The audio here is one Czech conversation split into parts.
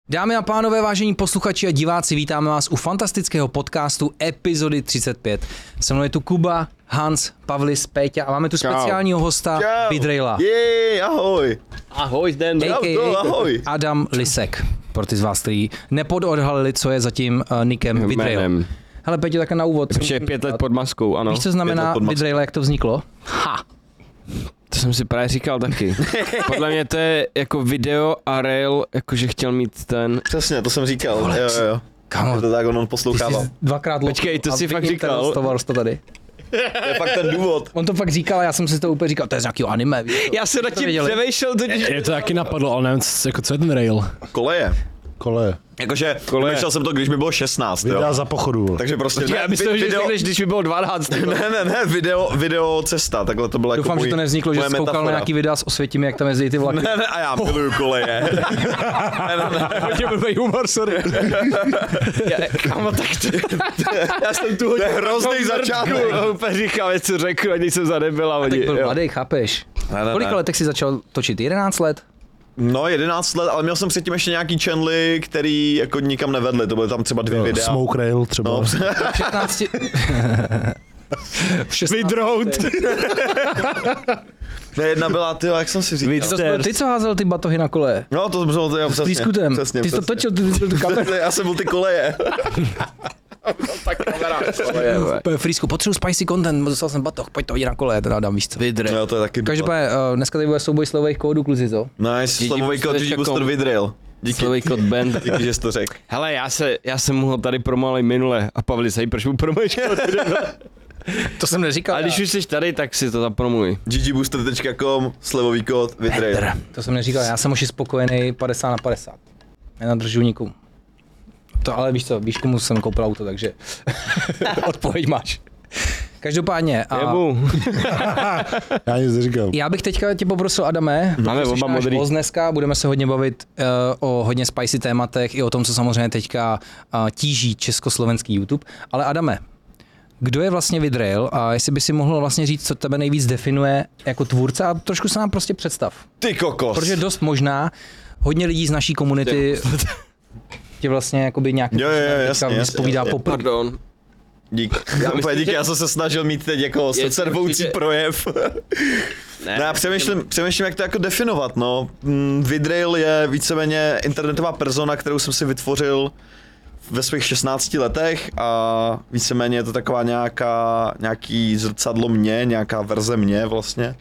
Dámy a pánové, vážení posluchači a diváci, vítáme vás u fantastického podcastu epizody 35. Se mnou je tu Kuba, Hans, Pavlis, Péťa a máme tu speciálního hosta Vidraila. Jej, ahoj. Ahoj, Zden. Ahoj. Adam Lisek, pro ty z vás, kteří nepododhalili, co je za tím nickem Vidrail. Hele, Péťo, takhle na úvod. Už je 5 let pod maskou, ano. Víš, co znamená Vidrail, jak to vzniklo? Ha! To jsem si právě říkal taky. Podle mě to je jako video a rail, jakože chtěl mít ten... Přesně, to jsem říkal, jo. Kamo, Je to tak, on poslouchával. dvakrát Počkej, to si fakt říkal? To tady. To je fakt ten důvod. On to fakt říkal, já jsem si to úplně říkal, to je z nějakého anime. Já jsem nad tím přemýšlel totiž. Je to taky napadlo, ale nevím, co je ten rail. Koleje. Koleje. Jakože, vymýšlel jsem to, když mi bylo 16, jo. Videa za pochodu. Takže prostě... Já myslím, že řekneš, když mi bylo 12. Ne, video cesta, takhle to bylo jako Doufám, že to nevzniklo, že jsi koukal metafora. na nějaký videa s Osvětimi, jak tam jezdí ty vlaky. Ne, a já miluju koleje. Hodně blbý humor, sorry. Kámo, tak já jsem tu hodně... To je hrozný začátek. Úplně říkal, co řekl, ani jsem zanebila. Tak byl mladý, chápeš? Ne. Kolik letech jsi začal točit? 11 let? No, 11 let, ale měl jsem předtím ještě nějaký channely, který jako nikam nevedly, to byly tam třeba 2 videa. Smoke rail třeba. No, V 16... v 16 Vydrout. ne, jedna byla, ty, jak jsem si říkal. To byl ty, co házel ty batohy na kole? No, to byl to, S plískutem. Přesně, Ty jsi to točil, ty jsi tu kameru. Já jsem byl ty koleje. Frýsku, potřebuji spicy content, dostal jsem batoh, pojď to hodit na kole, teda dám, víš co. No, to je taky Každopádně, dneska tady bude souboj slových kódů, kluzi, co? Nice, slovový kód GG Booster Vidrail. Slový kód band. Díky, že jsi to řekl. Hele, já jsem mu ho tady promoval minule a Pavli se proč mu promuješ? To jsem neříkal. A když už jsi tady, tak si to zapromuj. ggbooster.com, slevový kód Vidrail. To jsem neříkal, já jsem už spokojený 50/50. Nenadržu nikomu. To ale víš co, víš komu jsem koupil auto, takže odpověď máš. Každopádně. Já nic neříkám. Já bych teďka tě poprosil, Adame, Máme oba modrý. host dneska, budeme se hodně bavit o hodně spicy tématech, i o tom, co samozřejmě teďka tíží československý YouTube. Ale Adame, kdo je vlastně Vidrail a jestli by si mohl vlastně říct, co tebe nejvíc definuje jako tvůrce a trošku se nám prostě představ. Ty kokos. Protože dost možná hodně lidí z naší komunity tě vlastně jakoby nějak jasně. vyspovídá poprvé. Pardon. Díky, já jsem se snažil mít teď jako srdcervoucí projev. Ne, já přemýšlím, jak to jako definovat, no. Vidrail je víceméně internetová persona, kterou jsem si vytvořil ve svých 16 letech a víceméně je to taková nějaký zrcadlo mě, nějaká verze mě vlastně.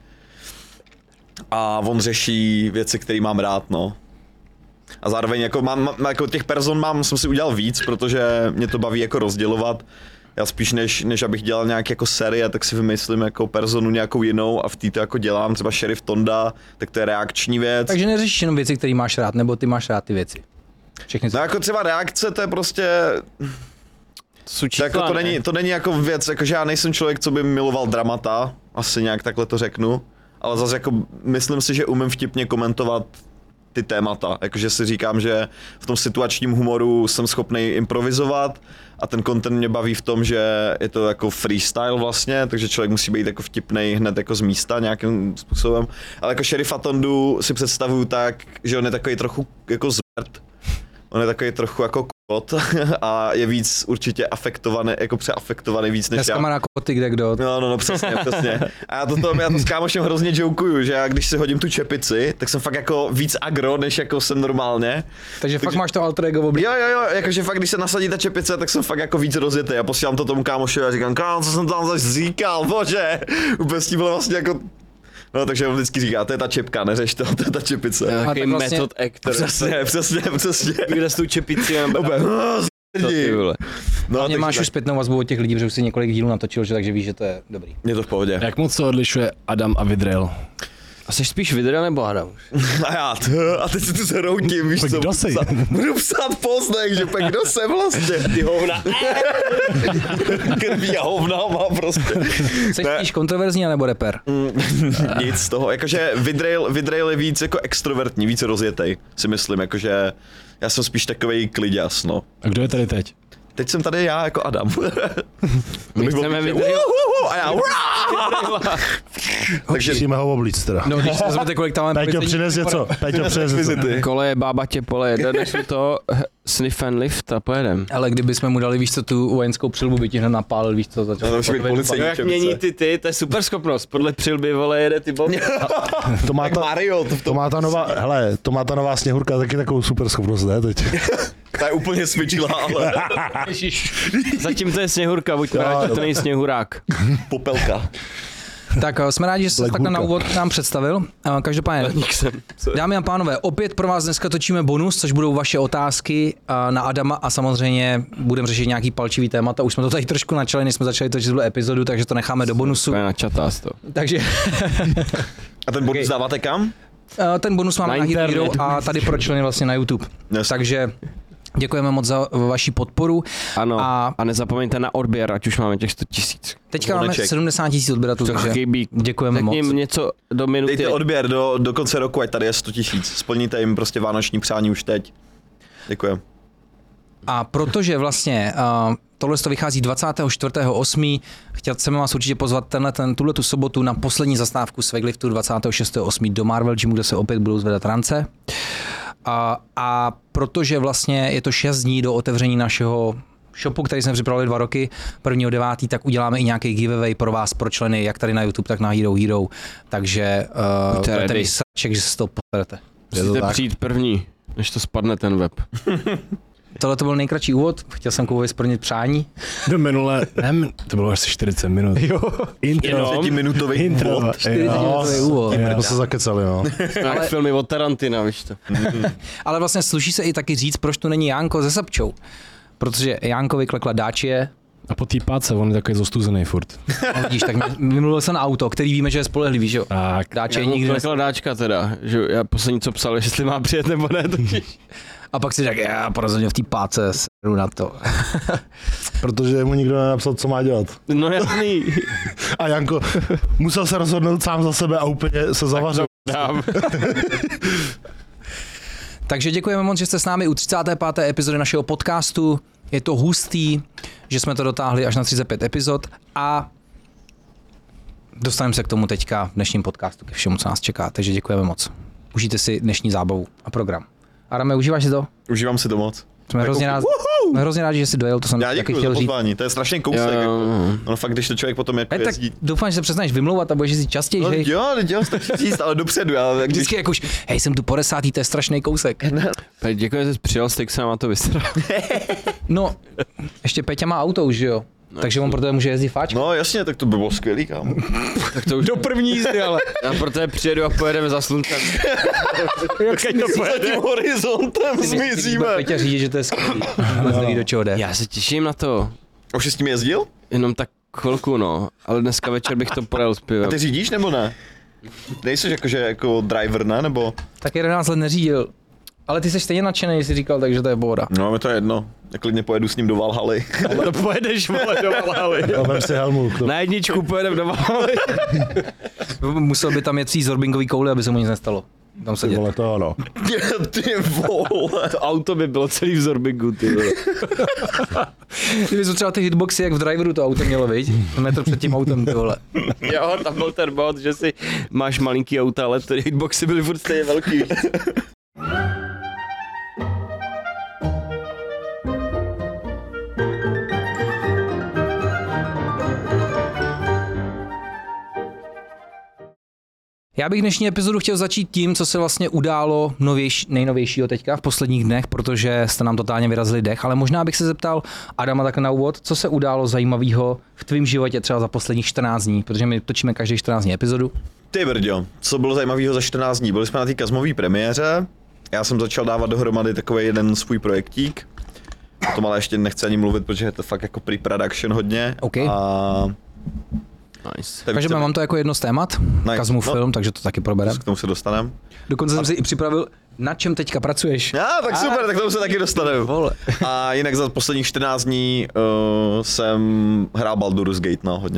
A on řeší věci, které mám rád, no. A zároveň jako jako těch person jsem si udělal víc, protože mě to baví jako rozdělovat. Já spíš než abych dělal nějak jako série, tak si vymyslím jako personu nějakou jinou a v té to jako dělám, třeba Šerif Tonda, tak to je reakční věc. Takže neřešíš jenom věci, které máš rád, nebo ty máš rád ty věci? Všechny No jako třeba reakce, to je prostě... Sučítla, jako to není jako věc, jakože já nejsem člověk, co by miloval dramata, asi nějak takhle to řeknu, ale zase jako myslím si, že umím vtipně komentovat ty témata, jakože si říkám, že v tom situačním humoru jsem schopný improvizovat a ten content mě baví v tom, že je to jako freestyle vlastně, takže člověk musí být jako vtipnej hned jako z místa nějakým způsobem, ale jako Šerifa Tondu si představuju tak, že on je takový trochu jako zmrt, on je takový trochu jako kot a je víc určitě afektovaný, jako přeafektovaný víc než dneska já. má na koty kde kdo. No, přesně. A já to s kámošem hrozně jokuju, že já když si hodím tu čepici, tak jsem fakt jako víc agro, než jako jsem normálně. Takže fakt máš to alter ego v obličeji. Jo, jakože fakt když se nasadí ta čepice, tak jsem fakt jako víc rozjetý. Já posílám to tomu kámošovi a říkám, kámo, co jsem tam zase říkal, bože. Úplně s tím bylo vlastně jako... No, takže on vždycky říká, to je ta čepka, neřeš to je ta čepice. Takový vlastně, method actor. Přesně. Kde s tou čepici a No, a máš už zpětnou vazbu od těch lidí, protože už si několik dílů natočil, že takže víš, že to je dobrý. Je to v pohodě. Jak moc se odlišuje Adam a Vidrail? A jsi spíš Vidrail nebo Adam? A teď si tu zhroutím, víš co? Kdo jsi? Budu psát pozdech, že pak kdo jsem vlastně. Ty hovna. Krví a hovna mám prostě. Jsi spíš kontroverzní nebo rapper? Nic z toho, jakože Vidrail je víc jako extrovertní, víc rozjetej, si myslím, jakože já jsem spíš takovej kliďas, no. A kdo je tady teď? Teď jsem tady já jako Adam. My chceme Vidrail. a já takže Musíme ho oblíct teda. No, když se vezmete, kolik tam máme Péťo, přines něco. Péťo, přines něco. Koleje, bába tě pole, jdeš to sniff and lift a pojedem. Ale kdybychom mu dali, víš co, tu vojenskou přilbu, by ti hned napálil, víš co, začal. to musí být policejní Jak mění ty, to je super schopnost, podle přilby, vole, jede ty bomby. To má ta, Mario, to má ta nová, hele, to má ta nová Sněhurka taky takovou super schopnost, ne, teď? ta je úplně svičila, ale Zatím to je Sněhurka, buď rád, že to není Sněhurák. popelka. Tak jsme rádi, že jsi Black takhle na Burka. úvod nám představil. Každopádně, dámy a pánové, opět pro vás dneska točíme bonus, což budou vaše otázky na Adama a samozřejmě budeme řešit nějaký palčivý témata. Už jsme to tady trošku načali, než jsme začali točit tuhle epizodu, takže to necháme do bonusu. To je načatás to. Takže A ten bonus dáváte kam? ten bonus máme Na na Hero internet. Hero a tady pro členy vlastně na YouTube. Jasně. Takže děkujeme moc za vaši podporu. Ano, A- a nezapomeňte na odběr, ať už máme těch 100 000. Teďka máme Zvoneček. 70 000 odběratelů, To takže chybí. děkujeme moc. Řekni jim něco do minuty. Dejte odběr do konce roku, ať tady je 100 000. Splníte jim prostě vánoční přání už teď. Děkujem. A protože vlastně tohle to vychází 24.8. Chceme vás určitě pozvat tuhletu sobotu na poslední zastávku Svegliftu 26.8. do Marvel Gymu, kde se opět budou zvedat rance. A protože vlastně je to 6 dní do otevření našeho shopu, který jsme připravili 2 roky, 1.9., tak uděláme i nějaký giveaway pro vás, pro členy, jak tady na YouTube, tak na Hero Hero. Takže to je ten ready. sraček, že se z toho poperete. Musíte přijít první, než to spadne ten web. Tohle to byl nejkratší úvod, chtěl jsem Kubovi splnit přání. Do minule, ne, to bylo asi 40 minut. Jo. Intro. 10minutový Intro. bod. 40-minutový úvod. To se zakecali, no. Jak filmy od Tarantina, víš to. Ale vlastně sluší se i taky říct, proč tu není Janko se Sapčou. Protože Janko vyklekla Dacia, A po té páce, on je takový zostuzený furt. a vidíš, tak vymluvil jsem na auto, který víme, že je spolehlivý, že jo? Tak. Dacia Já nikdy mu nes... dáčka teda, že já poslední co psal, jestli má přijet nebo ne, totiž. A pak si řekl, já porozhodně v té páce seru na to. Protože mu nikdo nenapsal, co má dělat. No jasný. A Janko musel se rozhodnout sám za sebe a úplně se zavařil. Dám. Takže děkujeme moc, že jste s námi u 35. epizody našeho podcastu. Je to hustý, že jsme to dotáhli až na 35 epizod a dostaneme se k tomu teďka v dnešním podcastu, ke všemu, co nás čeká. Takže děkujeme moc. Užijte si dnešní zábavu a program. Adame, užíváš si to? Užívám si to moc. Jsme hrozně rádi, že jsi dojel, to jsem Já taky děkuji chtěl za říct. pozvání, to je strašný kousek. Jo, Jako. jo. Ono fakt, když to člověk potom jako Tak jezdí. doufám, že se přestaneš vymlouvat a budeš jezdit častěji, No, hej. jo, stačí říct, ale dopředu. Já, když... Vždycky jak už, hej, jsem tu po 10. to je strašný kousek. Děkuji, že jsi přijel, styk se nám na to vysral. No, ještě Peťa má auto už, že jo? Takže on pro tebe může jezdit fáčku. No jasně, tak to by bylo skvělý, kámo. Tak to už Do první jízdy, ale. já pro tebe přijedu a pojedeme za sluncem. Jak se to Za tím horizontem zmizíme. Peťa řídí, že to je skvělý. Vůbec neví, do čeho jde. Já se těším na to. A už jsi s tím jezdil? Jenom tak chvilku, no. Ale dneska večer bych to projel s A pivem. ty řídíš nebo ne? Nejsi jakože jako driver, ne? Nebo... Tak 11 let neřídil. Ale ty jsi stejně nadšený, jsi říkal, takže to je pohoda. No, mi to je jedno. Já klidně pojedu s ním do Valhaly. To pojedeš, vole, do Valhaly. Vem si helmu. Na jedničku pojedeme do Valhaly. Musel by tam jet 3 zorbingový kouli, aby se mu nic nestalo. Tam Ty sedět. vole, to ano. Ty vole. To auto by bylo celý v Zorbingu, ty vole. Kdyby jsou třeba ty hitboxy, jak v driveru to auto mělo, viď? Metr před tím autem, ty vole. Jo, tam byl ten bod, že si máš malinký auta, ale ty hitboxy byly furt stejně velký. Já bych dnešní epizodu chtěl začít tím, co se vlastně událo nejnovějšího teďka v posledních dnech, protože jste nám totálně vyrazili dech, ale možná bych se zeptal Adama tak na úvod, co se událo zajímavého v tvém životě třeba za posledních 14 dní, protože my točíme každý 14 dní epizodu. Ty brďo, co bylo zajímavého za 14 dní? Byli jsme na té Kazmové premiéře, já jsem začal dávat dohromady takový jeden svůj projektík. O tom ale ještě nechci ani mluvit, protože je to fakt jako pre-production hodně. OK. A Nice. Takže mám to jako jedno z témat, Nice. Kazmův No. film, takže to taky probereme. k tomu se dostaneme. Dokonce jsem si i připravil, na čem teďka pracuješ. Tak super, tak k tomu se taky dostaneme. Vole. A jinak za posledních 14 dní jsem hrál Baldur's Gate, no hodně.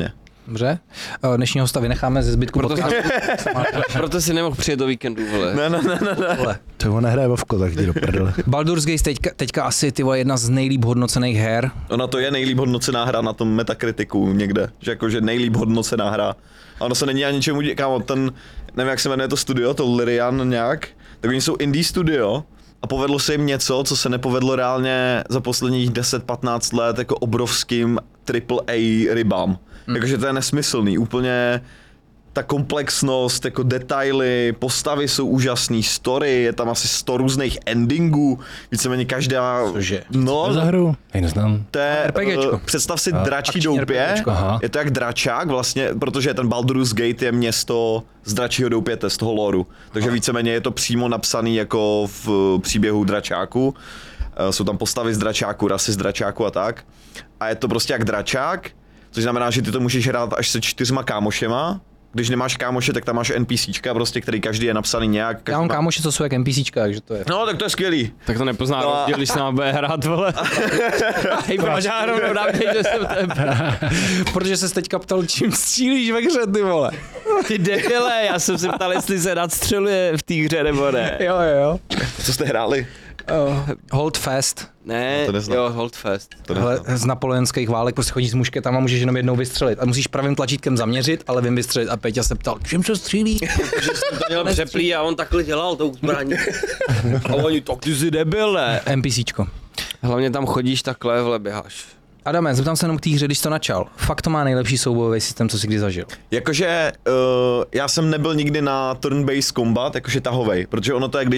Dobře. Dnešního hosta vynecháme ze zbytku podcastu. Proto si nemohl přijet do víkendu, vole. Ne. To on nehraje Vovko, tak jdi do prdele. Baldur's Gate teďka asi ty vole jedna z nejlíp hodnocených her. Ona to je nejlíp hodnocená hra na tom Metacriticu někde, že jakože nejlíp hodnocená hra. A ono se není ani čemu kámo, ten, nevím jak se jmenuje to studio, to Lirian nějak, tak oni jsou indie studio a povedlo se jim něco, co se nepovedlo reálně za posledních 10-15 let jako obrovským AAA rybám. Jakože to je nesmyslný, úplně ta komplexnost, jako detaily, postavy jsou úžasný, story, je tam asi 100 různých endingů, víceméně každá... Cože? Co za hru? Já neznám. RPG. Představ si dračí doupě, je to jak dračák vlastně, protože ten Baldur's Gate je město z dračího doupěte, z toho loru, takže víceméně je to přímo napsaný jako v příběhu dračáku, jsou tam postavy z dračáku, rasy z dračáku a tak, a je to prostě jak dračák, což znamená, že ty to můžeš hrát až se 4 kámošema. Když nemáš kámoše, tak tam máš NPCčka, prostě, který každý je napsaný nějak. Já mám kámoše, co jsou jak NPCčka, takže to je. No, tak to je skvělý. Tak to nepozná rozdíl, když se nám bude hrát, vole. Hej, proč já rovnou dám, že jsem tebe. Protože ses teďka ptal, čím střílíš ve hře, ty vole. Ty debile, já jsem se ptal, jestli se nadstřeluje v té hře, nebo ne. Jo. Co jste hráli? Hold Fast. Ne, To neznám. jo, Hold Fast. Hele, z napoleonských válek prostě chodíš s mušketama a můžeš jenom jednou vystřelit. A musíš pravým tlačítkem zaměřit, ale vím vystřelit. A Peťa se ptal, čím se střílí? Že jsem to měl přeplý a on takhle dělal tou zbraní. A oni, tak ty jsi debil, ne? NPCčko. Hlavně tam chodíš takhle, vle, běháš. Adame, zeptám se jenom k té hře, když to načal. Fakt to má nejlepší soubojový systém, co jsi kdy zažil. Jakože já jsem nebyl nikdy na turn-based combat, jakože tahovej, protože ono to je,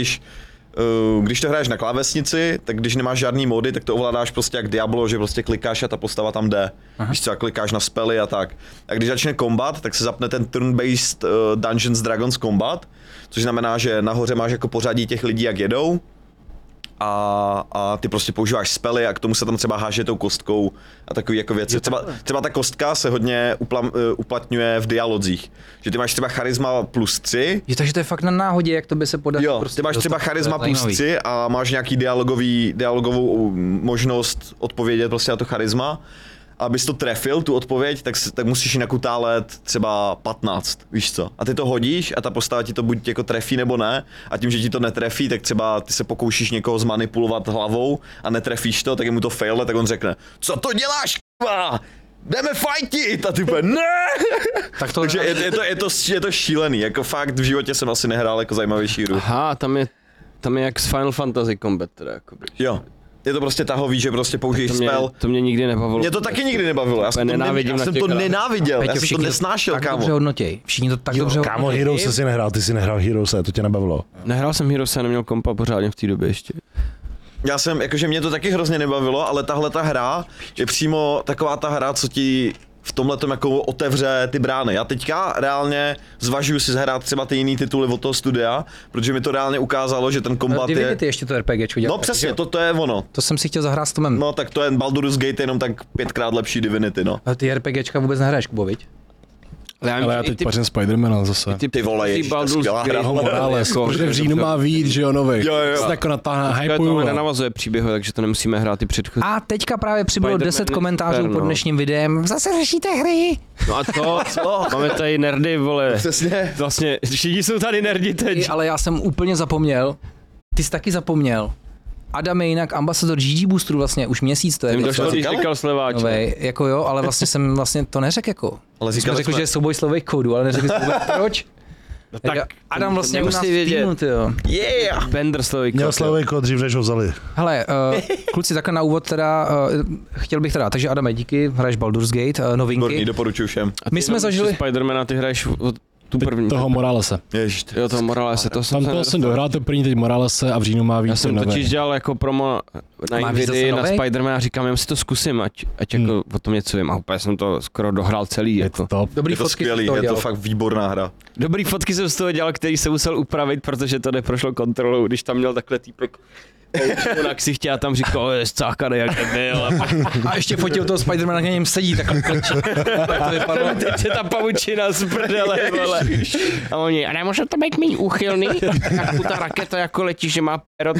když to hraješ na klávesnici, tak když nemáš žádný mody, tak to ovládáš prostě jak Diablo, že prostě klikáš a ta postava tam jde. Víš co, klikáš na spely a tak. A když začne combat, tak se zapne ten turn-based Dungeons Dragons combat, což znamená, že nahoře máš jako pořadí těch lidí, jak jedou. A ty prostě používáš spely a k tomu se tam třeba háže tou kostkou a takové jako věci. Třeba ta kostka se hodně uplatňuje v dialozích. Že ty máš třeba charisma +3. Takže to je fakt na náhodě, jak to by se podařilo. Jo, prostě ty máš třeba charisma +3 a máš nějaký dialogovou možnost odpovědět prostě na to charisma. A abys to trefil, tu odpověď, tak musíš ji nakutálet třeba 15, víš co. A ty to hodíš a ta postava ti to buď jako trefí nebo ne. A tím, že ti to netrefí, tak třeba ty se pokoušíš někoho zmanipulovat hlavou a netrefíš to, tak je mu to fail, tak on řekne, co to děláš, k***a? Jdeme fightit! A ty úplně, ne! Tak to takže je to šílený, jako fakt v životě jsem asi nehrál jako zajímavější hru. Aha, tam je jak z Final Fantasy Combat teda, jakoby. Jo. Je to prostě tahový, že prostě použiješ spell. To mě nikdy nebavilo. Mě to taky nikdy nebavilo, já jsem to nenáviděl, já jsem to nesnášel, tak kámo. dobře hodnotěj. Všichni to tak dobře Kámo, Heroes si nehrál, ty si nehrál Heroes, to tě nebavilo. Nehrál jsem Heroes, neměl kompa pořádně v té době ještě. Já jsem, jakože mě to taky hrozně nebavilo, ale tahle ta hra je přímo taková ta hra, co ti v tomhletom jako otevře ty brány. Já teďka reálně zvažuju si zahrát třeba ty jiný tituly od toho studia, protože mi to reálně ukázalo, že ten kombat je... Divinity ještě to RPGčko dělá. No přesně, to je ono. To jsem si chtěl zahrát s Tomem. No tak to je Baldur's Gate jenom tak 5krát lepší Divinity, no. Ale ty RPGčka vůbec nehraješ, Kubo, viď? Ale já teď pařím Spidermana zase. Ty vole, ježiš, to je skvělá hra. Morales, protože v říjnu má vyjít, že jo, nový. Jo. Se jako natáhne, To hypuju. nenavazuje příběhu, takže to nemusíme hrát ty předchozí. A teďka právě přibylo 10 komentářů pod dnešním videem. Zase řešíte hry. No a to, máme tady nerdy, vole. Přesně. Vlastně, všichni jsou tady nerdi teď. Ale já jsem úplně zapomněl. Ty jsi taky zapomněl. Adam je jinak ambasador GG Boosteru vlastně už měsíc to je. Jim došlo, když říkal Sleváč. Novej, jako jo, ale vlastně jsem to neřekl jako. Ale My jsme řekli, že je souboj slových kódů, ale neřekli jsme vůbec proč. No tak Adam vlastně u nás nemusí vědět. týmu, tyjo. Yeah! Bender Slovik. Měl slovej kód dřív, než ho vzali. Hele, kluci, takhle na úvod teda, chtěl bych teda, takže Adame, díky, hraješ Baldur's Gate, novinky. Výborný, doporučuji všem. My jsme zažili... Spidermana, ty hraješ tu první. Toho Moralese. Ježiš, Jo, toho Moralese, to jsem Tam se toho jsem nedostal. dohrál to první, teď Moralese a v říjnu má Já víc jsem nové. totiž dělal jako promo na Má víc Nvidia zase na novej? Spidermana a říkám, já si to zkusím, ať jako o tom něco vím. A úplně jsem to skoro dohrál celý. Je Jako. to top. Dobrý je to fotky skvělý, z toho je to dělal. fakt výborná hra. Dobrý fotky jsem z toho dělal, který jsem musel upravit, protože to neprošlo kontrolou, když tam měl takhle týpek na ksichtě a tam říkal, je scákaný, jak nebyl. A ještě fotil toho Spidermana, na něm sedí, takhle klečí. Tak to vypadlo. Teď je ta pavučina z prdele, vole. A oni, a nemůže to být méně úchylný? Jak ta raketa jako letí, že má pero.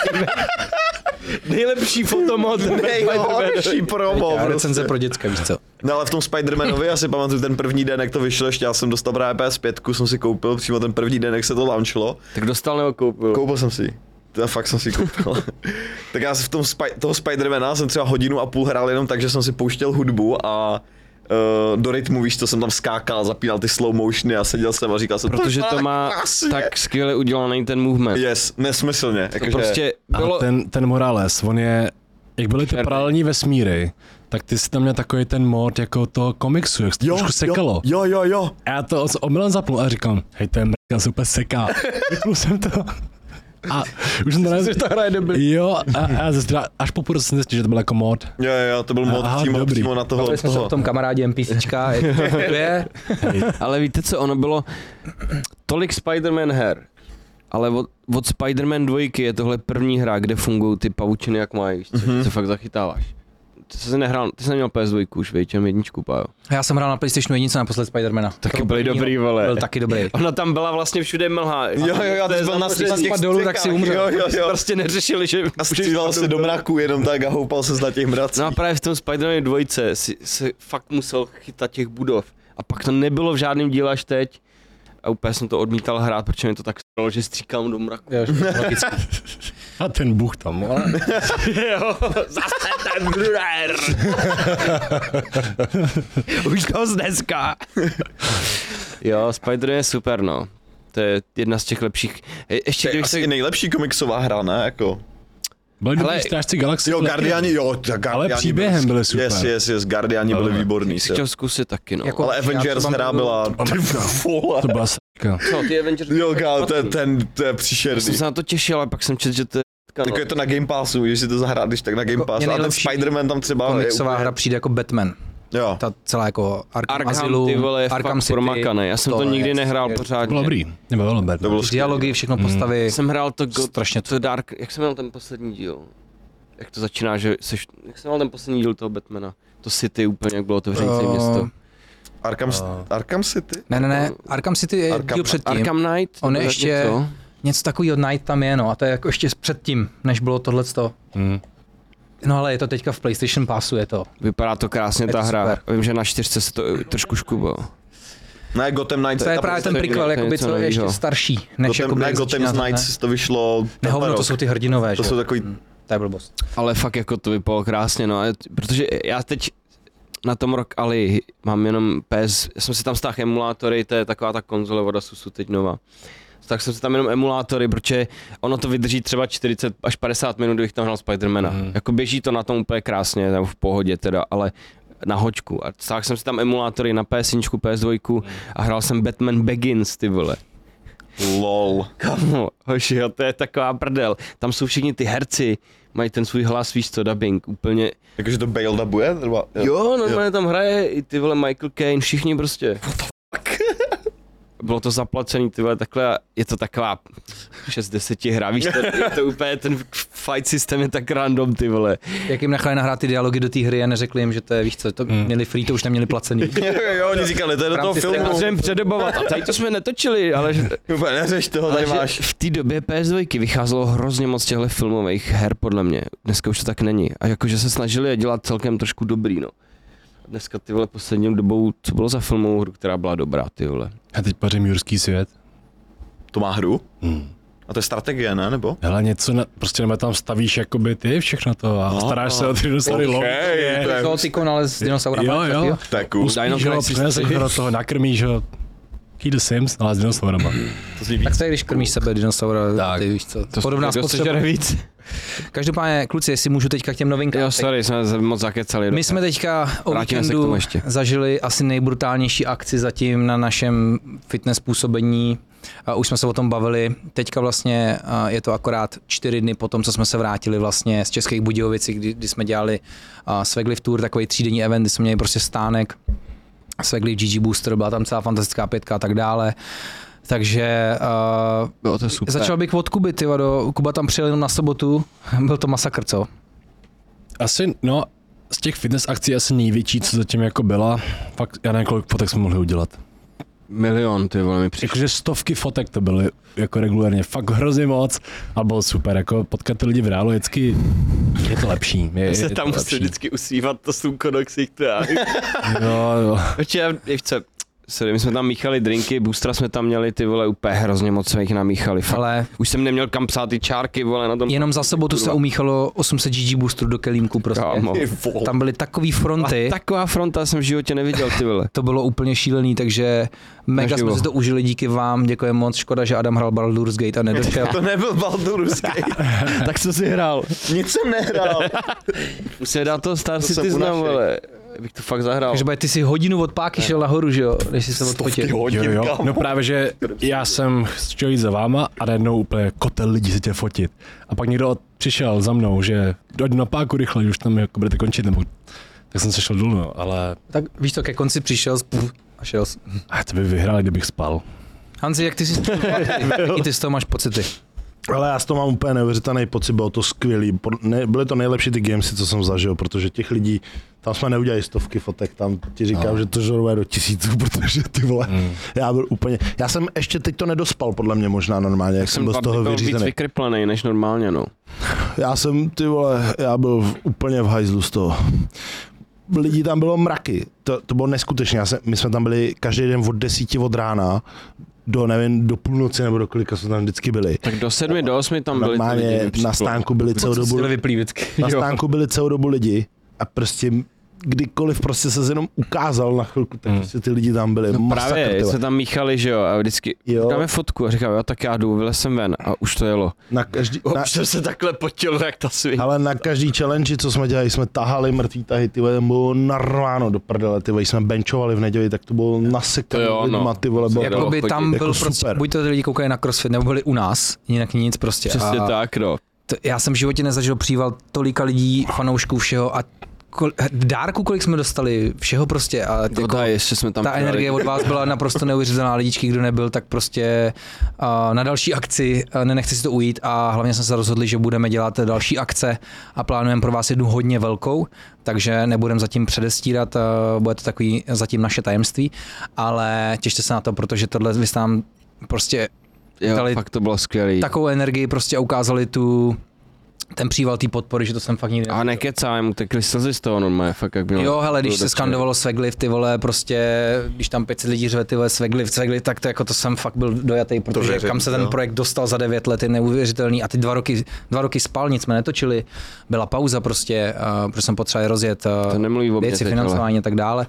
Nejlepší fotomod. Nejhorší promo. Recenze pro děcka, víš co. No ale v tom Spider-Manovi, já si pamatuju ten první den, jak to vyšlo, ještě já jsem dostal právě PS5, jsem si koupil, přímo ten první den, jak se to launchlo. Tak dostal nebo koupil? Koupil jsem si. To fakt jsem si koupil. Tak já si v tom toho Spider-Mana jsem třeba 1,5 hodiny hrál jenom tak, že jsem si pouštěl hudbu a do rytmu, víš, co jsem tam skákal, zapínal ty slow motiony a seděl jsem a říkal jsem, protože to má tak skvěle udělaný ten movement. Yes, nesmyslně. To prostě bylo... ten Morales, on je, jak byly ty paralelní vesmíry, tak ty jsi tam měl takový ten mod jako toho komiksu, jak se to trošku sekalo. Jo. A já to omylem zapnul a říkám, hej, to je mrka, se úplně seká. Vypnul jsem to. A už jsem to nevím, to hraje debil. Jo, a až po půl jsem zjistil, že to byl jako mod. Jo, to byl mod přímo na toho. Jsme se o tom kamarádi NPCčka. Ale víte co, ono bylo tolik Spider-Man her, ale od Spider-Man 2 je tohle první hra, kde fungují ty pavučiny jak mají, se fakt zachytáváš. Ty jsi nehrál, ty jsi neměl PS2 už, víš, jenom jedničku, pájo. Já jsem hrál na PlayStationu 1 naposled Spidermana. Taky byly dobrý, vole. Byl taky dobrý. Ona tam byla vlastně všude mlha. Jo, ty byl na těch dolů, tak si umřel. Jo. Prostě neřešili, že... A střílel se do mraků jenom tak a houpal se na těch mracích. No a právě v tom Spider-Man 2 si fakt musel chytat těch budov. A pak to nebylo v žádném díle až teď. A úplně jsem to odmítal hrát, protože mi to tak stalo, že stříkám do mraku. Jo, logicky. A ten Bůh tam, ale... Jo, zase ten Bruder. Už to dneska. Jo, Spider je super, no. To je jedna z těch lepších. Ještě to je asi nejlepší komiksová hra, ne? Jako. Byli dobrý Strážci galaxie. Jo, Guardiani, ale příběhem byli super. Yes, Guardiani byli výborný. Chtěl zkusit taky, no. Jako, ale Avengers hra byla... To byla s***ka. Co, ty Avengers? Jo, to je příšerný. Jsem se na to těšil, ale pak jsem četl, že to je... Tak je to na Game Passu, když si to zahrát, tak na Game Passu. A ten Spider-Man tam třeba... Komiksová hra přijde jako Batman. Jo. Ta celá jako Arkham Asylum, ty vole, je Arkham fakt City. promakaný. Já jsem to nikdy nehrál pořádně. Bylo dobrý, nebylo dobrý. To bylo Dialogy, všechno postavy. Jsem hrál to strašně to Dark, jak jsem měl ten poslední díl? Jak to začíná, že seš, jak jsem měl ten poslední díl toho Batmana? To City úplně, jak bylo otevřející město. Arkham City? Ne, Arkham City je díl předtím. Arkham Knight? On je ještě, něco takového Knight tam je, no, a to je jako ještě předtím, než bylo tohleto. No ale je to teďka v PlayStation Passu, je to. Vypadá to krásně je ta to hra. super. Vím, že na 4 se to trošku škubalo. Ne, Gotham Knights. To je právě ten prequel, jakoby, co je ještě starší, než Gotham Knights to vyšlo. Nehovno, to jsou ty hrdinové, to že? jsou takový... To je blbost. Ale fakt jako to vypadalo krásně, no, protože já teď na tom Rock Alley mám jenom PS, já jsem si tam stáhl emulátory, to je taková ta konzole od Asusu teď nová. Tak jsem si tam jenom emulátory, protože ono to vydrží třeba 40 až 50 minut, kdybych tam hrál Spidermana. Jako běží to na tom úplně krásně, tam v pohodě teda, ale na hoďku. A stáhl jsem si tam emulátory na PS1, PS2 a hrál jsem Batman Begins, ty vole. Lol. Kamo, hoši, jo, to je taková prdel. Tam jsou všichni ty herci, mají ten svůj hlas, víš co, dubbing, úplně. Jakože to Bale dabuje? Jo, normálně tam hraje i ty vole Michael Caine, všichni prostě. What the fuck? Bylo to zaplacený, ty vole, takhle, je to taková 6-10 hra, víš, je to úplně, ten fight systém je tak random, ty vole. Jak jim nechali nahrát ty dialogy do té hry a neřekli jim, že to je, víš co, to měli free, to už neměli placený. Jo, oni říkali, to je do toho filmu. Můžeme předobovat, a tady to jsme netočili, ale... Úplně neřeš toho, tady máš. V té době PS2 vycházelo hrozně moc těchto filmových her, podle mě. Dneska už to tak není. A jakože se snažili je dělat celkem trošku dobrý, no. Dneska ty vole poslední dobou, co bylo za filmovou hru, která byla dobrá, ty vole. A teď pařím Jurský svět. To má hru? A to je strategie, ne? Nebo? Hele, něco, prostě nebo tam stavíš jakoby ty všechno to a staráš se o ty dinosaury logicky. To je Zootykon, ale s dinosaurama. Jo. To je cool. Přinese do toho, nakrmíš ho. Key the Sims, ale s dinosaurama. Tak to je, když krmíš sebe dinosaura, ty víš co. Podobná spotřeba. Víc. Každopádně, kluci, jestli můžu teďka k těm novinkám. Jo, sorry, jsme moc zakecali. My jsme teďka o víkendu zažili asi nejbrutálnější akci zatím na našem fitness působení. Už jsme se o tom bavili. Teďka vlastně je to akorát 4 dny po tom, co jsme se vrátili vlastně z Českých Budějovic, kdy jsme dělali Swaglift Tour, takový 3denní event, kdy jsme měli prostě stánek. Swaglift GG Booster, byla tam celá fantastická 5 a tak dále. Takže bylo to super. Začal bych od Kuby, Kuba tam přijel jenom na sobotu, byl to masakr, co? Asi, no, z těch fitness akcí asi největší, co zatím jako byla, fakt, já nevím, kolik fotek jsme mohli udělat. Milion, ty vole, mi přišlo. Jakože 100 fotek to byly, jako regulérně, fakt hrozně moc, a bylo super, jako potkat ty lidi v reálu, vždycky Je to lepší. Já se tam musím vždycky usívat to slunko do ksichtu. Jo. Sorry, my jsme tam míchali drinky, boostera jsme tam měli, ty vole, úplně hrozně moc jsme jich namíchali. Fakt. Ale už jsem neměl kam psát ty čárky, vole, na tom. jenom za sobotu se umíchalo 800 GG boosterů do kelímku prostě. Kámo. Tam byly takový fronty. A taková fronta jsem v životě neviděl, ty vole. To bylo úplně šílený, takže mega jsme si to užili díky vám, děkujeme moc, škoda, že Adam hrál Baldur's Gate a nedošel. To nebyl Baldur's Gate. Tak co jsi hrál? Nic jsem nehrál. Už se dá to Star To Citizen, jsem unašek. vole. Bych to fakt zahrál. Takže ty si hodinu od páky šel nahoru, že jo, než jsi se odfotil. Jo. No právě, že já jsem chtěl jít za váma a najednou úplně kotel lidí se tě fotit. A pak někdo přišel za mnou, že jdu na páku rychle, už tam jako budete končit, nebo tak jsem se šel dolů, no, ale... Tak víš to, ke konci přišel a šel jsi. A to by vyhrál, kdybych spal. Hanzi, jak ty si i ty z toho máš pocity? Ale já z toho mám úplně neuvěřitelný pocit, bylo to skvělý. Byly to nejlepší ty gamesy, co jsem zažil, protože těch lidí, tam jsme neudělali stovky fotek, tam ti říkám, že to žoruje do 1000, protože ty vole, já byl úplně, já jsem ještě teď to nedospal, podle mě možná normálně, jak jsem byl z toho vyřízený. Víc vykryplený než normálně, no. Já jsem, ty vole, já byl úplně v hajzlu z toho. Lidí tam bylo mraky, to bylo neskutečné, my jsme tam byli každý den od 10 od rána, do půlnoci nebo do kolika jsme tam vždycky byli. Tak do 7, do 8 tam byli normálně lidi. na stánku byli celou dobu. Na stánku byli celou dobu lidi a prostě kdykoliv prostě se jenom ukázal na chvilku, tak prostě ty lidi tam byli. No právě, jsme tam míchali, že jo, a vždycky dáme fotku a říkám, jo, tak já jdu, vylez jsem ven a už to jelo. Už jsem se takhle potil, jak ta svý. Ale na každý challenge, co jsme dělali, jsme tahali mrtvý tahy, ty vole, tam bylo narváno do prdele, ty vole, jsme benchovali v neděli, tak to bylo nasekané lidma, ty vole, bylo. Jakoby tam byl jako prostě, super. buď to ty lidi koukají na CrossFit, nebo byli u nás, jinak nic prostě. Přesně tak, no. Já jsem v životě nezažil příval tolika lidí, fanoušků všeho a dárku, kolik jsme dostali, všeho prostě. A jako, ještě jsme tam ta energie od vás byla naprosto neuvěřitelná, lidičky, kdo nebyl, tak prostě na další akci nechci si to ujít a hlavně jsme se rozhodli, že budeme dělat další akce a plánujeme pro vás jednu hodně velkou, takže nebudem zatím předestírat, bude to takový zatím naše tajemství, ale těšte se na to, protože tohle vy jste nám prostě dali fakt to bylo skvělý. Takovou energii prostě ukázali ten příval té podpory, že to jsem fakt nikdy a nekecám, utekli slzy z toho normálně, fakt jak bylo. Jo, hele, když se skandovalo Sveglift, ty vole, prostě, když tam 500 lidí řve, ty vole, Sveglift, tak to jako to jsem fakt byl dojatý, protože kam se ten projekt dostal za 9 let, je neuvěřitelný a ty 2 roky spal, nic jsme netočili, byla pauza prostě, protože jsem potřeboval rozjet věci, financování a tak dále.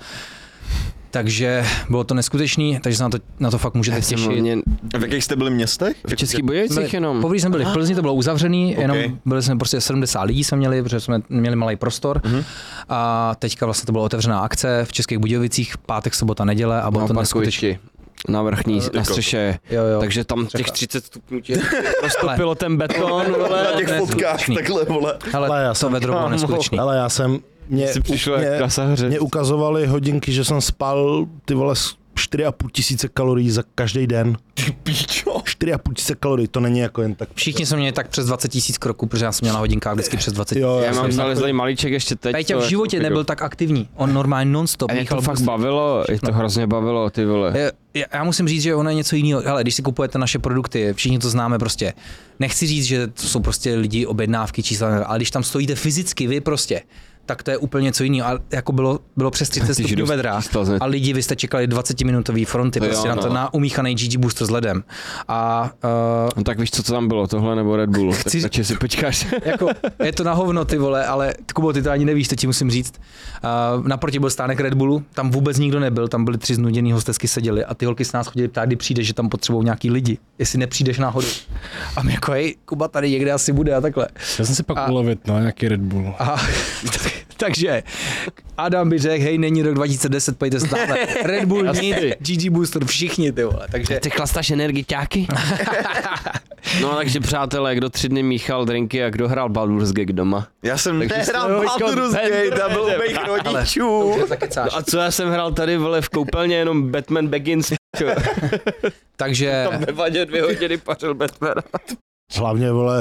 Takže bylo to neskutečný, takže se na to fakt můžete těšit. V jakých jste byli městech? V Českých Budějovicích jenom. Poprvé jsme byli v Plzni, to bylo uzavřený, jenom byli jsme prostě 70 lidí jsme měli, protože jsme měli malý prostor. A teďka vlastně to byla otevřená akce v Českých Budějovicích, pátek, sobota, neděle a bylo to neskutečný. Na vrchní, na střeše, jo. Takže tam těch 30 stupňů tě roztopilo ten beton, vole. Na těch fotkách takhle, vole. Hele, to vedro bylo neskutečný. Ale já jsem, mě ukazovali hodinky, že jsem spal ty vole 4,5 tisíce kalorií za každý den. Ty píčo. 4,5 tisíce kalorií, to není jako jen tak. Všichni jsme měli tak přes 20 000 kroků, protože já jsem měl na hodinkách vždycky přes 20 000. Já mám zalezlý malíček ještě teď. Péťa v životě nebyl tak aktivní, on normálně non-stop. A mě to fakt bavilo, to hrozně bavilo, ty vole. Já musím říct, že ono je něco jiného. Hele, když si kupujete naše produkty, všichni to známe prostě. Nechci říct, že to jsou prostě lidi objednávky, čísla, ale když tam stojíte fyzicky vy prostě, tak to je úplně něco jiného. A jako bylo přes 30 stupňů vedra a lidi, vy jste čekali 20-minutový fronty prostě na umíchaný GG booster s ledem. A no tak víš, co to tam bylo, tohle nebo Red Bullu, tak radši si počkáš. Jako, je to na hovno, ty vole, ale Kubo, ty to ani nevíš, to ti musím říct. Naproti byl stánek Red Bullu, tam vůbec nikdo nebyl, tam byly 3 znuděný hostesky seděli a ty holky s nás chodili ptát, kdy přijdeš, že tam potřebují nějaký lidi, jestli nepřijdeš náhodou. A my jako, hej, Kuba tady někde asi bude a takhle. Já jsem si pak ulovit, nějaký Red Bull. Takže Adam by řekl, hej, není rok 2010, pojďte se dále. Red Bull, nic, GG Booster, všichni, ty vole. Takže ty chlastáš energiťáky? No takže přátelé, kdo 3 dny míchal drinky a kdo hrál Baldur's Gate doma? Já jsem nehrál Baldur's Gate, a byl u mých rodičů. A co já jsem hrál tady, vole, v koupelně jenom Batman Begins. Takže tam ve vadě 2 hodiny pařil Batman. Hlavně, vole,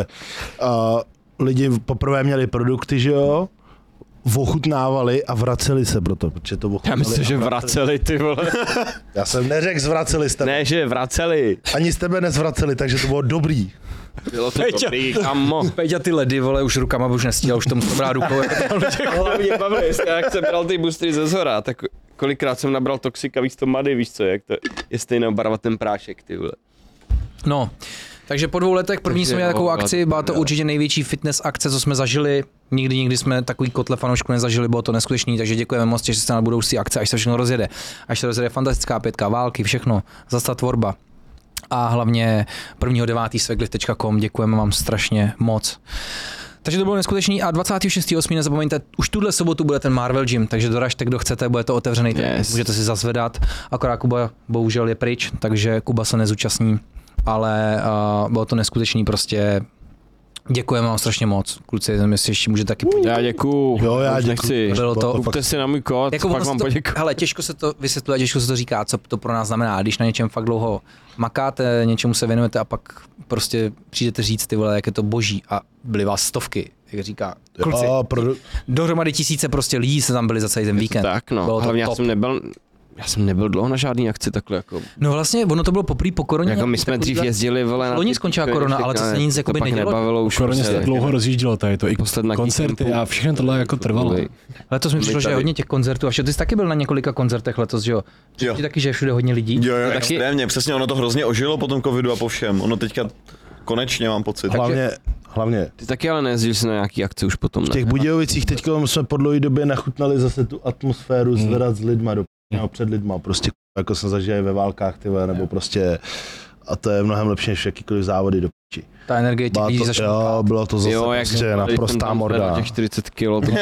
lidi poprvé měli produkty, že jo? Ochutnávali a vraceli se proto, protože to ochutnali. Já myslím, že vraceli, ty vole. Já jsem neřekl zvraceli jste. Ne, že vraceli. Ani z tebe nezvraceli, takže to bylo dobrý. Bylo to dobrý, kamo. Peťa ty ledy, vole, už rukama už nestíhal, už tomu dobrá rukou. Hlavně bavili se, jak jsem bral ty boostry ze zhora, tak kolikrát jsem nabral toxika víc to mady, víš co, jak to je stejné barva ten prášek, ty vole. No, takže po 2 letech první jsme měli takovou akci, byla to určitě největší fitness akce, co jsme zažili. Nikdy jsme takový kotle fanoušků nezažili, bylo to neskutečný, takže děkujeme moc, že se na budoucí akce, až se všechno rozjede. Až se rozjede fantastická 5, války, všechno, zase ta tvorba. A hlavně 1.9. sveglift.com, děkujeme vám strašně moc. Takže to bylo neskutečný a 26.8. nezapomeňte, už tuhle sobotu bude ten Marvel Gym, takže doražte, kdo chcete, bude to otevřený, můžete si zazvedat, akorát Kuba bohužel je pryč, takže Kuba se nezúčastní, ale bylo to neskutečný prostě. Děkujeme vám strašně moc, kluci, jestli ještě můžete taky podívat. Já děkuju. Jo, já děkuju. Nechci. Bylo to Kupte si na můj kód, jako pak vám poděkuju. hele, těžko se to vysvětluje, těžko se to říká, co to pro nás znamená, když na něčem fakt dlouho makáte, něčemu se věnujete a pak prostě přijdete říct, ty vole, jak je to boží a byly vás stovky, jak říká kluci. Dohromady tisíce prostě lidí se tam byli za celý ten víkend. Tak no, Bylo to hlavně top. já jsem nebyl dlouho na žádný akci takhle jako. No vlastně, ono to bylo poprvé po koroně. Jako my jsme dřív jezdili, vole, na loni ty- skončila korona, ale to se nic jakoby to pak nedělo. nebavilo už. Koroně se prostě. dlouho rozjíždělo tady to, i Posledná koncerty Keycampu. a všechno tohle jako trvalo. Letos mi přišlo, že je hodně těch koncertů. A ty jsi taky byl na několika koncertech letos, že jo? Jo. Ti taky, že je všude hodně lidí. Jo, taky- extrémně, přesně, ono to hrozně ožilo po tom covidu a po všem. Ono teďka konečně mám pocit. Hlavně Ty taky ale nejezdil jsi na nějaký akci už potom, v těch ne? Budějovicích teď jsme po dlouhé době nachutnali zase tu atmosféru zvedat s lidma, před lidma, prostě jako jsem zažil ve válkách, ty vole, nebo prostě a to je mnohem lepší než jakýkoliv závody do piči. Ta energie těch lidí začala. Jo, bylo to zase Jo, jak prostě naprostá morda. Těch 40 kilo. To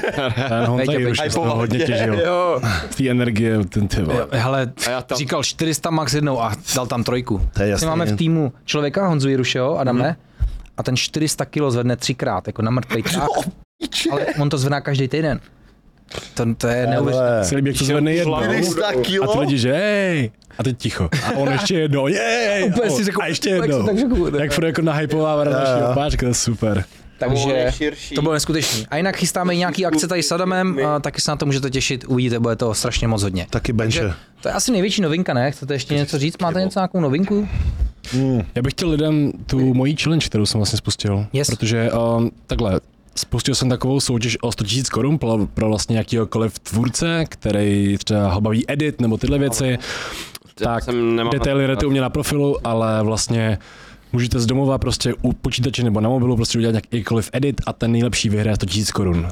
Ten Honza Peťa, Jiruš hypoval hodně tě. těžil. jo. Z té energie, ten ty vole. Hele, A já tam- říkal 400 max jednou a dal tam 3. To je jasný. My máme v týmu člověka, Honzu Jirušeho, Adame, a ten 400 kilo zvedne 3krát, jako na mrtvej trák, ale on to zvedá každý týden. To je neuvěřitelné. Se líbí, jak to zvedne jednou. 400 A ty kilo? lidi, že hej, a teď ticho. A on ještě jednou, jej, Úplně si řekl, a ještě jak jednou. se tak řekl, Jak furt jako nahypovává dalšího páčka, to je super. Takže to bylo neskutečný. A jinak chystáme i nějaký akce tady s Adamem, a taky se na to můžete těšit, uvidíte, bude to strašně moc hodně. Taky benče. To je asi největší novinka, ne? Chcete ještě něco říct? Máte něco, nějakou novinku? Já bych chtěl lidem tu mojí challenge, kterou jsem vlastně spustil, Yes. protože takhle, spustil jsem takovou soutěž o 100 000 korun pro vlastně jakýhokoliv tvůrce, který třeba ho baví edit nebo tyhle věci. Tak detaily jdete u mě na profilu, ale vlastně můžete z domova prostě u počítače nebo na mobilu prostě udělat jakýkoliv edit a ten nejlepší vyhraje 100 000 korun.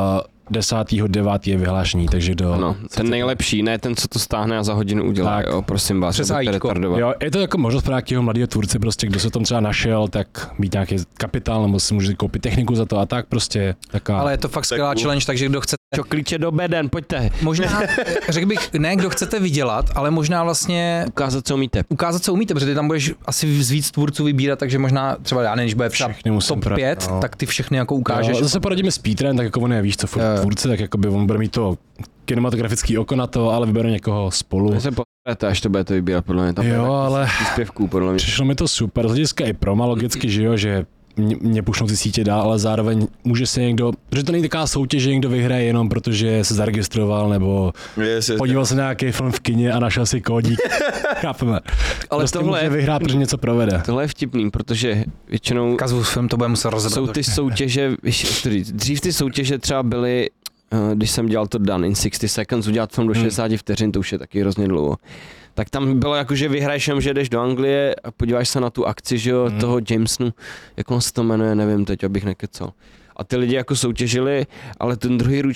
10.9. je vyhlášení, takže do... No, ten nejlepší, ne ten, co to stáhne a za hodinu udělá, Tak. jo, prosím vás, Přes nebuďte AIčko. retardovat. Jo, je to jako možnost pro nějakého mladého tvůrce, prostě, kdo se v tom třeba našel, tak mít nějaký kapitál, nebo si můžete koupit techniku za to a tak prostě taková... Ale je to fakt skvělá challenge, takže kdo chce Čoklíče do beden, pojďte. možná, řekl bych, ne kdo chcete vydělat, ale možná vlastně Ukázat, co umíte. ukázat, co umíte, protože ty tam budeš asi z víc tvůrců vybírat, takže možná třeba já ne, když bude třeba Všechny musím top brát, 5, no. tak ty všechny jako ukážeš. Zase poradíme s Petrem, tak jako on je, víš co, furt Jo. tvůrce, tak jako by on bude mít to kinematografický oko na to, ale vybere někoho spolu. Vy se pohrajete, až to budete vybírat, podle mě. Tam Jo, bude ale příspěvků, podle mě. přišlo mi to super, z hlediska i proma logicky, že jo, že mě pušnou ty sítě dál, ale zároveň může se někdo, protože to není taková soutěž, že někdo vyhraje jenom protože se zaregistroval nebo podíval se na nějaký film v kině a našel si kódík. Chápeme. Ale Prostě tohle může je, vyhrát, protože něco provede. tohle je vtipný, protože většinou Kazův film to bude muset rozebrat. jsou ty soutěže, víš, dřív ty soutěže třeba byly, když jsem dělal to Done in 60 Seconds, udělat film do 60 vteřin, to už je taky hrozně dlouho. Tak tam bylo jako, že vyhraješ jenom, že jdeš do Anglie a podíváš se na tu akci, že jo, toho Jamesonu, jak on se to jmenuje, nevím teď, abych nekecal. A ty lidi jako soutěžili, ale ten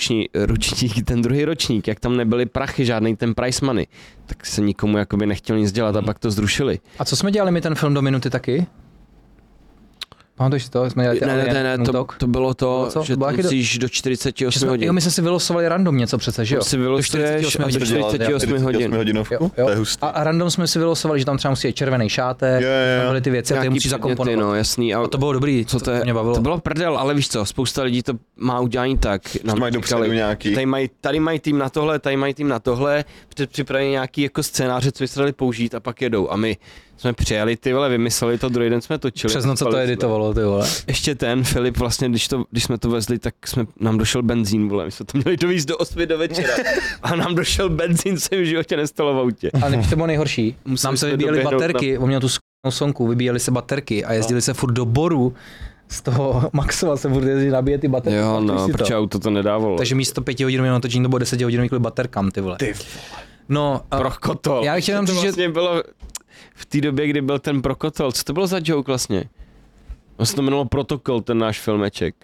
druhý ročník, jak tam nebyly prachy, žádný ten prize money, tak se nikomu jakoby nechtěl nic dělat a pak to zrušili. A co jsme dělali my ten film do minuty taky? Pamatuješ si to? Jsme dělali ten Ne, to bylo to, co? že To bylo to taky musíš do 48 hodin. Jo, my jsme si vylosovali random něco přece, že jo? To si vylosuješ 48 a do hodin. 48 hodin. hodinovku? Jo. To je hustý. A random jsme si vylosovali, že tam třeba musí být červený šátek, tam byly ty věci a ty Nějaký musíš předměty, zakomponovat. no, jasný. A To bylo dobrý, co to je? mě bavilo. To bylo prdel, ale víš co, spousta lidí to má udělání tak. Nám mají dopředu nějaký. Tady mají tým na tohle, tady mají tým na tohle, připraví nějaký jako scénáře, co by se dali použít a pak jedou. A my jsme přijeli, ty vole, vymysleli to, druhý den jsme točili. Přes noc se to editovalo, ty vole. Ještě ten Filip, vlastně, když jsme to vezli, tak nám došel benzín, vole, my jsme to měli dovízt do 8 do večera. A nám došel benzín, co jim v životě nestalo v autě. Ale nevíš, to bylo nejhorší. Museli Nám se jsme vybíjely doběhnout baterky, on měl tu sonku, vybíjeli se baterky a jezdili se furt do boru, z toho Maxova se furt jezdí nabíjet ty baterky. Jo, no, protože auto to nedávalo. Takže místo 5 hodinového natočení to bylo 10 hodinový kvůli baterkám, ty vole. No, Prokotol. Já bych chtěl jenom to říct, že... vlastně bylo v té době, kdy byl ten Prokotol. Co to bylo za joke vlastně? On se to jmenovalo Protokol, ten náš filmeček.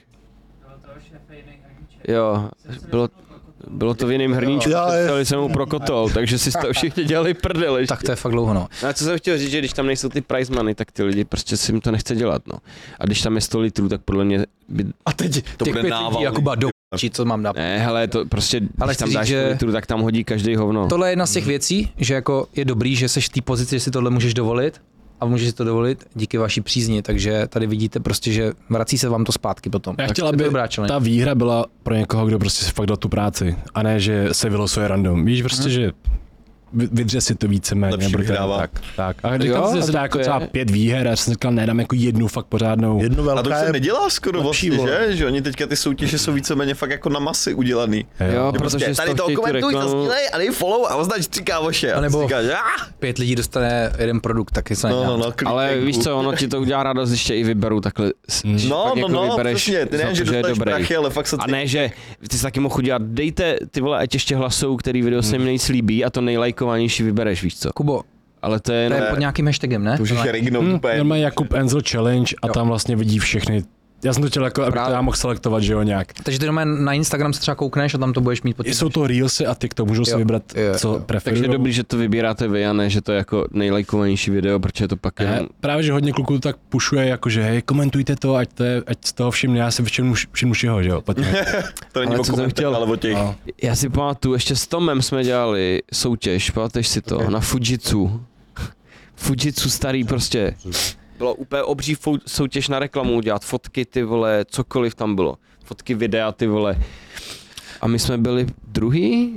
Jo, bylo to v jiném hrníčku, představili se mu Prokotol, takže si z toho všichni dělali prdel. Tak to je fakt dlouho, no. No a co jsem chtěl říct, že když tam nejsou ty prize money, tak ty lidi prostě si jim to nechce dělat, no. A když tam je 100 litrů, tak podle mě by... A teď To těch bude 5 nával. lidí, Jakuba, do či co mám dát. Ne, hele, to prostě, Ale když chci tam říct, dáš 100 že- litrů, tak tam hodí každý hovno. Tohle je jedna z těch věcí, že jako je dobrý, že seš v té pozici, že si tohle můžeš dovolit a můžeš si to dovolit díky vaší přízni, takže tady vidíte prostě, že vrací se vám to zpátky potom. Já Tak chtěl, je to aby dobrá challenge. ta výhra byla pro někoho, kdo prostě si fakt dal tu práci. A ne, že se vylosuje random. Víš prostě, že vydře si to víceméně. Lepší protože- vyhrává. Tak. A říkal jsem, že se dá jako třeba 5 výher a já jsem říkal, ne, dám jako jednu fakt pořádnou. Jednu A to velká už se je nedělá skoro lepší, vlastně, vole. že oni teďka ty soutěže jsou víceméně fakt jako na masy udělaný. Jo, Že protože prostě z tady toho to chtějí tu komentuj, reklamu. zasdílej a dej follow a označ 3 kávoše. A nebo- ty říkáš, 5 lidí dostane jeden produkt, taky se nedá. Ale klíčenku. víš co, ono ti to udělá radost, když tě i vyberou takhle. Když No, fakt jako vybereš přesně, ty za ne, to, že je dostaneš dobrý. prachy, ale fakt se A ne, že ty jsi taky mohl udělat, dejte ty vole, ať ještě hlasou, který video se jim nejvíc líbí a to nejlajkovanější vybereš, víš co. Kubo, Ale to je to je jenom, pod nějakým hashtagem, ne? to můžeš rignout úplně. Normálně Jakub Enzo Challenge a Jo. tam vlastně vidí všechny. Já jsem to chtěl jako, aby to Právě. já mohl selektovat, že jo, nějak. Takže ty doma na Instagram se třeba koukneš a tam to budeš mít pod tím. Jsou to Reelsy a TikTok, můžou si Jo. vybrat, Jo. co takže preferují. je dobrý, že to vybíráte vy a ne, že to je jako nejlajkovanější video, protože to pak Ne, jenom... právě, že hodně kluků tak pušuje, jakože hej, komentujte to, ať z toho všimne, já si všimnu všeho, že jo. Pojďme. To není Ale o co jsem komentech, chtěl? ale o těch. No. Já si pamatuju, ještě s Tomem jsme dělali soutěž, pamatuješ si to, na Fujitsu. Fujitsu starý prostě. Bylo úplně obří soutěž na reklamu, udělat fotky, ty vole, cokoliv tam bylo. Fotky, videa, ty vole. A my jsme byli druhý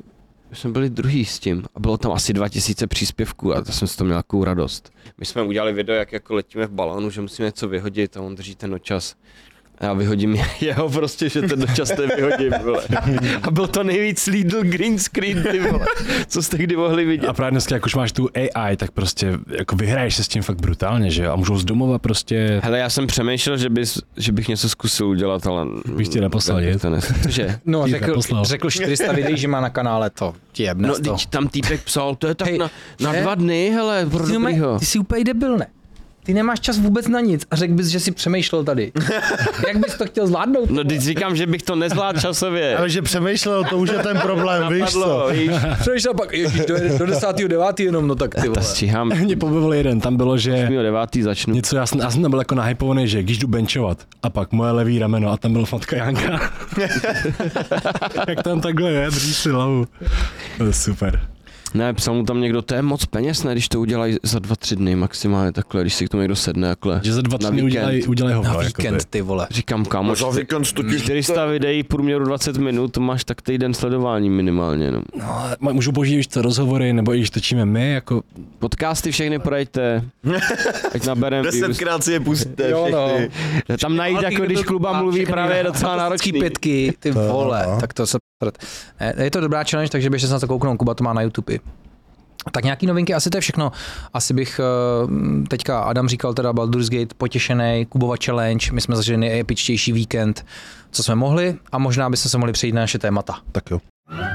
s tím a bylo tam asi 2000 příspěvků a to jsem z toho měl takovou radost. My jsme udělali video, jak jako letíme v balónu, že musíme něco vyhodit a on drží ten nočas. A já vyhodím jeho prostě, že ten nočas nevyhodím, vole. A byl to nejvíc Lidl green screen, ty vole, co jste kdy mohli vidět. A právě dneska, jak už máš tu AI, tak prostě jako vyhraješ se s tím fakt brutálně, že jo? A můžou z domova prostě... Hele, já jsem přemýšlel, že bych něco zkusil udělat, ale... Bych ti neposlal nic. To že? No, Ty řekl neposlal. 400 videí, že má na kanále to. Jebne No, z toho. teď tam týpek psal, to je tak Hej, na že? 2 dny, hele, pro Ty, dobrýho. ty jsi úplně debil, ne? Ty nemáš čas vůbec na nic a řekl bys, že jsi přemýšlel tady. Jak bys to chtěl zvládnout? No, teď říkám, že bych to nezvládl časově. Ale že přemýšlel, to už je ten problém, víš co? Napadlo, víš? Přemýšlel pak, ježiš, do 10.9. jenom, no tak ty Ta vole. stíhám, Mě pobavil jeden, tam bylo, že 9. začnu. něco, já jsem tam byl jako nahypovaný, že když jdu benchovat a pak moje levý rameno a tam byl fotka Janka. Jak tam takhle je, drží si hlavu. To je super. Ne, psal mu tam někdo, to je moc peněz, ne, když to udělají za 2-3 dny maximálně takhle, když si k tomu někdo sedne takhle. Že za 2 Na dny víkend. udělaj hovno. Na jakoby. víkend, ty vole. Říkám, kámo, Za víkend 400 videí, průměru 20 minut, máš tak týden sledování minimálně, no. No, ale můžu použít víš co, rozhovory, nebo i když točíme my, jako Podcasty všechny projďte, ať nabereme views. 10krát si je pustíte Jo, no. všechny. Tam najít, jako když kluba mluví, právě je docela náročný. pětky, ty vole, no. tak to se... Je to dobrá challenge, takže běžte se na to kouknout, Kuba to má na YouTube. Tak nějaký novinky, asi to je všechno. Asi bych teďka Adam říkal teda Baldur's Gate potěšený, Kubova challenge, my jsme zažili nejepičtější víkend, co jsme mohli a možná byste se mohli přejít na naše témata. Tak jo.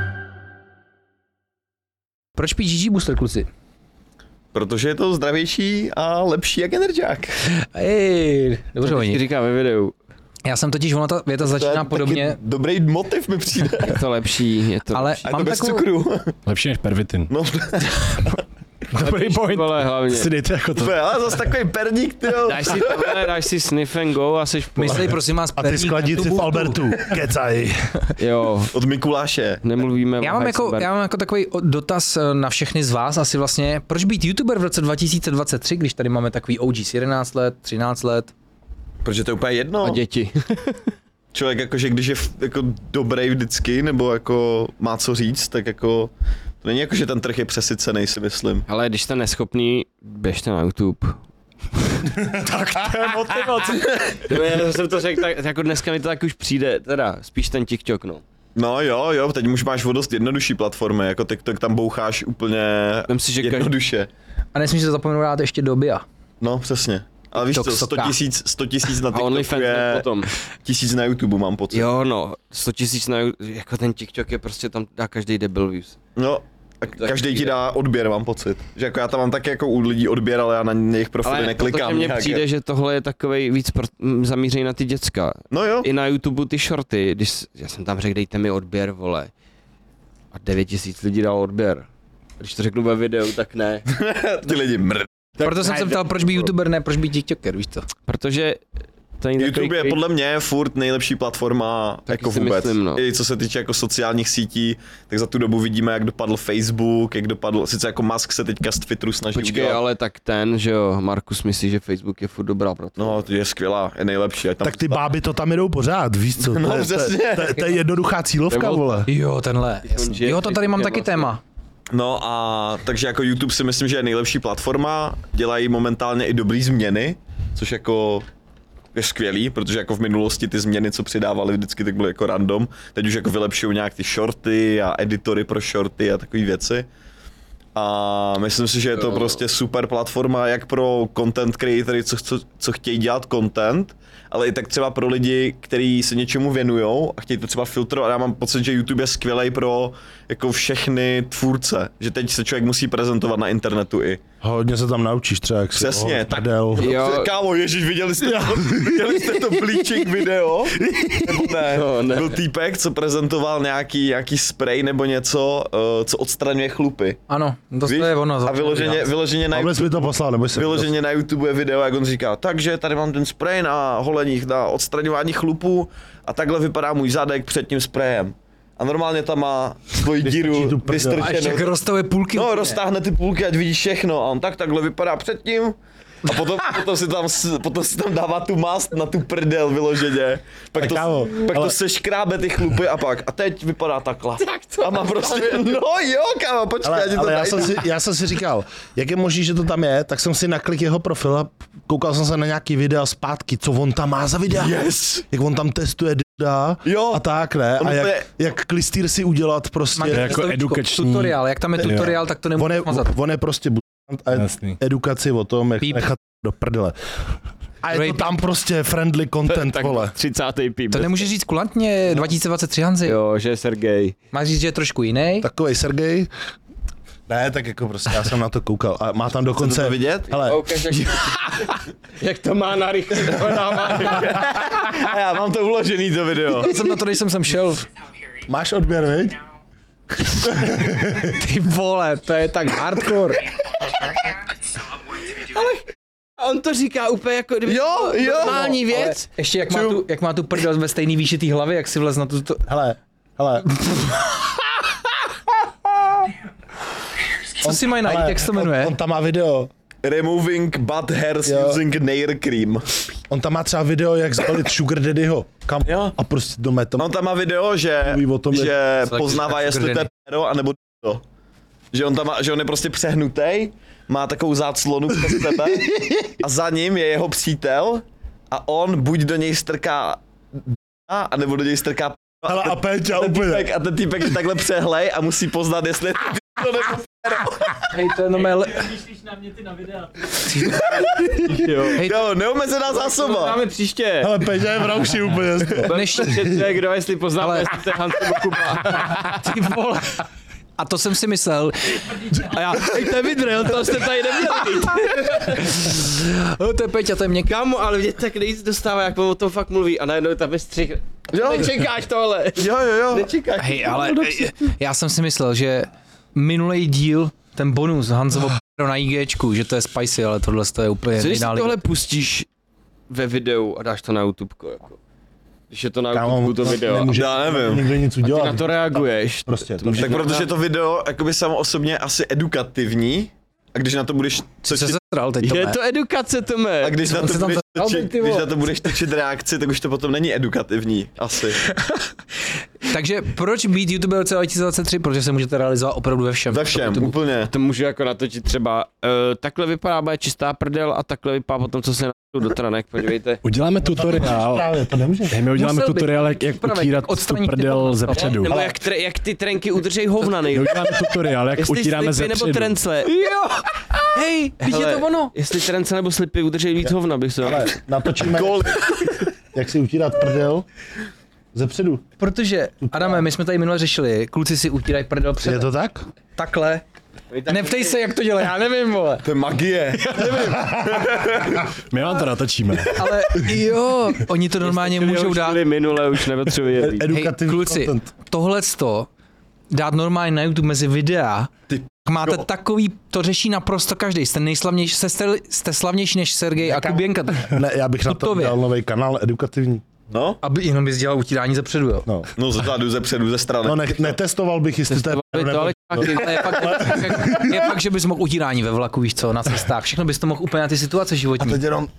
Proč pít GG Booster, kluci? Protože je to zdravější a lepší jak Energyák. Ej, dobře Vždycky oni. říká ve videu, Já jsem totiž, ona ta věta To je začíná taky podobně, dobrý motiv mi přijde. je to lepší, je to ale lepší. A je to mám bez takovou... cukru. lepší než pervitin. No, Dobrý point. Vole, hlavně. Si dejte jako to. ale zase takový perník, tyjo. Dáš si sniff and go a jsi v pohodě. Myslej prosím vás A ty perník na skladíci tu v bulku. Albertu, kecaj. Jo, Od Mikuláše. nemluvíme Já o mám Heisenbergu. jako takový dotaz na všechny z vás, asi vlastně, proč být YouTuber v roce 2023, když tady máme takový OGs 11 let, 13 let? Protože to je úplně jedno. A děti. Člověk jakože když je jako dobrý vždycky, nebo jako má co říct, tak jako to není jako, že ten trh je přesycený, si myslím. Ale když jste neschopný, běžte na YouTube. Tak to je motivace. Já jsem to řekl, tak, jako dneska mi to tak už přijde, teda spíš ten TikTok, no. No jo, teď už máš o dost jednodušší platformy, jako TikTok tam boucháš úplně Vem si, že jednoduše. A nesmíš se zapomenout dát ještě do BIA. No, přesně. Ale víš co, 100 tisíc na TikToku je potom. 1000 na YouTube, mám pocit. Jo, no, 100 000 na jako ten TikTok je prostě tam dá každý debil views. No, a každý ti dá odběr, mám pocit. Že jako já tam mám taky jako u lidí odběr, ale já na jejich profily neklikám. Ale mně přijde, že tohle je takovej víc zamířený na ty děcka. No jo. I na YouTube ty shorty, když já jsem tam řekl, dejte mi odběr, vole. A 9000 lidí dalo odběr. Když to řeknu ve videu, tak ne. Ty lidi mrd. Proto jsem se ptal, proč být YouTuber, ne proč být TikToker, víš to? Protože YouTube je podle mě furt nejlepší platforma jako vůbec. Myslím, no. I co se týče jako sociálních sítí, tak za tu dobu vidíme, jak dopadl Facebook, jak dopadl, sice jako Musk se teďka z Twitteru snaží udělat. Ale tak ten, že jo, Markus myslí, že Facebook je furt dobrá platforma. No, to je skvělá, je nejlepší. Tak ty báby to tam jdou pořád, víš co? No, to je jednoduchá cílovka, vole. Jo, tenhle, jasně. Jo, to tady mám taky téma. No a takže jako YouTube si myslím, že je nejlepší platforma, dělají momentálně i dobrý změny, což jako je skvělý, protože jako v minulosti ty změny, co přidávali vždycky, tak byly jako random. Teď už jako vylepšují nějak ty shorty a editory pro shorty a takové věci. A myslím si, že je to prostě super platforma jak pro content creatory, co chtějí dělat content, ale i tak třeba pro lidi, kteří se něčemu věnujou a chtějí to třeba filtrovat. Já mám pocit, že YouTube je skvělej pro jako všechny tvůrce, že teď se člověk musí prezentovat na internetu i. Hodně se tam naučíš třeba, jak přesně, tak jo. Kámo, ježiš, viděli jste to bleaching video? Nebo ne? No, ne. Byl týpek, co prezentoval nějaký spray nebo něco, co odstraňuje chlupy. Ano, to je ono. A vyloženě na YouTube, mi to poslal, nebo vyloženě na YouTube je video, jak on říká, takže tady mám ten spray na holeních, na odstraňování chlupů a takhle vypadá můj zadek před tím sprayem. A normálně tam má svoji díru vystrčenou. A ještě roztahuje půlky. No, roztáhne ty půlky, ať vidíš všechno. A on takhle vypadá předtím. A potom si tam dává tu mast na tu prdel vyloženě. Pak to seškrábe ty chlupy a pak. A teď vypadá takhle. A má prostě, no jo, kámo, počkej, ale já jsem si říkal, jak je možný, že to tam je, tak jsem si naklik jeho profil a koukal jsem se na nějaký videa zpátky, co on tam má za videa. Yes. Jak on tam testuje a tak, ne? A jak klistýr si udělat prostě. Jako edukační. Tutoriál, jak tam je tutoriál, tak to nemůžu mazat. On je prostě a edukaci o tom, jak nechat do prdele. A je to tam prostě friendly content, vole. 30. píp. To nemůžeš říct kulantně 2023, Hanzi. Jo, že je Sergej. Máš říct, že je trošku jiný. Takovej Sergej. Ne, tak jako prostě já jsem na to koukal a má tam dokonce... to vidět? Hele. Jak to má na rychle. A já mám to uložený, to video. Já jsem na to, když jsem sem šel. Máš odběr, viď? Ty vole, to je tak hardcore. Ale on to říká úplně jako kdyby normální věc. Ještě jak má tu prdel ve stejný výši té hlavy, jak si vlez na tu... Hele. Co si mají najít, jak se to jmenuje? On tam má video. Removing butt hairs using nail cream. On tam má třeba video, jak zbalit Sugar Daddyho. Kam? Jo. A prostě doma tam... On tam má video, že poznává, jestli to je péro, anebo to. Že on je prostě přehnutej, má takovou záclonu přes sebe a za ním je jeho přítel a on buď do něj strká a nebo do něj strká hele, a Péťa úplně. A ten týpek je takhle přehlej a musí poznat, jestli je to nebo péro. Hej, to je nomé... Myslíš na mě ty na videa. Jo, neomezená zásoba. Máme příště. Hele, Péťa je v rauši úplně. Kdo jestli poznáme, jestli to je Hans nebo Kuba. Ty vole. A to jsem si myslel. A já, hej, to je vidril, to jste tady neměli být. To je Peťa, to je mě. Kámo, ale mě tak nejvíc dostává, jak o tom fakt mluví a najednou tam je střih. Nečekáš tohle. Jo. Nečekáš. Hej, ale já jsem si myslel, že minulý díl, ten bonus Hanzovo na IGčku, že to je spicy, ale tohle je úplně co když si jiná liga. tohle pustíš ve videu a dáš to na YouTubeko, jako? Když je to na YouTube to video. Já nevím. Nikdo nic udělat. A ty na to reaguješ. Prostě. Tak protože to video jakoby samo osobně asi edukativní a když na to budeš Je to edukace, Tome. A když na to budeš točit reakci, tak už to potom není edukativní, asi. Takže proč být YouTuber celé 2023? Protože se můžete realizovat opravdu ve všem. Ve všem, úplně. To můžu jako natočit třeba takhle vypadá moje čistá prdel a takhle vypadá potom, co se do tranek, podívejte. Uděláme tutoriál. Právě, to nemůže. My uděláme Musel by. tutoriál, jak Připravit, utírat tu odstranit prdel ty ze prdel. předu. Nebo jak ty trenky udržej hovna My uděláme tutoriál, jak Jestli utíráme ze slipy nebo předu. trencle. Jo! Hej, vidíte to ono? Jestli trence nebo slipy udržej víc hovna, bych se... Ale natočíme, jak si utírat prdel ze předu. Protože, Adame, my jsme tady minule řešili, kluci si utírají prdel před. Je to tak? Takhle. Neptej se, jak to dělá, já nevím, vole. To je magie. My vám to natočíme. Ale jo, oni to normálně můžou dát. Minule už nepotřebuje víc. Hej, Edukativní kluci, content. tohleto dát normálně na YouTube mezi videa, máte takový, to řeší naprosto každý. Jste nejslavnější, jste slavnější než Sergej a Kuběnka. Ne, já bych na to Tutově. dal nový kanál edukativní. No, Aby jenom bys dělal utírání ze předu, jo. No, ze zadu, ze předu, ze strany. no netestoval bych, jestli to je To ale Je fakt, že bys mohl utírání ve vlaku, víš co, na cestách. Všechno bys to mohl úplně na ty situace A životní. teď jenom...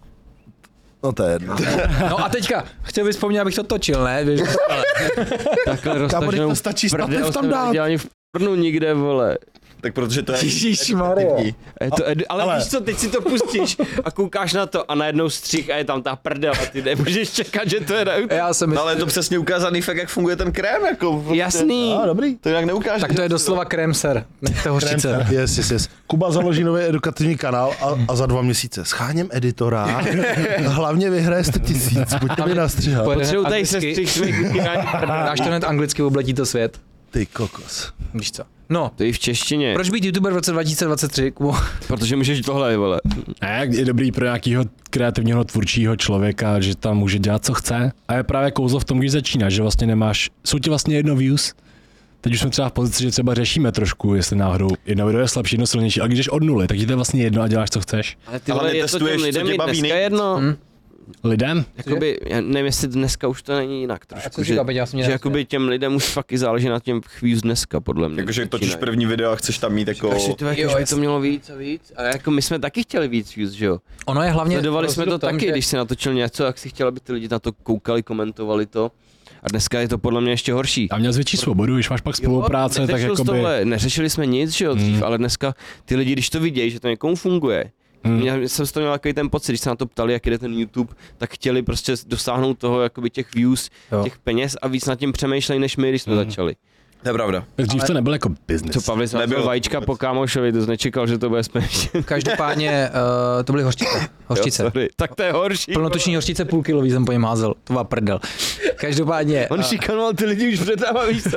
No to je jedno. No a teďka, chtěl bys po mně, abych to točil, ne? Víš, takhle Kámo, roztaženou to stačí prdel stativ tam jsem dát. neviděl ani v prnu nikde, vole. Tak protože to je... Ježišmarja. Ale víš co, teď si to pustíš a koukáš na to a najednou střih a je tam ta prdel a ty nemůžeš čekat, že to je na YouTube. Já jsem No, ale je to přesně ukázaný fakt, jak funguje ten krém, jako... prostě. Jasný. Dobrý. To jinak neukáže. Tak to je doslova krémser, nechte hořčice. Yes. Kuba založí nový edukativní kanál a za 2 měsíce scháněm editora a hlavně vyhraje 100 000, buďte mi nastříhat. Potřebuji tady se Anglicky. střih svých utírání prdel. Dáš to hned anglicky, obletí to svět. Ty kokos. Víš co? No, To je v češtině, proč být YouTuber v roce 2023, Kubo? protože můžeš tohle, vole. A jak je dobrý pro nějakého kreativního tvůrčího člověka, že tam může dělat, co chce. A je právě kouzlo v tom, když začínáš, že vlastně nemáš, jsou ti vlastně jedno views. Teď už jsme třeba v pozici, že třeba řešíme trošku, jestli náhodou jedno video je slabší, jedno silnější, ale když jdeš od nuly, tak ti to je vlastně jedno a děláš, co chceš. Ale ty Ale vole, je to netestuješ, těm co lidem tě i baví dneska nejvíc. jedno. Lidem? Jakoby, já nevím, jestli dneska už to není jinak trošku, co že, říká Peťa, já jsem že měl jakoby těm lidem už fakt i záleží na těm views dneska, podle mě. Jakože točíš Začínají. první video a chceš tam mít jako... Takže to, Jo, už by to mělo víc a víc. A jako my jsme taky chtěli víc views, že jo? Ono je hlavně... Sledovali jsme to rozdíl v tom, taky, že- když si natočil něco, jak si chtěl, aby ty lidi na to koukali, komentovali to. A dneska je to podle mě ještě horší. A měl jsi větší svobodu, když máš pak spolupráce, tak neřešil jsi jakoby... tohle, neřešili jsme nic, že jo, dřív, ale dneska ty lidi, když to vidějí, že to někomu funguje, já jsem z toho měl takový ten pocit, když se na to ptali, jak jde ten YouTube, tak chtěli prostě dosáhnout toho, jakoby těch views, Jo. těch peněz a víc nad tím přemýšleli, než my, když jsme začali. To je pravda. Tak dřív to nebylo jako business. Co Pavli Nebylo nebyl vajíčka vůbec. po kámošovi, to jsi nečekal, že to bude spíš. Každopádně to byly hořčice. Tak to je horší. Plnotuční hořčice půlkilový jsem po něm házel, to byla prdel. Každopádně, On šikanoval ty lidi už předtím a víš co.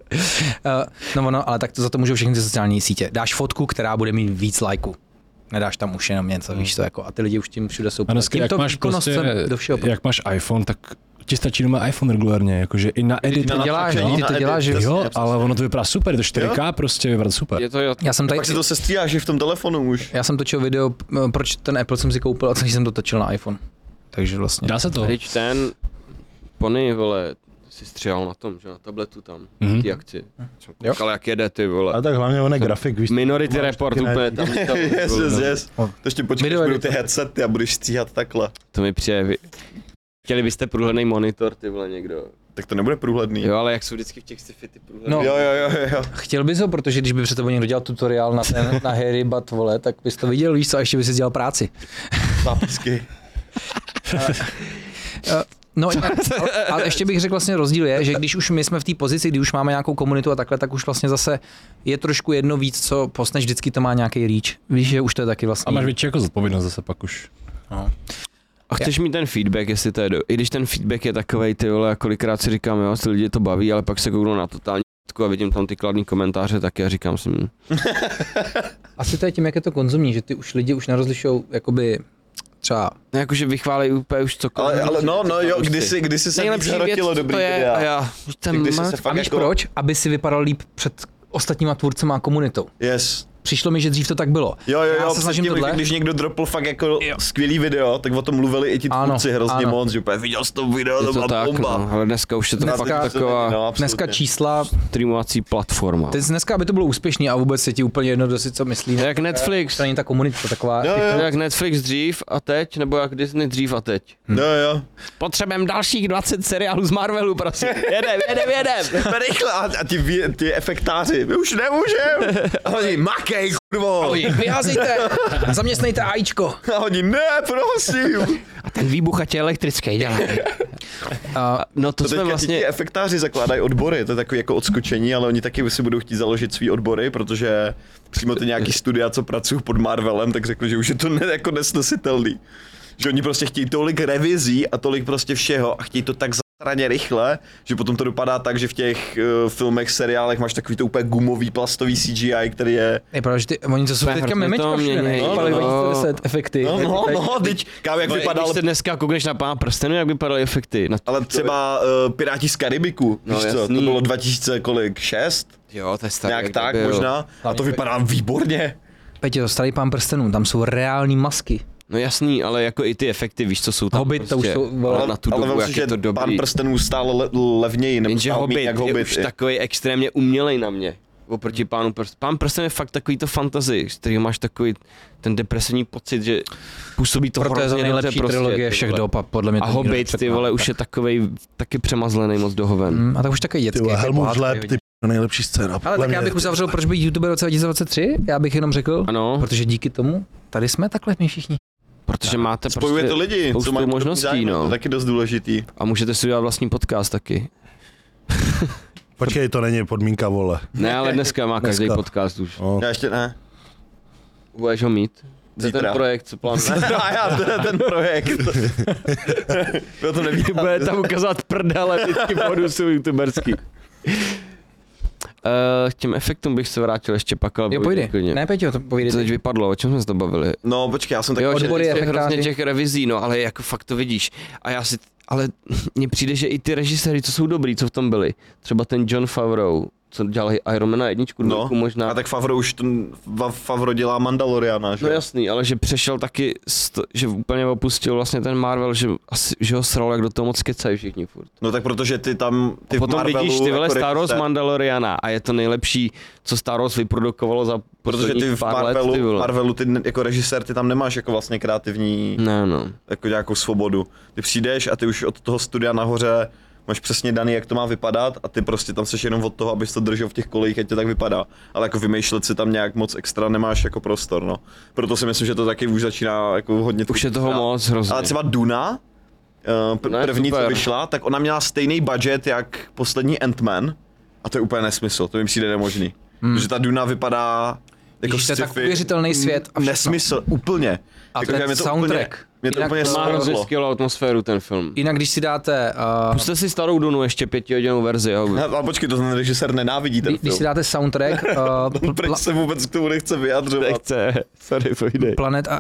no, ale tak to za to můžou všechny ty sociální sítě. Dáš fotku, která bude mít víc lajků. Nedáš tam už jenom něco, víš to jako, a ty lidi už tím všude jsou. A dneska, jak máš, prostě, do všeho. jak máš iPhone, tak ti stačí doma iPhone regulárně, jakože i na edit. Ty to děláš, natáčení, ty na to edit, děláš, že přesně, Jo, přesně. ale ono to vypadá super, to 4K prostě vypadá super. Je to jo. Já jsem tady, Pak si to sestříháš i v tom telefonu už. já jsem točil video, proč ten Apple jsem si koupil a celý jsem to točil na iPhone. Takže vlastně. Dá se to. Teď ten Pony, vole, si stříhal na tom, že na tabletu tam, ty akci. Jsem koukal, jak jede, ty vole. A tak hlavně on je grafik, víš. Minority Report taky úplně tam. Yes. To ještě počkej, Video budou editor. ty headsety a budeš stříhat takhle. To mi přijde. Chtěli byste průhledný monitor, ty vole, někdo. Tak to nebude průhledný. Jo, ale jak jsou vždycky v těch sci-fi ty průhledný. No. Jo. Chtěl bys ho, protože když by před tebou někdo dělal tutoriál na Harry But, vole, tak bys to viděl, víš co, a ještě bys si dělal práci. Zápisky. No, ale ještě bych řekl vlastně rozdíl je, že když už my jsme v té pozici, kdy už máme nějakou komunitu a takhle, tak už vlastně zase je trošku jedno víc, co postneš, vždycky to má nějaký reach. Víš, že už to je taky vlastně. A máš větší jako zodpovědnost zase pak už. No. A chceš mít ten feedback, jestli to je i když ten feedback je takovej, ty vole, a kolikrát si říkám, jo, ty lidi to baví, ale pak se kouknu na totální a vidím tam ty kladný komentáře, tak já říkám si, Asi to je tím, jak je to konzumní, že ty už lidi už nerozlišují, jakoby třeba ne, jakože vychválejí úplně už cokoliv. Ale no jo, kdysi se víc hrotilo dobrý to je, videa. a já, ten Kdysi má, se a fakt víš jako... proč? Aby si vypadal líp před ostatníma tvůrcema a komunitou. Yes. Přišlo mi, že dřív to tak bylo. Jo, Já se snažím předtím, tohle. když někdo dropl fakt jako skvělý video, tak o tom mluvili i ti Ano, tvůrci hrozně ano. moc, že úplně viděl jsi to video, je to to byla tak, bomba. no, ale dneska už je to Dneska- fakt taková No, Dneska absolutně. čísla, streamovací platforma. dneska, aby to bylo úspěšný a vůbec je ti úplně jedno, kdo si co myslí. Jak Netflix. To není ta komunita taková. Jo, jo. Jak Netflix dřív a teď, nebo jak Disney dřív a teď. Jo. Potřebujeme dalších 20 seriálů z Marvelu, prosím. Jedem. Rychle a ty efektáři, my už nemůžeme. A oni, makej, Vyházej, kurvo! Vyházejte! Zaměstnejte AIčko. A oni, ne, prosím! A ten výbuch ať je elektrický, dělá. No to jsme Teďka vlastně... ti efektáři zakládají odbory, to je takový jako odskočení, ale oni taky si budou chtít založit svý odbory, protože přímo ty nějaký studia, co pracují pod Marvelem, tak řekli, že už je to jako nesnesitelný. Že oni prostě chtějí tolik revizí a tolik prostě všeho a chtějí to tak zasraně rychle, že potom to dopadá tak, že v těch filmech, seriálech máš takový to úplně gumový, plastový CGI, který je... Je pravda, že oni to jsou teďka memečka všude, ne? No, Pali no. 2010 efekty. No, teď, kámo, jak vypadal... Když se dneska koukneš na Pána prstenů, jak vypadaly efekty. Ale třeba Piráti z Karibiku, No, víš co, jasný. to bylo 2006? Jo, to je starý. Nějak tak možná. A to vypadá výborně. Petě, to starý Pán prstenů, tam jsou reální masky. No jasný, ale jako i ty efekty, víš, co jsou tam. Hobbit, to už jsou- ale na tu ale dobu, vem jak si, je to že dobrý. Pán prstenů stál levněji, nebo Jenže stál Hobbit méně jak je Hobbit. už takový extrémně umělej na mě. Oproti Pánu prstenů. Pán prstenů je fakt takový to fantasy, z kterého máš takový ten depresivní pocit, že působí to Proto je to hrozně nejlepší dobře trilogie ty všech vole. dob a podle mě A to nikdo Hobbit, ty nepřekoná. vole, už je takovej taky přemazlený moc do hoven. A to už takový Ty dětský. vole, jako Helmut pohádkový Žleb, hodně. ty nejlepší scéna. Ale tak já bych uzavřel, proč být YouTuber v roce 2023, já bych jenom řekl, Ano, protože díky tomu tady jsme takhle my všichni. protože máte Spojuje prostě to lidi, spoustu co mají možností, zájem, no. to je taky dost důležitý. A můžete si udělat vlastní podcast taky. Počkej, to není podmínka, vole. Ne, ale dneska má každý Dneska. podcast už. No. Já ještě ne. Budeš ho mít? To je ten Zítra. projekt, co plánuješ. A já, to je ten projekt. Bylo to neví. Bude tam ukazovat prdele vždycky bonusů youtuberský. K těm efektům bych se vrátil ještě pak, ale Jo, pojdi. Ne, Peťo, to povídej. Co teď vypadlo, o čem jsme se to bavili? No počkej, já jsem tak... Jo, že odbory, teď je efektáři. hrozně těch revizí, no, ale jako fakt to vidíš. A já si, ale mně přijde, že i ty režiséři, co jsou dobrý, co v tom byli. Třeba ten Jon Favreau, co dělal Ironmana 1, No, možná. a tak Favro už Favro dělá Mandaloriana, že? No jasný, ale že přešel taky, že úplně opustil vlastně ten Marvel, že ho sral, jak do toho moc kecají všichni furt. No tak protože ty tam, ty v Potom Marvelu, vidíš ty vole jako Star Wars režisér- Mandaloriana a je to nejlepší, co Star Wars vyprodukovalo za Protože ty posledních v pár let, ty vole. Marvelu, ty jako režisér, ty tam nemáš jako vlastně kreativní, Ne, no. jako nějakou svobodu. Ty přijdeš a ty už od toho studia nahoře máš přesně daný, jak to má vypadat a ty prostě tam seš jenom od toho, abys to držel v těch kolejích, ať to tak vypadá. Ale jako vymýšlet si tam nějak moc extra nemáš jako prostor, no. Proto si myslím, že to taky už začíná jako hodně... Už je toho moc hrozně. Ale třeba Duna, No je první, co super. vyšla, tak ona měla stejný budget jak poslední Ant-Man a to je úplně nesmysl, to mi přijde nemožný. Protože ta Duna vypadá jako Když to je tak sci-fi. uvěřitelný svět a všechno. Nesmysl, úplně. A Jako, ten že mě to soundtrack. Úplně, mě to Jinak úplně to Má hrozně spadlo. skvělou atmosféru ten film. Jinak když si dáte, Puste si starou Dunu, ještě 5hodinovou verzi, jo. Ale počkej, to ten režisér nenávidí ten když si film. dáte soundtrack, Proč se vůbec k tomu nechce vyjadřovat? Nechce, sorry, pojdej.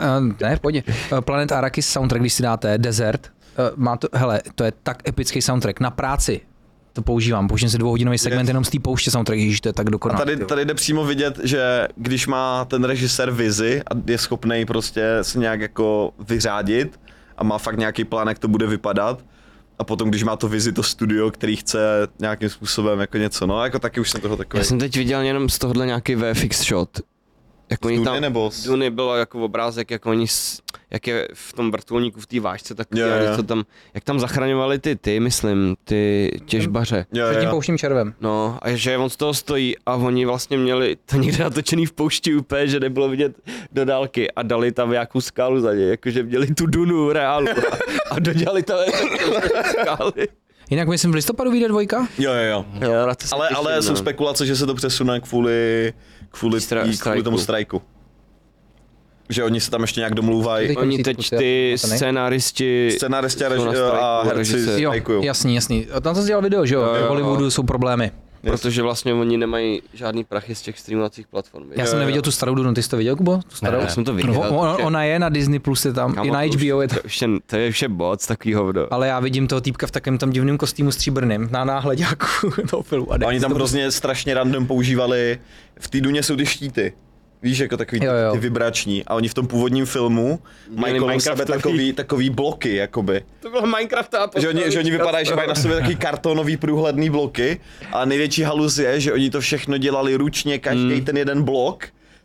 Planet Arrakis soundtrack, když si dáte Desert, má to, hele, to je tak epický soundtrack na práci. To používám si 2hodinový segment jenom z té pouště soundtrack, ježiš, to je tak A dokonalý. tady jde přímo vidět, že když má ten režisér vizi a je schopný prostě se nějak jako vyřádit a má fakt nějaký plán, jak to bude vypadat, a potom, když má to vizi, to studio, který chce nějakým způsobem jako něco, no jako taky už jsem toho takový. Já jsem teď viděl jenom z tohohle nějaký VFX shot. Jak oni Duny tam, nebo Duny bylo jako obrázek, jak oni, jak je v tom vrtulníku v té vážce, tak Jo, jo. co tam, jak tam zachraňovali ty těžbaře. Jo, Před tím jo. pouštím červem. No, a že on z toho stojí a oni vlastně měli to někde natočený v poušti úplně, že nebylo vidět do dálky a dali tam nějakou skálu za ně, jakože měli tu Dunu reálu a dodělali tam skály. Jinak myslím v listopadu vyjde 2. Jo. Jo, na to se Ale těším, jsou no. spekulace, že se to přesune kvůli Strajku. tomu strajku. Že oni se tam ještě nějak domlouvají. Teď Oni musí teď pustit, ty to ne? scénáristi Scenaristi jsou na a strajku, herci režisér. Jo, strajkujou. jasný. A tam se dělal video, že jo? Jo, jo, V Hollywoodu jsou problémy. protože vlastně oni nemají žádný prachy z těch streamovacích platform. Já jsem neviděl tu starou Dunu, ty jsi to viděl, Kubo? Tu starou? Já jsem to viděl. Ona je na Disney+, je tam, Kámo, i na to už- HBO je tam. To je vše moc takový hovno. Ale já vidím toho týpka v takovém tom divném kostýmu stříbrným na náhleďáku toho filmu. A oni tam hrozně strašně random používali, v té Duně jsou ty štíty. Víš, jako takový Jo. ty vibrační. A oni v tom původním filmu mají kolem sebe takový bloky, jakoby. To bylo Minecrafta. Že oni vypadají, že mají na sobě takový kartonový průhledný bloky. A největší halus je, že oni to všechno dělali ručně, každý ten jeden blok.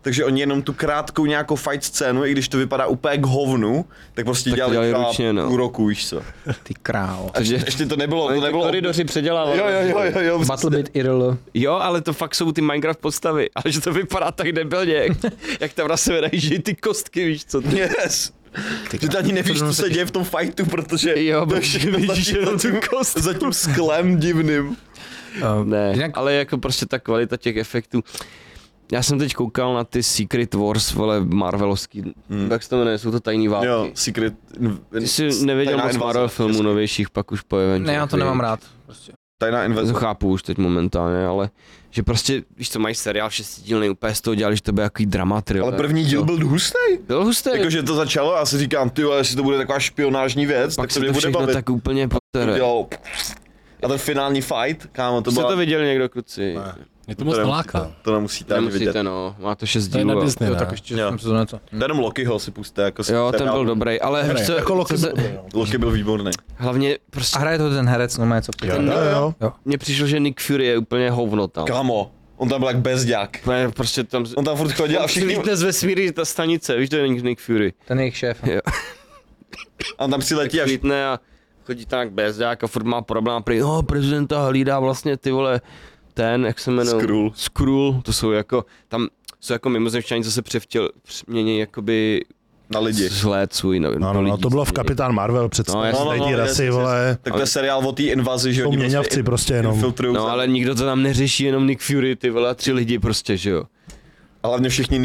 takže oni jenom tu krátkou nějakou fight scénu, i když to vypadá úplně k hovnu, tak prostě Tak to dělali dělali ručně, no. půl roku, víš co. Ty král. A ještě to nebylo, Koridoři předělávali. Jo. Battlebit IRL. Jo, ale to fakt jsou ty Minecraft postavy, ale že to vypadá tak debilně, jak tam na sebe dají ty kostky, víš co. Yes. Že ty ani nevíš, co se děje v tom fightu, protože Jo, to protože vidíš jenom tu kost. za tím sklem divným. Ne, Jinak- ale jako prostě ta kvalita těch efektů. Já jsem teď koukal na ty Secret Wars, vole, marvelovský, jak se to jmenuje, jsou to tajný války. Jo, Secret... Ty jsi nevěděl Tajná moc invaze, Marvel filmů jasně. novějších, pak už po Avengers. Ne, já to nemám rád. Prostě. Tajná invaze. To chápu už teď momentálně, ale že prostě, víš co, mají seriál 6dílný, úplně z toho dělali, že to bude jaký drama thriller. Ale první díl byl hustý. Byl hustý. Jakože to začalo a si říkám, ty vole, jestli to bude taková špionážní věc, Pak tak se to mě to bude všechno bavit. tak úplně potere. Udělal- A ten finální fight, kámo, to Jste byla... to viděli někdo, kluci? Mě to moc neláká. To nemusíte ani vidět. Nemusíte, no, má to 6 To je dílů. na a- Disney, Jo, ne? tak ještě Jo. jsem se to něco. To jenom Lokiho si puste, jako Jo, ten seriál. byl dobrý, ale víš co, Jako Loki co se, byl dobrý, no. Loki byl výborný. hlavně prostě A hraje to ten herec, no mé co. Jo. mně přišlo, že Nick Fury je úplně hovno tam. Kámo, on tam byl jak bezďák. Prostě tam... On tam furt chodil a všichni... Všichni z vesmíry ta stanice, víš, to je Nick Fury. Ten jejich šéf. Jo. A on tam přiletí a Kvítne a chodí tam jak bezdák a furt má problém a prý, prezidenta hlídá vlastně ty vole, ten, jak se jmenuje? Skrull. Skrull, to jsou jako, tam jsou jako mimozemšťani, co se mění jakoby na lidi. vzhled svůj No, lidi to bylo v smění. Kapitán Marvel přece. No, jasně. Ty rasy, vole. Tak to je seriál o té invazi, že Jsou oni měňavci prostě jenom. infiltrujou No zem. ale nikdo to tam neřeší, jenom Nick Fury, ty vole, 3 lidi prostě, že jo. A hlavně všichni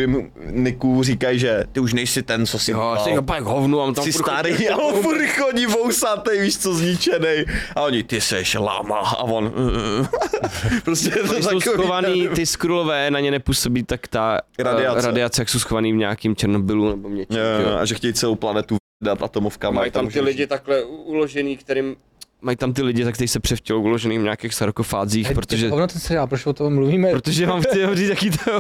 Niku říkají, že ty už nejsi ten, co si Jo, jsi opak hovnu a on tam jsi furt starý a on furt chodí vousatej, víš co, zničenej. A oni, ty seš lama a on... prostě je to Když jsou takový... schovaný ty Skrullové, na ně nepůsobí tak ta radiace, jak jsou schovaný v nějakým Černobylu nebo něčem. Jo, a že chtějí celou planetu dát atomovkama. Mají tam ty lidi takhle uložený, kterým... Mají tam ty lidi, tak kteří se převtělují uložený v nějakých sarkofázích, protože... Ono ten seriál, proč o tom mluvíme? Protože vám chci říct, jaký to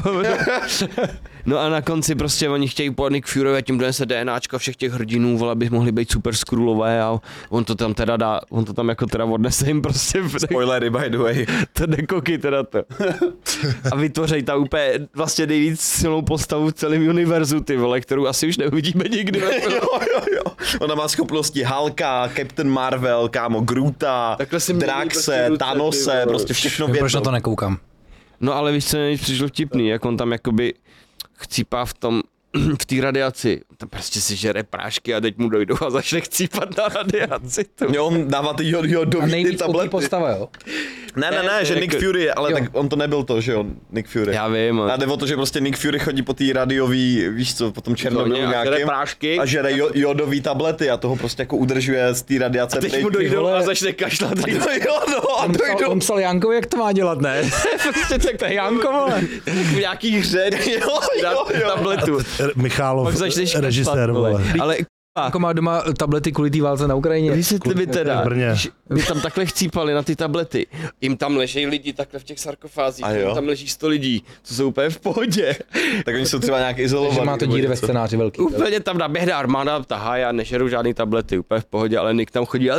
No a na konci prostě oni chtějí po Nick Fury a tím donese DNAčko všech těch hrdinů, vole, by mohli být super Skrullové a on to tam teda dá, on to tam jako teda odnese jim prostě Spoilery, by the way. to nekoky teda to. A vytvoří tam úplně vlastně nejvíc silnou postavu v celém univerzu, ty vole, kterou asi už neuvidíme nikdy. jo. Ona má schopnosti Hulka, Captain Marvel, kámo, Groota, Takhle se mění prostě Draxe, ruce, ty Thanose, vole. prostě všechno Proč na vědno. to nekoukám? No ale víš, co mi přišlo vtipný, jak on tam jakoby chcípá v té radiaci. Tam prostě si žere prášky a teď mu dojdou a začne chcípat na radiaci. Jo, on dává ty A jodový ty nejvíc tablety. postava, jo? Ne, Ne, že Nick jako- Fury, ale jo. tak on to nebyl to, že jo, Nick Fury. Já vím. A jde o to, že prostě Nick Fury chodí po té radiový, víš co, po tom Černobylu a žere nějakým prášky. a žere jodový tablety a toho prostě jako udržuje z té radiace. Teď pryč. mu dojdou vole. a začne kašlat. A dojdou. On psal Jankovi, jak to má dělat, ne? Prostě tak to je Janko, vole. v nějaký hře, jo. tabletu. Michálov, Pak začneš kašlat, režisér, vole. Ale Janko má doma tablety kvůli té válce na Ukrajině. vysvětli mi teda, v Brně. by tam takhle chcípali na ty tablety. Jim tam ležejí lidi takhle v těch sarkofázích, A jo. jim tam leží 100 lidí, co jsou úplně v pohodě. Tak oni jsou třeba nějak izolovaní. Takže má to nebo díry ve něco. scénáři velký. Úplně tam naběhne armáda, tahá, já nežeru žádný tablety, úplně v pohodě, ale Nick tam chodí a...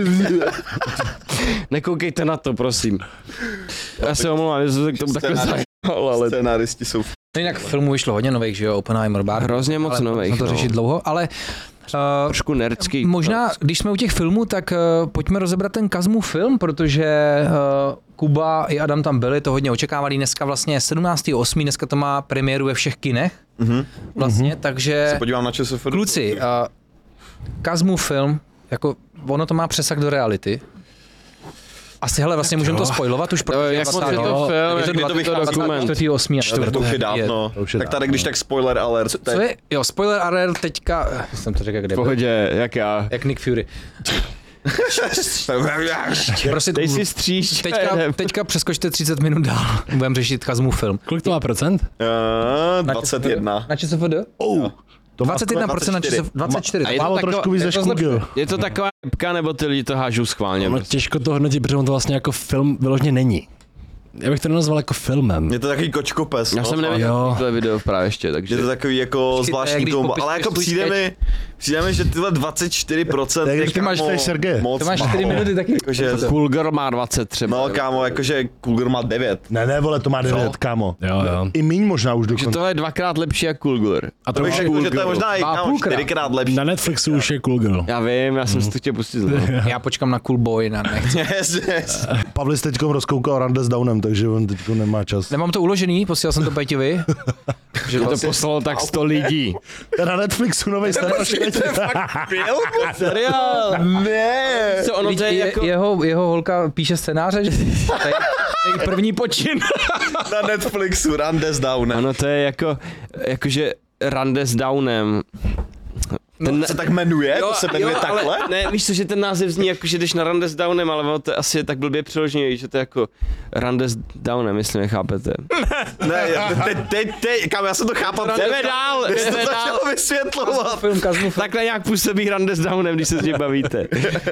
Nekoukejte na to, prosím. Já se omlouvám, že jsem se k tomu takhle zajal, ale... Scénáristi jsou No jinak filmů vyšlo hodně nových, že jo, Oppenheimer, Barbie. Hrozně moc ale nových, na to no. řešit dlouho, ale Trošku nerdský. možná, když jsme u těch filmů, tak pojďme rozebrat ten Kazmův film, protože Kuba i Adam tam byli, to hodně očekávali. Dneska vlastně 17.8. dneska to má premiéru ve všech kinech. Vlastně, takže podívám na ČSFD. kluci, Kazmův film, jako ono to má přesah do reality. Asi, hele, vlastně můžeme to spoilovat už, protože jak moc je to film, kdy to vychází? dokument. 4.8. a Tak to už je dávno. To už je Tak tady dávno. když tak spoiler alert. Co je? Jo, spoiler alert teďka, jsem to řekl, kde V byl. pohodě, jak já. Jak Nick Fury. Prostě Dej si stříšť. teďka přeskočte 30 minut dál. Budeme řešit Kazmův film. Kolik to má procent? 21. Na ČSFD? To má 21% na ČSFD. 24. A je to málo taková- trošku víc ze je to Škugil. Je to taková jebka, nebo ty lidi to hážou schválně? No, Prostě? těžko to hodnotit, protože on to vlastně jako film vyloženě není. Já bych to nazval jako filmem. Je to takový kočkopes, Já no, jsem neviděl Jo. tohle video právě ještě, takže... Je to takový jako Počkej, zvláštní když kombo, popisuješ ale jako svůj přijde mi, že tyhle 24% Tak je, když ty máš kámo, tady Sergeje. moc To máš málo. 4 minuty taky. Jakože, Cool Girl má 20 třeba. no kámo, jakože Cool má 9. Ne, vole, to má 9, kámo. Jo. I míň možná už Takže dokonce. tohle je 2krát lepší jak Cool Girl. A To bych řekl, že to je možná i kámo, 4krát lepší. Na Netflixu už je Cool Girl. Já vím, já jsem si to chtěl pustit znovu. Já počkám na Cool Boy, nechci. Yes. Pavlis teďkom rozkoukal Rande s Downem, takže on teďko nemá čas. Nemám to uložený, posílal jsem to Peťovi. Že to poslalo tak 100 lidí. Na Netflixu novej scénář. Seriál? Ne. Co ono to je jako... Jeho holka píše scénáře, že to je první počin. Na Netflixu, Rande s Downem. Ono to je jakože Rande s Downem. Ten se tak jmenuje? To se jmenuje takhle? Ale, ne, víš co, že ten název zní jako, že jdeš na rande s Downem, ale ono to asi je tak blbě přeložený, že to je jako rande s Downem, jestli nechápete. Ne, teď, kam já jsem to chápal. Jdeme dál, Jsi to jdeme dál. začal vysvětlovat. Film Kazmu. Takhle nějak působí rande s Downem, když se s ním bavíte.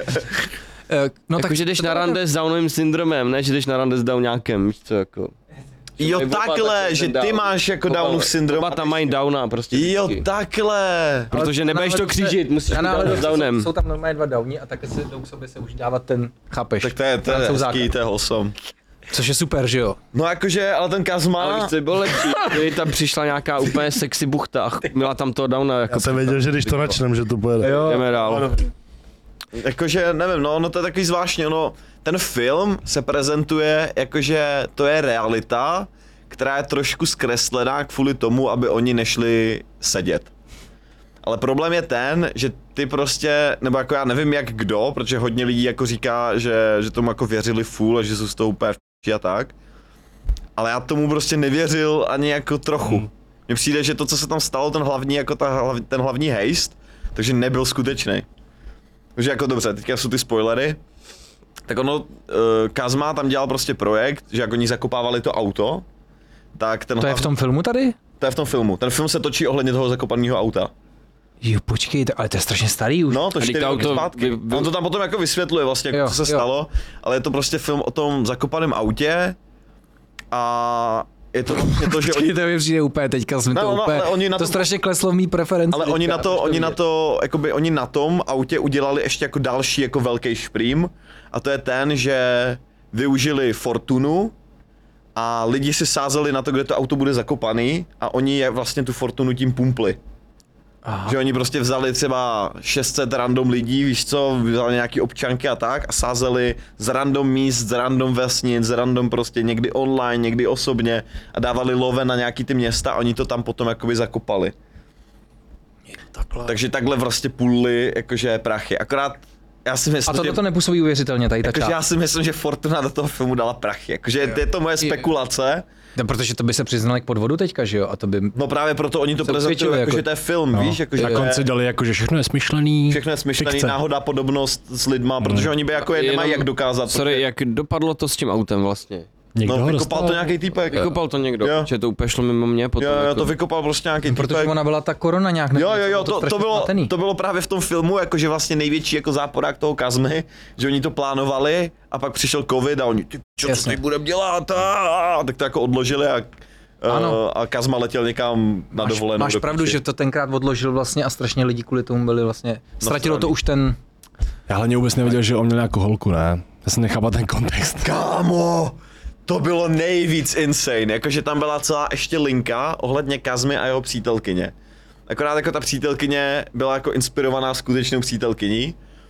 No Jako, že jdeš na rande s Downovým syndromem, ne, že jdeš na rande s Dowňákem, víš co, jako. Jo, Oba takhle, taky že ten ty Down. máš jako Downův syndrom. Oba tam mají Downa prostě. Jo, vždycky. takhle. Protože nebudeš to křížit, musíš Na to dát náhledu s Downem. jsou tam normálně 2 Downi a takhle se jdou k sobě se už dávat ten, chápeš? Tak to je hezký, to je wholesome. Což je super, že jo? No jakože, ale ten Ale Kazma... víš, co by bylo lepší, kdyby tam přišla nějaká úplně sexy buchta a měla tam toho Downa jako... Já jsem věděl, že když to načnem, že to pojede. Jdeme dál. Jakože, nevím, no to je takový zvláštní, ten film se prezentuje jakože to je realita, která je trošku zkreslená kvůli tomu, aby oni nešli sedět. Ale problém je ten, že ty prostě, nebo jako já nevím jak kdo, protože hodně lidí jako říká, že tomu jako věřili full a že jsou z toho úplně v a tak. Ale já tomu prostě nevěřil ani jako trochu. Mně přijde, že to, co se tam stalo, ten hlavní, jako ten hlavní hejst, takže nebyl skutečný. Takže jako dobře, teďka jsou ty spoilery. Tak Kazma tam dělal prostě projekt, že jako oni zakopávali to auto. Tak ten To je v tom filmu tady? To je v tom filmu. Ten film se točí ohledně toho zakopaného auta. Jo, počkej, ale to je strašně starý už. No, to 4 roky zpátky. On to tam potom jako vysvětluje vlastně, co se stalo, ale je to prostě film o tom zakopaném autě a je to vlastně to, že Počkej, to mi přijde úplně teďka, jsme to úplně, oni na to strašně kleslo v mý preferenci. Ale oni na tom autě udělali ještě jako další jako velký šprým a to je ten, že využili Fortunu a lidi si sázeli na to, kde to auto bude zakopaný a oni je vlastně tu Fortunu tím pumpli. Aha. Že oni prostě vzali třeba 600 random lidí, víš co, vzali nějaký občanky a tak a sázeli z random míst, z random vesnic, z random prostě někdy online, někdy osobně a dávali love na nějaký ty města a oni to tam potom jakoby zakopali. Takhle. Takže takhle vlastně půlli jakože prachy, akorát já si myslím, a to nepůsobí uvěřitelně tady ta jakože část. já si myslím, že Fortuna do toho filmu dala prachy, jakože je to moje spekulace. No, protože to by se přiznali k podvodu teďka, že jo? A to by... No právě proto oni to Se prezentují, usvědčili, jakože jako- to je film, no. víš, jakože Na konci dali jako, že všechno je smyšlený. všechno je smyšlený, fikce. náhoda, podobnost s lidma, protože oni by jako je nemají jak dokázat. Sorry, jak dopadlo to s tím autem vlastně? Někdo No, ho vykopal dostal. to nějaký týpek. Vykopal to někdo, Jo. že to úplně šlo mimo mě potom. Jo, jako... to vykopal prostě nějaký Protože týpek. ona byla ta korona nějak. Jo, to strašně bylo, zmatený. to bylo právě v tom filmu, jakože vlastně největší jako záporák toho Kazmy, že oni to plánovali a pak přišel covid a oni, ty, co Jasně. teď budeme dělat, tak to jako odložili a Kazma letěl někam na dovolenou. Máš do pravdu, píči. že to tenkrát odložil vlastně a strašně lidi kvůli tomu byli vlastně, ztratilo to už ten, Já hlavně vůbec nevěděl, že on měl nějakou holku, ne? Já jsem nechápal ten kontext. Kámo, to bylo nejvíc insane, jakože tam byla celá ještě linka ohledně Kazmy a jeho přítelkyně. Akorát jako ta přítelkyně byla jako inspirovaná skutečnou přítelkyní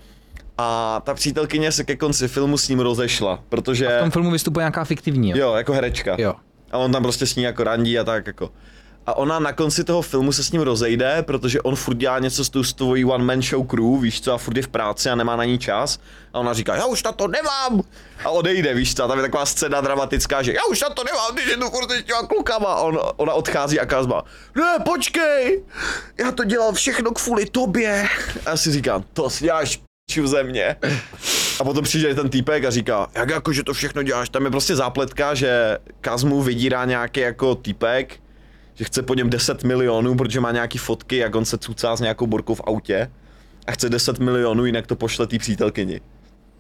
a ta přítelkyně se ke konci filmu s ním rozešla, protože... v tom filmu vystupuje nějaká fiktivní, jo? Jo, jako herečka. Jo. A on tam prostě s ní jako randí a tak jako. A ona na konci toho filmu se s ním rozejde, protože on furt dělá něco s tou svojí one man show crew, víš co, a furt je v práci a nemá na ní čas. A ona říká, já už na to nemám. A odejde, víš co, a tam je taková scéna dramatická, že já už na to nemám, když je tu furt s těma klukama. A ona odchází a Kazma, ne, počkej, já to dělal všechno kvůli tobě. A já si říkám, to si děláš v země. A potom přijde ten týpek a říká, jak jako, že to všechno děláš, tam je prostě zápletka, že Kazmu vydírá nějaký jako týpek, že chce po něm 10 milionů, protože má nějaký fotky, jak on se cucá s nějakou borkou v autě a chce 10 milionů, jinak to pošle té přítelkyni.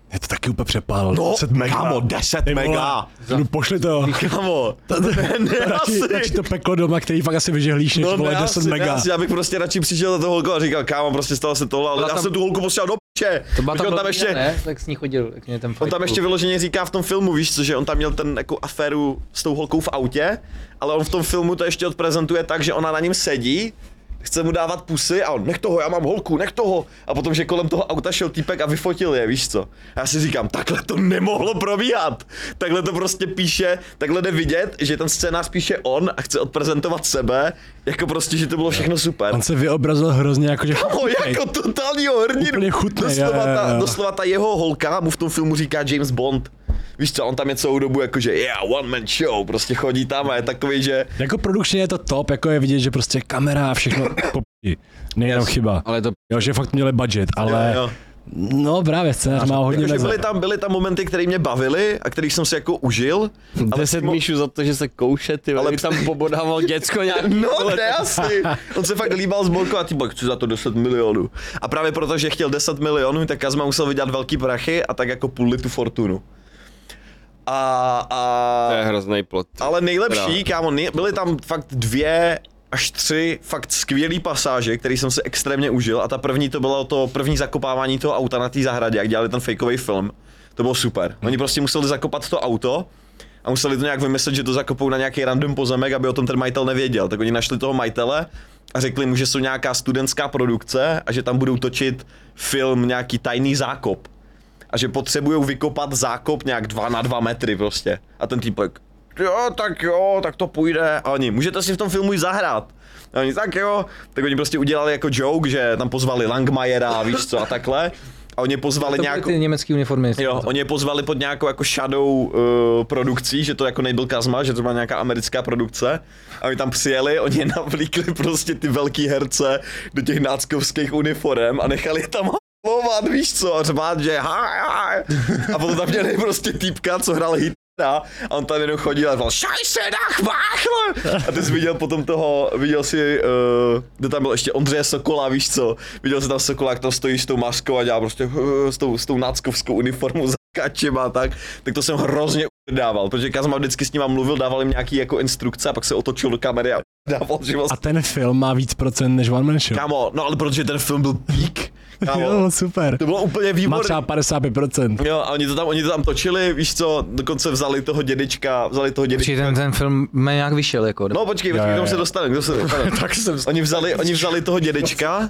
Je to taky úplně přepál. No, 10 mega. kámo, 10 Ty vole. mega. No, pošli to. Kámo, Radši to peklo doma, který fakt asi vyžehlíš, než vole 10 mega. Já bych prostě radši přišel za toho holku a říkal, kámo, prostě stalo se tohle, ale já jsem tu holku posílal do piče. To byla ta on tam ještě, ne? Tak s ní chodil, jak mě ten on tam ještě vyloženě říká v tom filmu, víš co, že on tam měl ten jako aféru s tou holkou v autě, ale on v tom filmu to ještě odprezentuje tak, že ona na něm sedí, chce mu dávat pusy a on, nech toho, já mám holku, nech toho. A potom, že kolem toho auta šel týpek a vyfotil je, víš co. A já si říkám, takhle to nemohlo probíhat. Takhle to prostě píše, takhle jde vidět, že ten scénář píše on a chce odprezentovat sebe, jako prostě, že to bylo všechno super. On se vyobrazil hrozně jako, že Jako totálního hrdinu. Úplně chutnej, doslova ta jeho holka mu v tom filmu říká James Bond. Víš co, on tam je celou dobu jakože one man show, prostě chodí tam a je takový, že... Jako produkčně je to top, jako je vidět, že prostě kamera a všechno popí. Nejenom chyba. Ale to... Jo, že fakt měli budget, ale... Jo. No právě, scénář má hodně Takže meze. byly tam momenty, které mě bavily a kterých jsem si jako užil. 10 míšů za to, že se kouše, ty ale tam pobodával děcko nějaký. No, ne asi. On se fakt líbal z morkou a ty chci za to 10 milionů. A právě proto, že chtěl 10 milionů, tak Kazma musel vydělat velký prachy a tak jako půlli tu fortunu. To je hrozný plot. Ale nejlepší, kámo, byly tam fakt 2 až 3 fakt skvělý pasáže, který jsem si extrémně užil a ta první to bylo to první zakopávání toho auta na té zahradě, jak dělali ten fakeový film. To bylo super. Oni prostě museli zakopat to auto a museli to nějak vymyslet, že to zakopou na nějaký random pozemek, aby o tom ten majitel nevěděl. Tak oni našli toho majitele a řekli mu, že jsou nějaká studentská produkce a že tam budou točit film nějaký tajný zákop. A že potřebujou vykopat zákop nějak 2 na 2 metry prostě. A ten týpek, jo, tak to půjde. A oni, můžete si v tom filmu i zahrát. A oni, tak jo. Tak oni prostě udělali jako joke, že tam pozvali Langmajera, víš co, a takhle. A oni pozvali nějakou... ty německý uniformy. Jo, oni je pozvali pod nějakou jako shadow produkcí, že to jako nebyl Kazma, že to byla nějaká americká produkce. A oni tam přijeli, oni je navlíkli prostě ty velký herce do těch náckovských uniform a nechali je tam lovat, víš co, a řvát, že hi. A potom tam měli prostě týpka, co hrál Hitlera a on tam jenom chodil a říkal Scheiße, nachmáchle! A ty jsi viděl potom viděl si, kde tam byl ještě Ondřeje Sokola, víš co, viděl jsi tam Sokola, jak tam stojí s tou maskou a dělá prostě s tou náckovskou uniformou za kačem a tak to jsem hrozně dával, protože Kazma vždycky s ním mluvil, dával jim nějaký jako instrukce a pak se otočil do kamery a dával, že vlastně... A ten film má víc procent než One Man Show. Kámo, no ale protože ten film byl pík. Kámo, Jo, super. to bylo úplně Má výborné. třeba 55%. Jo, a oni to tam točili, víš co, dokonce vzali toho dědečka. Počkej, ten film mě nějak vyšel, jako. No počkej, k tomu se dostane, Tak jsem... Oni vzali toho dědečka,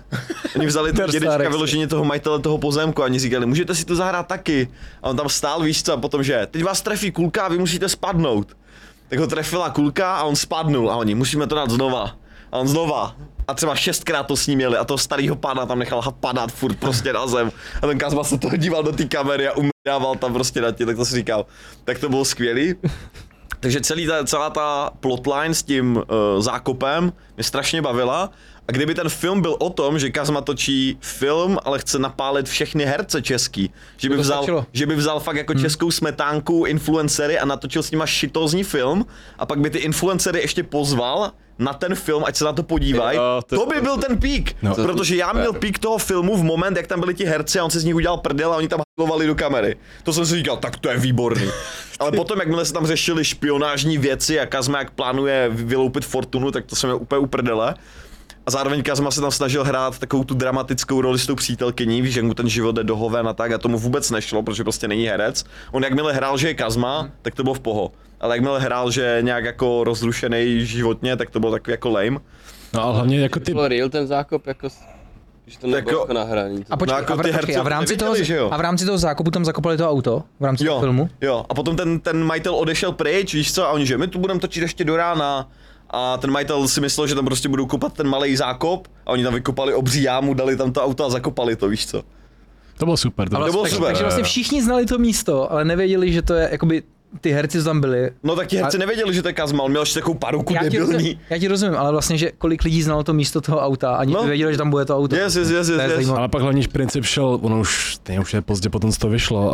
vyloženě toho majitele toho pozemku a oni říkali, můžete si to zahrát taky. A on tam stál, víš co, a potom, že teď vás trefí kulka a vy musíte spadnout. Tak ho trefila kulka a on spadnul a oni, musíme to dát znova. A on znova. A třeba 6krát to s ním jeli a toho starého pána tam nechal padat furt prostě na zem. A ten Kazma se toho díval do té kamery a umírával tam prostě na tě, tak to si říkal. Tak to bylo skvělý. Takže celá ta plotline s tím zákopem mě strašně bavila. A kdyby ten film byl o tom, že Kazma točí film, ale chce napálit všechny herce český, že by vzal fakt jako českou smetánku, influencery a natočil s nima šitózní film a pak by ty influencery ještě pozval na ten film, ať se na to podívají, to by byl ten pík, protože já měl pík toho filmu v moment, jak tam byli ti herci a on se z nich udělal prdel a oni tam hladovali do kamery. To jsem si říkal, tak to je výborný. Ale potom, jakmile se tam řešili špionážní věci a Kazma jak plánuje vyloupit fortunu, tak to jsem měl úplně uprdele. A zároveň Kazma se tam snažil hrát takovou tu dramatickou roli s tou přítelkyní, víš, jak mu ten život jde do hoven a tak a tomu vůbec nešlo, protože prostě není herec. On jakmile hrál, že je Kazma, tak to bylo v poho. Ale jakmile hrál, že je nějak jako rozrušený životně, tak to bylo takový jako lame. No ale hlavně jako ty... Byl real ten zákop, jako... Že to nebylo jako nahraný. A počkej, a v rámci toho zákupu tam zakopali to auto? V rámci toho filmu? Jo, a potom ten majitel odešel pryč, víš co, a oni, že my tu budeme točit ještě do rána. A ten majitel si myslel, že tam prostě budou kopat ten malý zákop a oni tam vykopali obří jámu, dali tam to auto a zakopali to, víš co. To bylo super. To bylo super. Takže vlastně všichni znali to místo, ale nevěděli, že to je, jakoby ty herci tam byli. No tak ti herci nevěděli, že to je Kazma, on měl ještě takovou paruku debilní. Já ti rozumím, ale vlastně, že kolik lidí znalo to místo toho auta, ani nevěděli, že tam bude to auto. Yes. Ale pak hlavní princip šel, ono už je pozdě potom to vyšlo,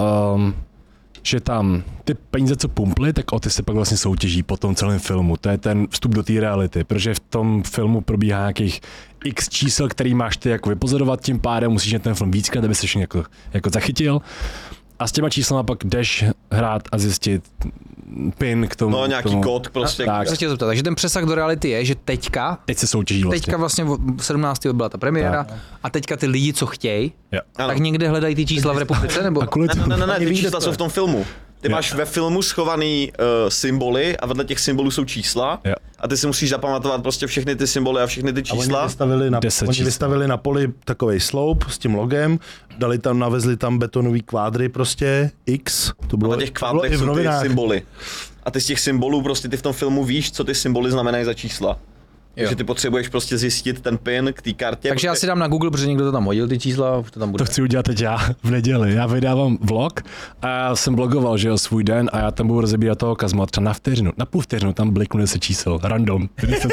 že tam ty peníze, co pumply, tak o ty se pak vlastně soutěží po tom celém filmu. To je ten vstup do té reality, protože v tom filmu probíhá nějakých x čísel, který máš ty jako vypozorovat, tím pádem musíš na ten film víckrát, aby se jako zachytil. A s těma číslama pak jdeš hrát a zjistit pin k tomu. No nějaký kód prostě. Tak. Se chtěl zeptat, takže ten přesah do reality je, že teď se soutěží vlastně. Teďka vlastně 17. byla ta premiéra a teďka ty lidi, co chtějí, tak někde hledají ty čísla v republice, nebo? A kvůli Ne, ty čísla jsou v tom filmu. Ty máš ve filmu schovaný symboly a vedle těch symbolů jsou čísla a ty si musíš zapamatovat prostě všechny ty symboly a všechny ty čísla. Oni vystavili na poli takovej sloup s tím logem, navezli tam betonový kvádry prostě, X, to bylo, na těch to bylo kvádrech i v jsou ty novinách. symboly. A ty z těch symbolů prostě ty v tom filmu víš, co ty symboly znamenají za čísla. Takže ty potřebuješ prostě zjistit ten pin k té kartě. Takže já si dám na Google, protože někdo to tam hodil ty čísla, už to tam bude. To chci udělat teď já v neděli. Já vydávám vlog a já jsem blogoval, že jo, svůj den a já tam budu rozebírat toho kazma třeba na vteřinu, na půl vteřinu tam bliknu 10 čísel, random.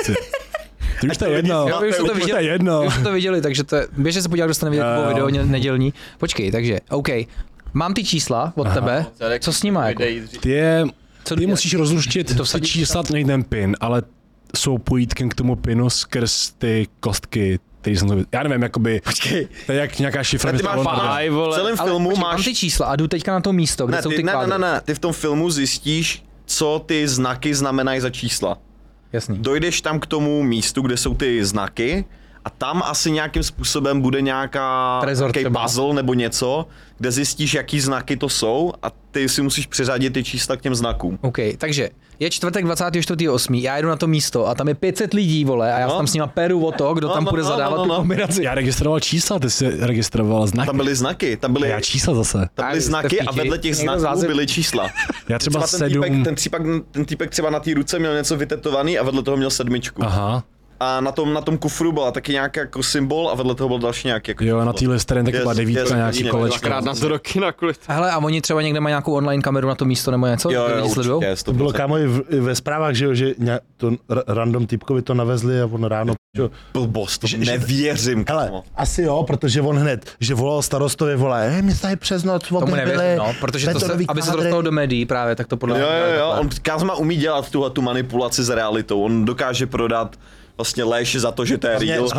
Ty už to je jedno. Už jste to viděli, takže to je, běžte se podívat, kdo jste neviděl video nedělní. Počkej, takže, OK. Mám ty čísla od tebe, co s nima jako? Ty musíš rozluštit ty čísla, to není ten pin, ale jsou pojítkem k tomu pinu skrz ty kostky, který jsem to viděl. Já nevím, jakoby, to je jak nějaká šifra. Ty máš v celém filmu máš... Mám ty čísla a jdu teďka na to místo, kde jsou ty kvádry. Ne, ty v tom filmu zjistíš, co ty znaky znamenají za čísla. Jasný. Dojdeš tam k tomu místu, kde jsou ty znaky a tam asi nějakým způsobem bude nějaký puzzle nebo něco, kde zjistíš, jaký znaky to jsou a ty si musíš přiřadit ty čísla k těm znakům. OK, takže je čtvrtek 24.8. Já jdu na to místo a tam je 500 lidí, vole, a já tam s nima peru o to, kdo tam bude zadávat tu kombinaci. Já registroval čísla, ty jsi registroval znaky. Tam byly znaky, tam byly... Já čísla zase. Tam byly znaky a vedle těch znaků byly čísla. Já třeba 7... Ten týpek třeba na té ruce měl něco vytetovaný a vedle toho měl 7. Aha. A na tom kufru byla taky nějaký jako symbol a vedle toho byl další nějaký jako jo, na téhle straně taky byla 9 nějaký kolečko. Dvakrát na to do kina kvůli. Hele, a oni třeba někde mají nějakou online kameru na to místo nebo něco? Jo, určitě, to bylo kámo i ve zprávách, že to random typkovi to navezli a on ráno... Blbost, to nevěřím, kámo. Hele, asi jo, protože on hned, že volal starostovi, volá, my tady přes noc tomu nevěřím, no, protože to aby se to dostalo do médií právě, tak to podle Jo, on Kazma umí dělat tu manipulaci s realitou, on dokáže prodat vlastně lež za to, že to je real.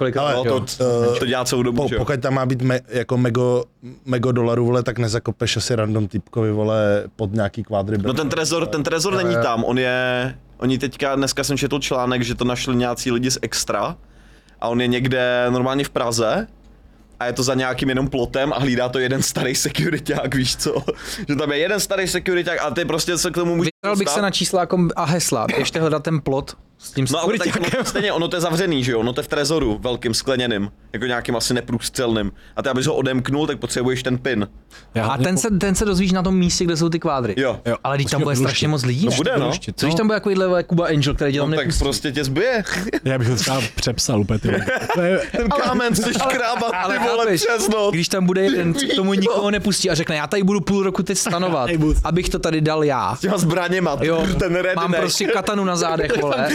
To dělá celou dobu, pokud tam má být jako mego dolarů, vole, tak nezakopeš asi random typkovi, vole, pod nějaký kvádry. No ten trezor není tam, oni teďka, dneska jsem četl článek, že to našli nějací lidi z Extra a on je někde normálně v Praze a je to za nějakým jenom plotem a hlídá to jeden starý securityák, víš co? Že tam je jeden starý securityák a ty prostě se k tomu můžeš dostat. Bych se na čísla a hesla, ještě hledat ten plot s tím securityákem. Stejně, ono to je zavřený, že jo? Ono to je v trezoru, velkým skleněným, jako nějakým asi neprůstřelným. A ty, abys ho odemknul, tak potřebuješ ten pin. A ten se dozvíš na tom místě, kde jsou ty kvádry. Jo. Ale když tam bude strašně moc lidí. No bude, no. Co když tam bude takovýhle Kuba Angel, který dělá tak prostě tě zbije. Já bych to třeba přepsal úplně ty. Ten kámen chceš krábat, ty vole, přes noc. Když tam bude jeden, co k tomu nikoho nepustí a řekne, já tady budu půl roku teď stanovat, abych to tady dal já. S těma zbraněma, ten redneck. Mám prostě katanu na zádech, vole.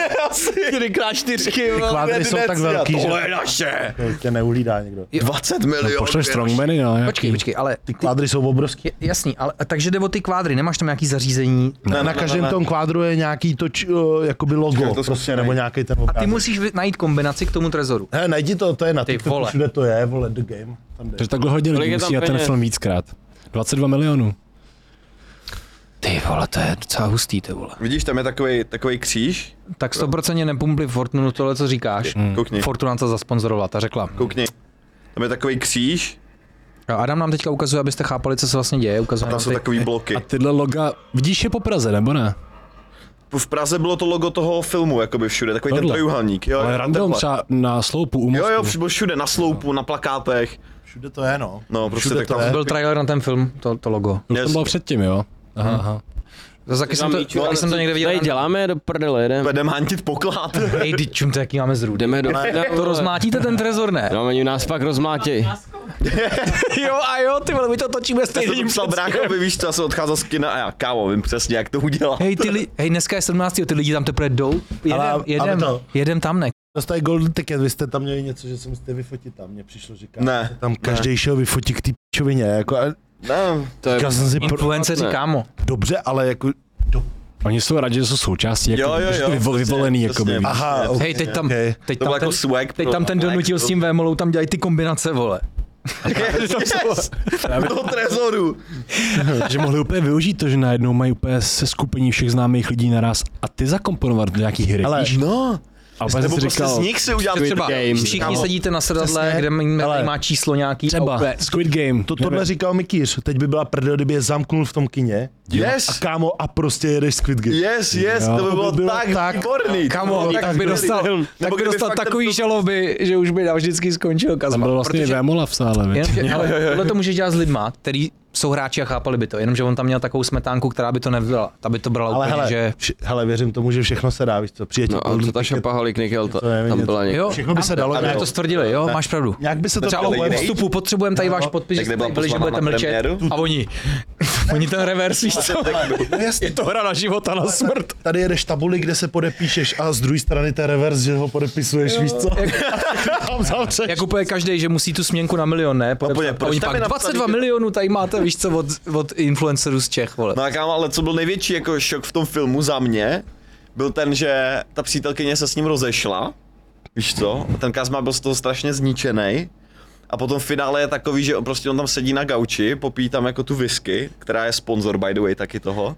4x4. Kvádry jsou tak velký, že tohle je naše. tě neuhlídá někdo. 20 milionů. Pošleš strongmany, no. Počkej, ale ty kvádry jsou obrovský. Jasný, ale takže jde o ty kvádry, nemáš tam nějaký zařízení? Na každém tom kvádru je nějaký jakoby logo, prostě, nebo nějaký ten obrázek. A ty musíš najít kombinaci k tomu trezoru. Najdi to je na TikToku, všude to je, vole, The Game. Takže takhle hodně lidí musí na ten film víckrát. 22 milionů. Ty vole, to je docela hustý, ty vole. Vidíš, tam je takový kříž. Tak 100% nepumpli Fortunu tohle, co říkáš. Koukni. Fortuna to zasponzorovala, ta řekla. Koukni. Tam je takový kříž. Adam nám teďka ukazuje, abyste chápali, co se vlastně děje. Tam jsou takový bloky. A tyhle loga, vidíš je po Praze, nebo ne? V Praze bylo to logo toho filmu, jakoby všude, takový ten trojuhelník. Jo, ale random třeba na sloupu u mostu. Jo, byl všude, na sloupu, na plakátech. Všude to je, no. No, prostě tak tam byl trailer na ten film, to logo. No, to bylo předtím, jo. Aha. Taky jsem to někde viděl. Tady děláme do prdele, jdeme hantit poklad. Hej, čum to jaký máme zrůd. Jdeme do... To rozmátíte ten trezor, ne? No, oni nás pak rozmátěj. jo, ty vole, my to točíme stejným. Já jsem psal bráchovi, víš co, já jsem odcházel z kina a já, kámo, vím přesně, jak to udělat. Hej, dneska je 17. ty lidi tam teprve jdou. Jedem tam, ne? Dostali golden ticket, vy jste tam měli něco, že se musíte vyfotit tam, mně přišlo, že ne, tam každý šel vyfotit k té pičovině, jako no, to je influenceři, kámo. Dobře, ale jako Oni jsou rádi, že jsou součástí, jako vyvolený, jako by. Aha, hej, teď tam jako swag, teď tam ten donutil s tím vémolou, tam dělají ty kombinace, vole. Do trezoru. Že mohli úplně využít to, že najednou mají úplně se skupení všech známých lidí naraz a ty zakomponovat do nějakých hry. Ale No. a úplně Nebo jsem si prostě říkal, z nich si udělat Třeba Game. všichni Kámo. sedíte na sedadle, Přesně, kde ale má číslo nějaký. třeba a úplně- Squid Game. tohle říkal Mikýř, teď by byla prdel, kdyby je zamknul v tom kině. A Yes, kámo, a prostě jedeš Squid Game. yes, Jo. to by bylo To by bylo tak tak- výborný. Kamo, tak by dostal, Nebo tak by kdyby dostal fakt takový ten- žaloby, že už by navždycky skončil Tam Kazma. byl vlastně Vémola v sále. viď? Jenomže, ale tohle to můžeš dělat s lidma, který jsou hráči a chápali by to, jenomže on tam měl takovou smetánku, která by to nebyla. Ta by to brala Ale úplně, hele, že... hele, věřím tomu, že všechno se dá, víš co, přijde ti No a golden co ta ticket. šapaholik Nickel, To nevím, tam něco. byla někde. Jo, Všechno by se dalo a dělat. to stvrdili, jo, máš pravdu. Nějak by se to Třeba dalo o dělat. vstupu potřebujeme tady váš podpis, tak že jste nebyla tady byli, že pozvaná budete na mlčet. premiéru? A oni ten reverse, víš co? Je to hra na život a na smrt. Tady jedeš tabuli, kde se podepíšeš a z druhé strany ten reverse, že ho podepisuješ, víš co? Tam zavřeš. Jak úplně každý, že musí tu směnku na milion, ne? Úplně, A proč oni tam pak je napsaný, 22 že- milionů tady máte, víš co, od influencerů z Čech, vole. No a kámo, ale co byl největší jako šok v tom filmu za mě, byl ten, že ta přítelkyně se s ním rozešla, víš co, ten Kazma byl z toho strašně zničený. A potom v finále je takový, že on tam sedí na gauči, popíjí tam jako tu whisky, která je sponzor by the way taky toho.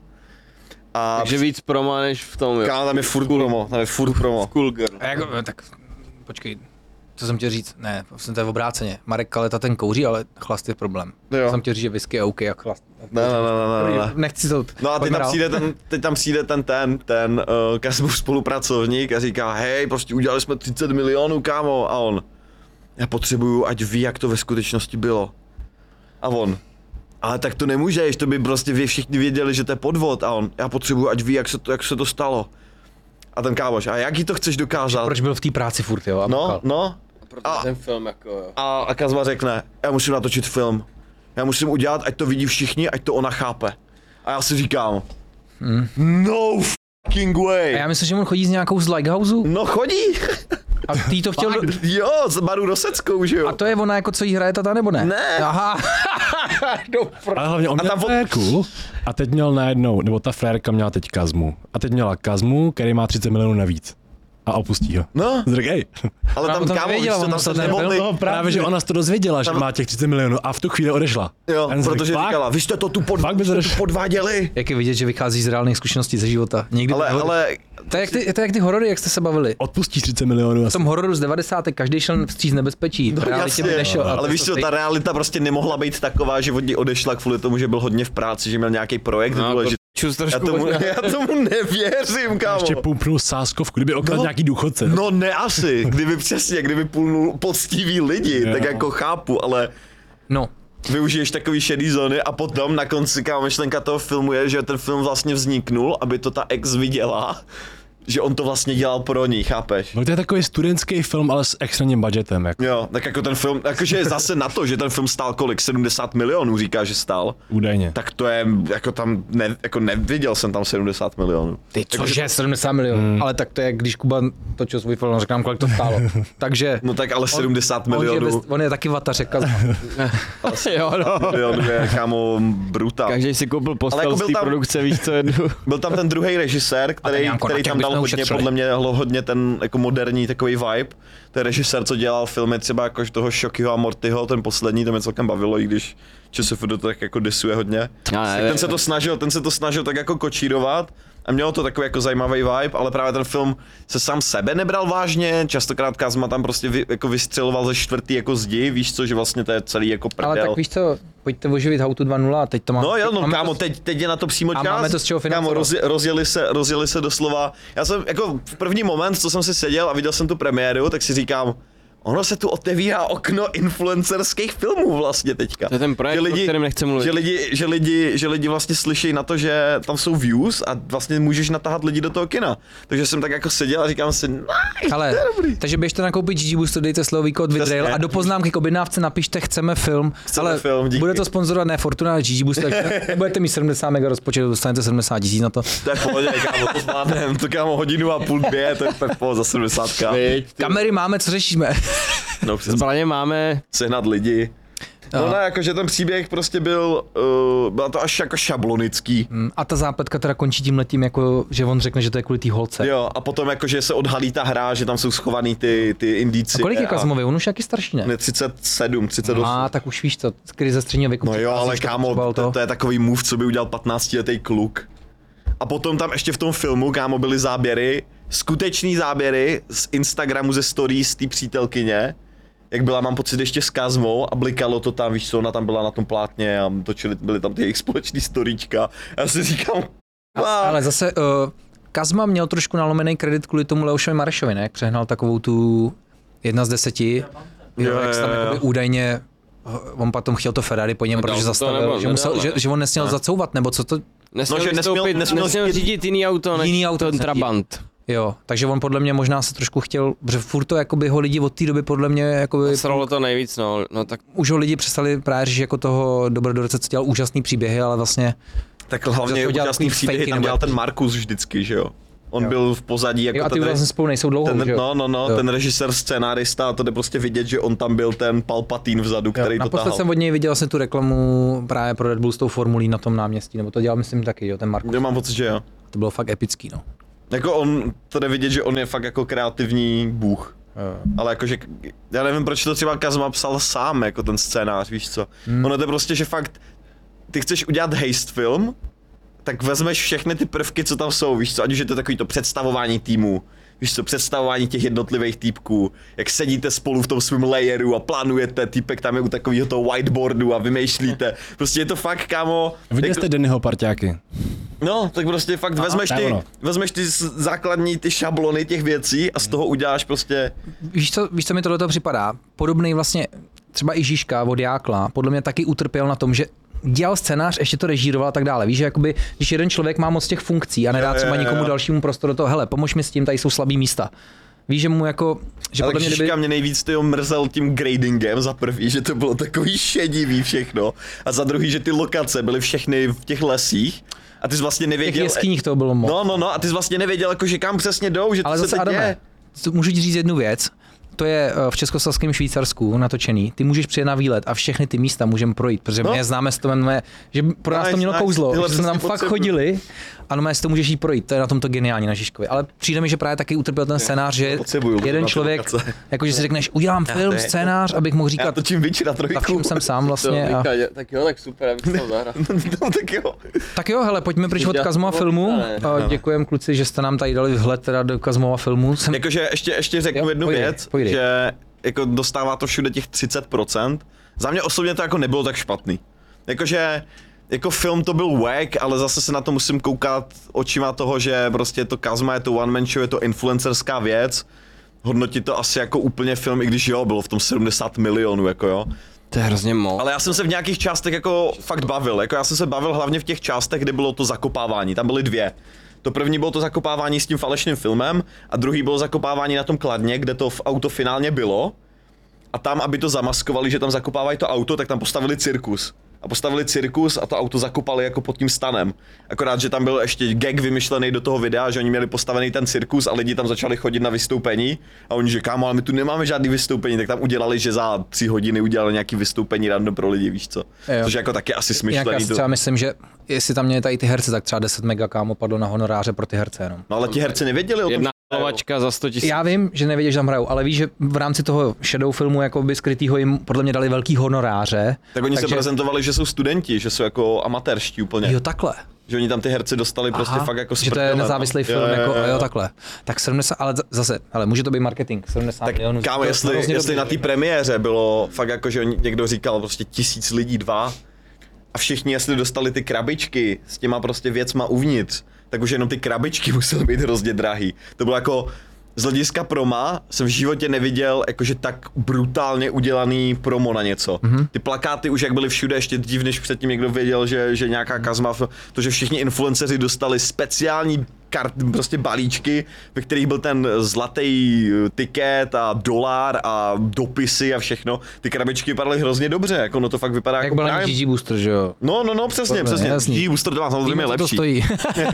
A Takže víc promo než v tom, jo. kámo, tam je furt promo, tam je furt promo. Cool girl. A jako, tak počkej, co jsem chtěl říct, ne, vlastně to je v obráceně. Marek Kaleta ten kouří, ale chlast je problém. Jo. Jsem chtěl říct, že whisky je OK, jak chlast. Ne. Nechci to. No a pojďme dál. teď tam přijde ten Kazmův spolupracovník a říká, hej, prostě udělali jsme 30 milionů, kámo, a on, já potřebuju, ať ví, jak to ve skutečnosti bylo. A on, ale tak to nemůžeš, to by prostě vy všichni věděli, že to je podvod, a on, já potřebuju, ať ví, jak se to stalo. A ten kámoš, a jak jí to chceš dokázat? Proč byl v té práci furt, jo? A makal. No, Protože ten film jako, jo. a Kazma řekne, já musím natočit film. Já musím udělat, ať to vidí všichni, ať to ona chápe. A já si říkám, no fucking way. A já myslím, že on chodí s nějakou z Lighthouse No chodí. a ty to chtěl... Jo, s Baru Roseckou, že jo. A to je ona, jako co jí hraje tata, nebo ne? Ne. Aha. Ale hlavně on měl tam frérku a teď měl najednou, nebo ta frérka měla teď Kazmu. A teď měla Kazmu, který má 30 milionů navíc. A opustí ho. No, Řekl, ej. ale Ona tam o tom kámo, nevěděla, víš co, ona tam se se ten nemohli. byl- Právě, že ona se to dozvěděla, že Tam- má těch 30 milionů a v tu chvíli odešla. Jo, A já jsem protože řekl, říkala, vy jste to tu Fakt by to došlo. podváděli. Jak je vidět, že vychází z reálných zkušeností ze života. Někdy Ale to je jak ty horory, jak jste se bavili. Odpustí 30 milionů. V tom hororu z 90. každý šel vstříc nebezpečí. V realitě by nešel. A ale to víš co, stej- ta realita prostě nemohla být taková, že od ní odešla kvůli tomu, že byl hodně v práci, že měl nějaký projekt důležitý. Čus Já trošku tomu, možná. já tomu nevěřím, kámo. Ještě pumpnul sáskovku, kdyby okradl No. nějaký důchodce. No ne asi, kdyby půlnul poctiví lidi, Jo. tak jako chápu, ale No, využiješ takový šedý zóny a potom na konci, kámo, myšlenka toho filmu je, že ten film vlastně vzniknul, aby to ta ex viděla, že on to vlastně dělal pro ní, chápeš? No to je takový studentský film, ale s extrémním budgetem. Jako. Jo, tak jako ten film, jakože zase na to, že ten film stál kolik, 70 milionů říká, že stál, Údajně. tak to je, jako tam, neviděl jsem tam 70 milionů. ty cože, 70 milionů. Ale tak to je, když Kuba točil svůj film, řekl nám, kolik to stálo. Takže No tak ale 70 on, milionů, on je taky vatař, jak Kazma. Jo, no. milionů je, kámo, brutál. Každý si koupil Ale postel jako z byl té tam- produkce, víš co jednu. Byl tam ten druhý režisér, který Janko, na tam těm dal bychom hodně, ušetřili. podle mě hodně ten jako moderní takový vibe. To je režisér, co dělal filmy třeba jako toho Shokyho a Mortyho, ten poslední, to mě celkem bavilo, i když ČSFD to tak jako disuje hodně. Já Tak nevím. ten se to snažil tak jako kočírovat a mělo to takový jako zajímavý vibe, ale právě ten film se sám sebe nebral vážně, častokrát Kazma tam prostě jako vystřeloval ze čtvrtý jako zdi, víš co, že vlastně to je celý jako prdel. Ale tak víš co, pojďte oživit How to 2.0 a teď to máme. No jo, no máme kámo, to- teď je na to přímo A čas. máme to z čeho Kámo, financovat. rozjeli se doslova. Já jsem jako v první moment, co jsem si seděl a viděl jsem tu premiéru, tak si říkám, ono se tu otevírá okno influencerských filmů vlastně teďka. To je ten projekt, o kterém nechci mluvit. Že lidi vlastně slyší na to, že tam jsou views a vlastně můžeš natáhat lidi do toho kina. Takže jsem tak jako seděl a říkám si, Ale, takže běžte nakoupit GG Booster, dejte slový kód Vidrail Přesně. a do poznámky k objednávce napište chceme film. Chceme film, díky. bude to sponzorovat ne Fortuna, ale GG Booster. Budete mít 70 mega rozpočet, dostanete 70 000 na to. to je v pohodě, kámo, to zvládnem, to kámo hodinu a půl, 2, to je v pohodě za 70. Viď, ty- Kamery máme, co řešíme? No přesně, Zbraně máme, sehnat lidi. No ne, jakože ten příběh prostě byla to až jako šablonický. A ta zápletka teda končí tímhletím, jako, že on řekne, že to je kvůli té holce. Jo, a potom jakože se odhalí ta hra, že tam jsou schovaný ty indicie. A kolik je Kazmovi? On už jaký starší, ne? Ne, 37, 38. Tak už víš co, skryt ze středního věku. No jo, ale kámo, to je takový move, co by udělal 15letý kluk. A potom tam ještě v tom filmu, kámo, byly záběry, skutečný záběry z Instagramu ze stories té přítelkyně, jak byla, mám pocit, ještě s Kazmou a blikalo to tam, víš co, ona tam byla na tom plátně a byly tam ty jejich společný storíčka. Já si říkám, ale zase Kazma měl trošku nalomený kredit kvůli tomu Leošovi Marešovi, ne? Jak přehnal takovou tu 1 z 10, jak tam údajně on potom chtěl to Ferrari po něm, protože zastavil, že on nesměl zacouvat, nebo co to? Nesměl řídit jiný auto, ten Trabant. Jo, takže on podle mě možná se trošku chtěl, protože furt to jakoby ho lidi od té doby podle mě jakoby... Sralo to nejvíc, no tak... Už ho lidi přestali právě říct jako toho Dobrodorce, co dělal úžasný příběhy, ale vlastně... Tak hlavně úžasný příběhy tam dělal ten Markus vždycky, že jo? On byl v pozadí jako a ty vlastně spolu nejsou dlouho, že jo? No, ten režisér, scénárista, a to jde prostě vidět, že on tam byl ten Palpatine vzadu, který to tahal. Naposled jsem od něj viděl vlastně tu reklamu právě pro Red Bull s tou formulí na tom náměstí, nebo to dělal myslím taky, jo, ten Markus. Já mám pocit, že jo. To bylo fakt epický, no. Jako on, to jde vidět, že on je fakt jako kreativní bůh. Ale jakože, já nevím, proč to třeba Kazma psal sám, jako ten scénář, víš co. Ono to je prostě, že fakt, ty chceš udělat heist film, tak vezmeš všechny ty prvky, co tam jsou, víš co, ať už je to takový to představování týmu, víš co, představování těch jednotlivých týpků, jak sedíte spolu v tom svém layeru a plánujete, týpek tam je u takového toho whiteboardu a vymýšlíte, prostě je to fakt, kámo. Viděli jste Dannyho parťáky? No, tak prostě fakt vezmeš ty základní ty šablony těch věcí a z toho uděláš prostě... Víš co mi tohleto připadá? Podobný vlastně, třeba i Žižka od Jákla, podle mě taky utrpěl na tom, že dělal scénář, ještě to režíroval a tak dále. Víš, že jakoby, když jeden člověk má moc těch funkcí a nedá třeba nikomu dalšímu prostor do toho, hele, pomož mi s tím, tady jsou slabý místa. Víš, že mu jako... Že ale Žižka mě nejvíc tyho mrzel tím gradingem za prvý, že to bylo takový šedivý všechno a za druhý, že ty lokace byly všechny v těch lesích a ty jsi vlastně nevěděl... V těch jeskyních to bylo moc. No, a ty jsi vlastně nevěděl, jako, že kam přesně jdou, že to ale se teď děje. Můžu ti říct jednu věc. To je v československém Švýcarsku natočený. Ty můžeš přijet na výlet a všechny ty místa můžeme projít, protože my je známe, že pro nás to mělo kouzlo, že jsme tam fakt chodili a no to můžeš jít projít, to je na tom to geniální na Žižkovi. Ale přijde mi, že právě taky utrpěl ten scénář, že jeden člověk, jakože si řekneš, udělám film, scénář, abych mohl říkat, to čím víc na trojku. Tak všem jsem sám vlastně. Tak jo, tak super, abych to zahrál. Tak jo, hele, pojďme pryč od Kazmova filmu. Děkujem kluci, že jste nám tady dali vhled teda do Kazmova filmu. Jakože ještě řeknu jednu věc, že jako dostává to všude těch 30%. Za mě osobně to jako nebylo tak špatný. Jakože jako film to byl wack, ale zase se na to musím koukat očima toho, že prostě to Kazma, je to one man show, je to influencerská věc. Hodnotit to asi jako úplně film, i když jo, bylo v tom 70 milionů, jako jo. To je hrozně moc. Ale já jsem se v nějakých částech jako fakt bavil, jako já jsem se bavil hlavně v těch částech, kde bylo to zakopávání, tam byly dvě. To první bylo to zakopávání s tím falešným filmem a druhý bylo zakopávání na tom Kladně, kde to v auto finálně bylo. A tam, aby to zamaskovali, že tam zakopávají to auto, tak tam postavili cirkus. A to auto zakopali jako pod tím stanem. Akorát, že tam byl ještě gag vymyšlený do toho videa, že oni měli postavený ten cirkus a lidi tam začali chodit na vystoupení. A oni, že kámo, ale my tu nemáme žádný vystoupení, tak tam udělali, že za 3 hodiny udělali nějaký vystoupení random pro lidi, víš co. Což jako taky asi smyšlený. Já si třeba myslím, že jestli tam měli tady ty herce, tak třeba 10 mega kámo padlo na honoráře pro ty herce jenom. No ale ti herci nevěděli o tom. Lovačka za 100 000. Já vím, že nevěděli, že tam hrajou, ale víš, že v rámci toho shadow filmu jakoby skrytýho jim podle mě dali velký honoráře. Tak oni se prezentovali, že jsou studenti, že jsou jako amatérští úplně. Jo, takhle. Že oni tam ty herci dostali prostě fakt jako že to je nezávislý film, jo, takhle. Tak 70, ale zase, ale může to být marketing, 70 tak milionů. Kámo, jestli na té premiéře bylo fakt jako, že někdo říkal prostě 1000 lidí, 2 a všichni jestli dostali ty krabičky s těma prostě věcma uvnitř, tak už jenom ty krabičky musely být hrozně drahý. To bylo jako, z hlediska proma jsem v životě neviděl jakože tak brutálně udělaný promo na něco. Ty plakáty už jak byly všude, ještě dřív, než předtím někdo věděl, že nějaká Kazma, to, že všichni influenceři dostali speciální prostě balíčky, ve kterých byl ten zlatý tiket a dolar a dopisy a všechno. Ty krabičky vypadaly hrozně dobře, jako no to fakt vypadá jak jako byl GG Booster, že jo? No, přesně. GG Booster to má samozřejmě lepší. To stojí.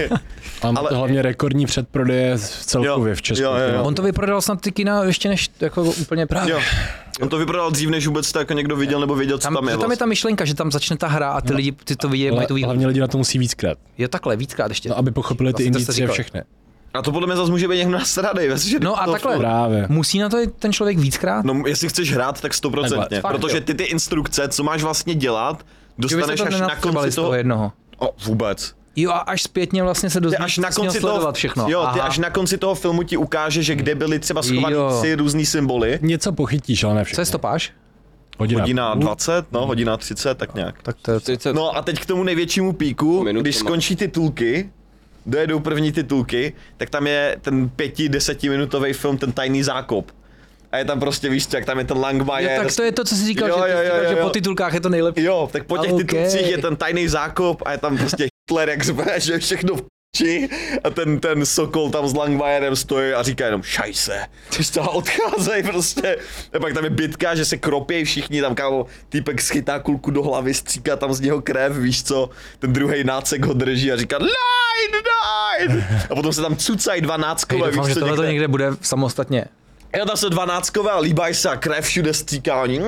Ale hlavně rekordní předprodeje celkově v Česku. On to vyprodal snad ty kina ještě než jako úplně právě. Jo. On to vyprodal dřív, než vůbec to jako někdo viděl nebo věděl, co tam je. Tam je vlastně. ta myšlenka, že tam začne ta hra a ty lidi ty to vidí, mají tu výhodu. Hlavně lidi na to musí víckrát. Je takhle, víckrát ještě. No, aby pochopili ty Vlastně to jste indicie říkal. všechny. A to podle mě zase může být někdo nasradej. No a takhle, Právě. musí na to jít ten člověk víckrát? No, jestli chceš hrát, tak 100%. Fakt, Protože jo. ty instrukce, co máš vlastně dělat, dostaneš až na konci z toho jednoho. Vůbec. Jo, a až zpětně vlastně se Ty dozvíš, až na co jsi měl konci toho, sledovat všechno. jo, ty Aha. až na konci toho filmu ti ukáže, že kde byly třeba schovaný Jo. 3 různý symboly. Něco pochytíš, ale ne všechno. Co je stopáž? Hodina 20, no, hodina 30, tak nějak. Tak to je... 30. No a teď k tomu největšímu píku, Minut když to má. skončí titulky, dojedou první titulky, tak tam je ten 5-10 minutový film, ten tajný zákop. A je tam prostě, víš co, jak tam je ten Langmajer. Jo, tak to je to, co jsi říkal, Jo, že, jo, ty jsi říkal, jo, že jo. po titulkách je to nejlepší. Jo, tak po těch OK. titulcích je ten tajný zákop a je tam prostě Hitler, jak řve, že je všechno v p***či a ten Sokol tam s Langmajerem stojí a říká jenom šajse. Když to odcházejí prostě. A pak tam je bitka, že se kropějí všichni, tam kámo, týpek schytá kulku do hlavy, stříká tam z něho krev, víš co, ten druhej nácek ho drží a říká nein. A potom se tam cucají dva náckové, Doufám, víš že co, tohle to někde. někde bude samostatně. Jo, tam jsou dva náckové a líbají se a krev všude stříká, oni.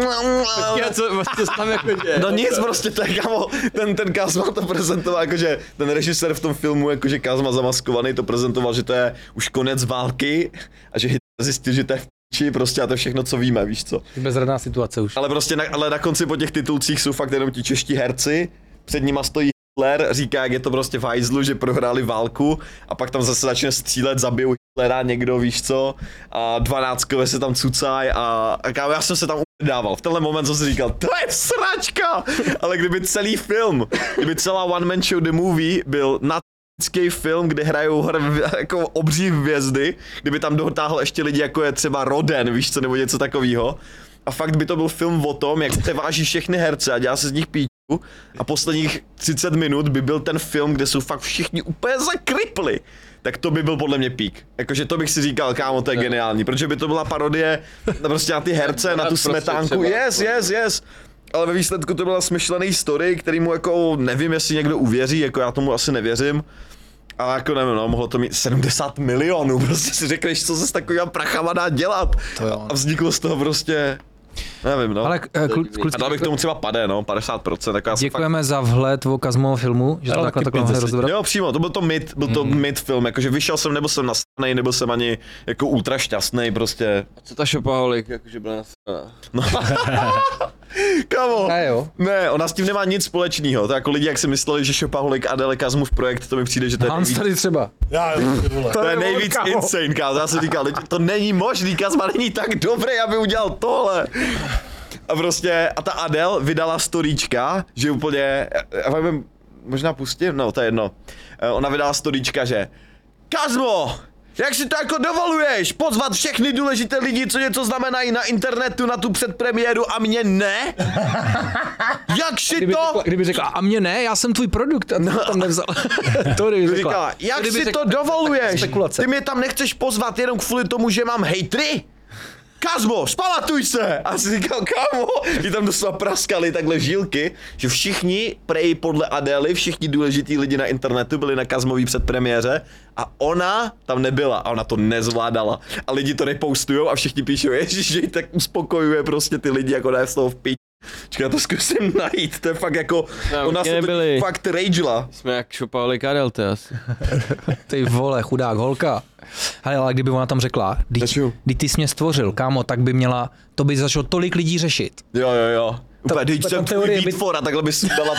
Co vlastně tam jako děje? No nic, prostě to je, kámo, ten Kazma to prezentoval, jakože ten režisér v tom filmu, jakože Kazma zamaskovaný to prezentoval, že to je už konec války a že Hitler zjistil, že to je v p***či prostě a to je všechno, co víme, víš co. Bezradná situace už. Ale prostě ale na konci po těch titulcích jsou fakt jenom ti čeští herci, před nima stojí Hitler, říká, jak je to prostě v hajzlu, že prohráli válku a pak tam zase začne střílet, zabijou Hitlera někdo, víš co, a 12kové se tam cucaj a kámo, já jsem se tam dával. V tenhle moment jsem si říkal, to je sračka, ale kdyby celý film, kdyby celá One Man Show The Movie byl nadský film, kde hrajou jako obří hvězdy, kdyby tam dotáhl ještě lidi, jako je třeba Roden, víš co, nebo něco takového. A fakt by to byl film o tom, jak se váží všechny herce a dělá se z nich píču. A posledních 30 minut by byl ten film, kde jsou fakt všichni úplně zakripli. Tak to by byl podle mě pík. Jakože to bych si říkal, kámo, to je geniální, protože by to byla parodie prostě na ty herce, na tu smetánku. Yes. Ale ve výsledku to byla smyšlený story, kterýmu jako nevím, jestli někdo uvěří, jako já tomu asi nevěřím. Ale jako nevím, no, mohlo to mít 70 milionů, prostě si řekneš, co se s takovýma prachama dá dělat. To jo. A vzniklo z toho prostě, nevím, no. Ale kluci, A dal bych tomu třeba pade, no, 50%, tak já jsem děkujeme za vhled o Kazmovo filmu, že to Ale takhle taky mohli 5 rozebrat. Jo, přímo, to byl to mid film, jakože vyšel jsem, nebyl jsem nastavený, nebyl jsem ani jako ultra šťastný, prostě. Co ta Shopaholic, jakože byla nasraná. Kamo, Ne, jo. ne, ona s tím nemá nic společného, to jako lidi, jak si mysleli, že Shopaholic a Adele Kazmův projekt, to mi přijde, že to je Hans tady třeba. Já, ty vole. to je nejvíc insane, kámo. Já jsem říkal, to není možný, Kazma není tak dobrý, aby udělal tohle. A prostě, a ta Adele vydala storíčka, že úplně, já nevím, možná pustím, no to je jedno. Ona vydala storíčka, že Kazmo, jak si to jako dovoluješ pozvat všechny důležité lidi, co něco znamenají na internetu na tu předpremiéru a mě ne? Jak si to? Kdyby řekla, a mě ne, já jsem tvůj produkt, a to tam nevzal. To kdyby řekla. Říkala, jak Kdyby si řekla- to dovoluješ? Spekulace. Ty mě tam nechceš pozvat jenom kvůli tomu, že mám hejtry? Kazmo, spamatuj se! A si říkal, kámo, ti tam doslova praskali takhle žílky, že všichni, prej podle Adély, všichni důležitý lidi na internetu byli na Kazmový předpremiéře a ona tam nebyla a ona to nezvládala. A lidi to repostujou a všichni píšou, ježiš, že jí tak uspokojuje prostě ty lidi, jako dá z toho v píč. Čekaj, já to zkusím najít, to je fakt jako, No, ona se nebyli. fakt ragela. Jsme jak Shopaholic Adele, to je asi. Ty vole, chudák holka. Hele, ale kdyby ona tam řekla, Začnu. když ty jsi mě stvořil, kámo, tak by měla, to by začalo tolik lidí řešit. Jo. Úplně, teď ta jsem tvůj teorie by- výtvor a takhle bys dala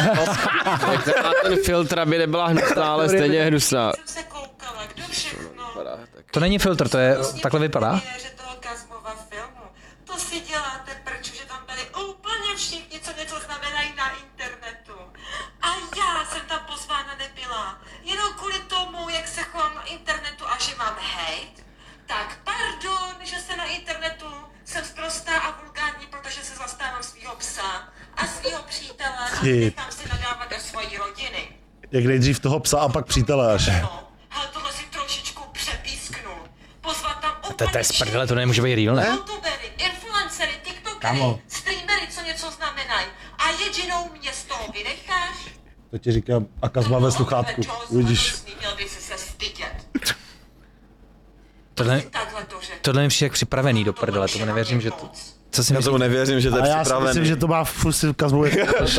A ten filtr, aby nebyla hnusná, ale stejně hnusná. Jsem se koukala, kdo všechno. To není filtr, to je, takhle vypadá. Že toho Kazmova filmu. To si děláte prču, že tam byli úplně všichni, co něco znamenají na internetu. A já jsem tam pozvána nebyla. Jenom kvůli tomu, jak se chovám na internetu a že mám hejt. Tak pardon, že se na internetu jsem sprostá a vulgární, protože se zastávám svýho psa a svýho přítele a nechám si nadávat do svojí rodiny. Jak nejdřív toho psa a pak přítele až. No, ale tohle si trošičku přepísknu. Pozvat tam úplně To je z prdele, to nemůže být real, ne? youtubery, influencery, tiktokery, streamery, co něco znamenají. A jedinou mě z toho vynecháš? To ti říkám, a Kazma ve sluchátku. Uvidíš. Měl by si se stydět. Tohle, Takhle to řekl. tohle mi přijde jak připravený do prdele, tomu nevěřím, že to... Co si Já tomu myslíš? nevěřím, že to je A já si připravený. myslím, že to má furt si kazbuje.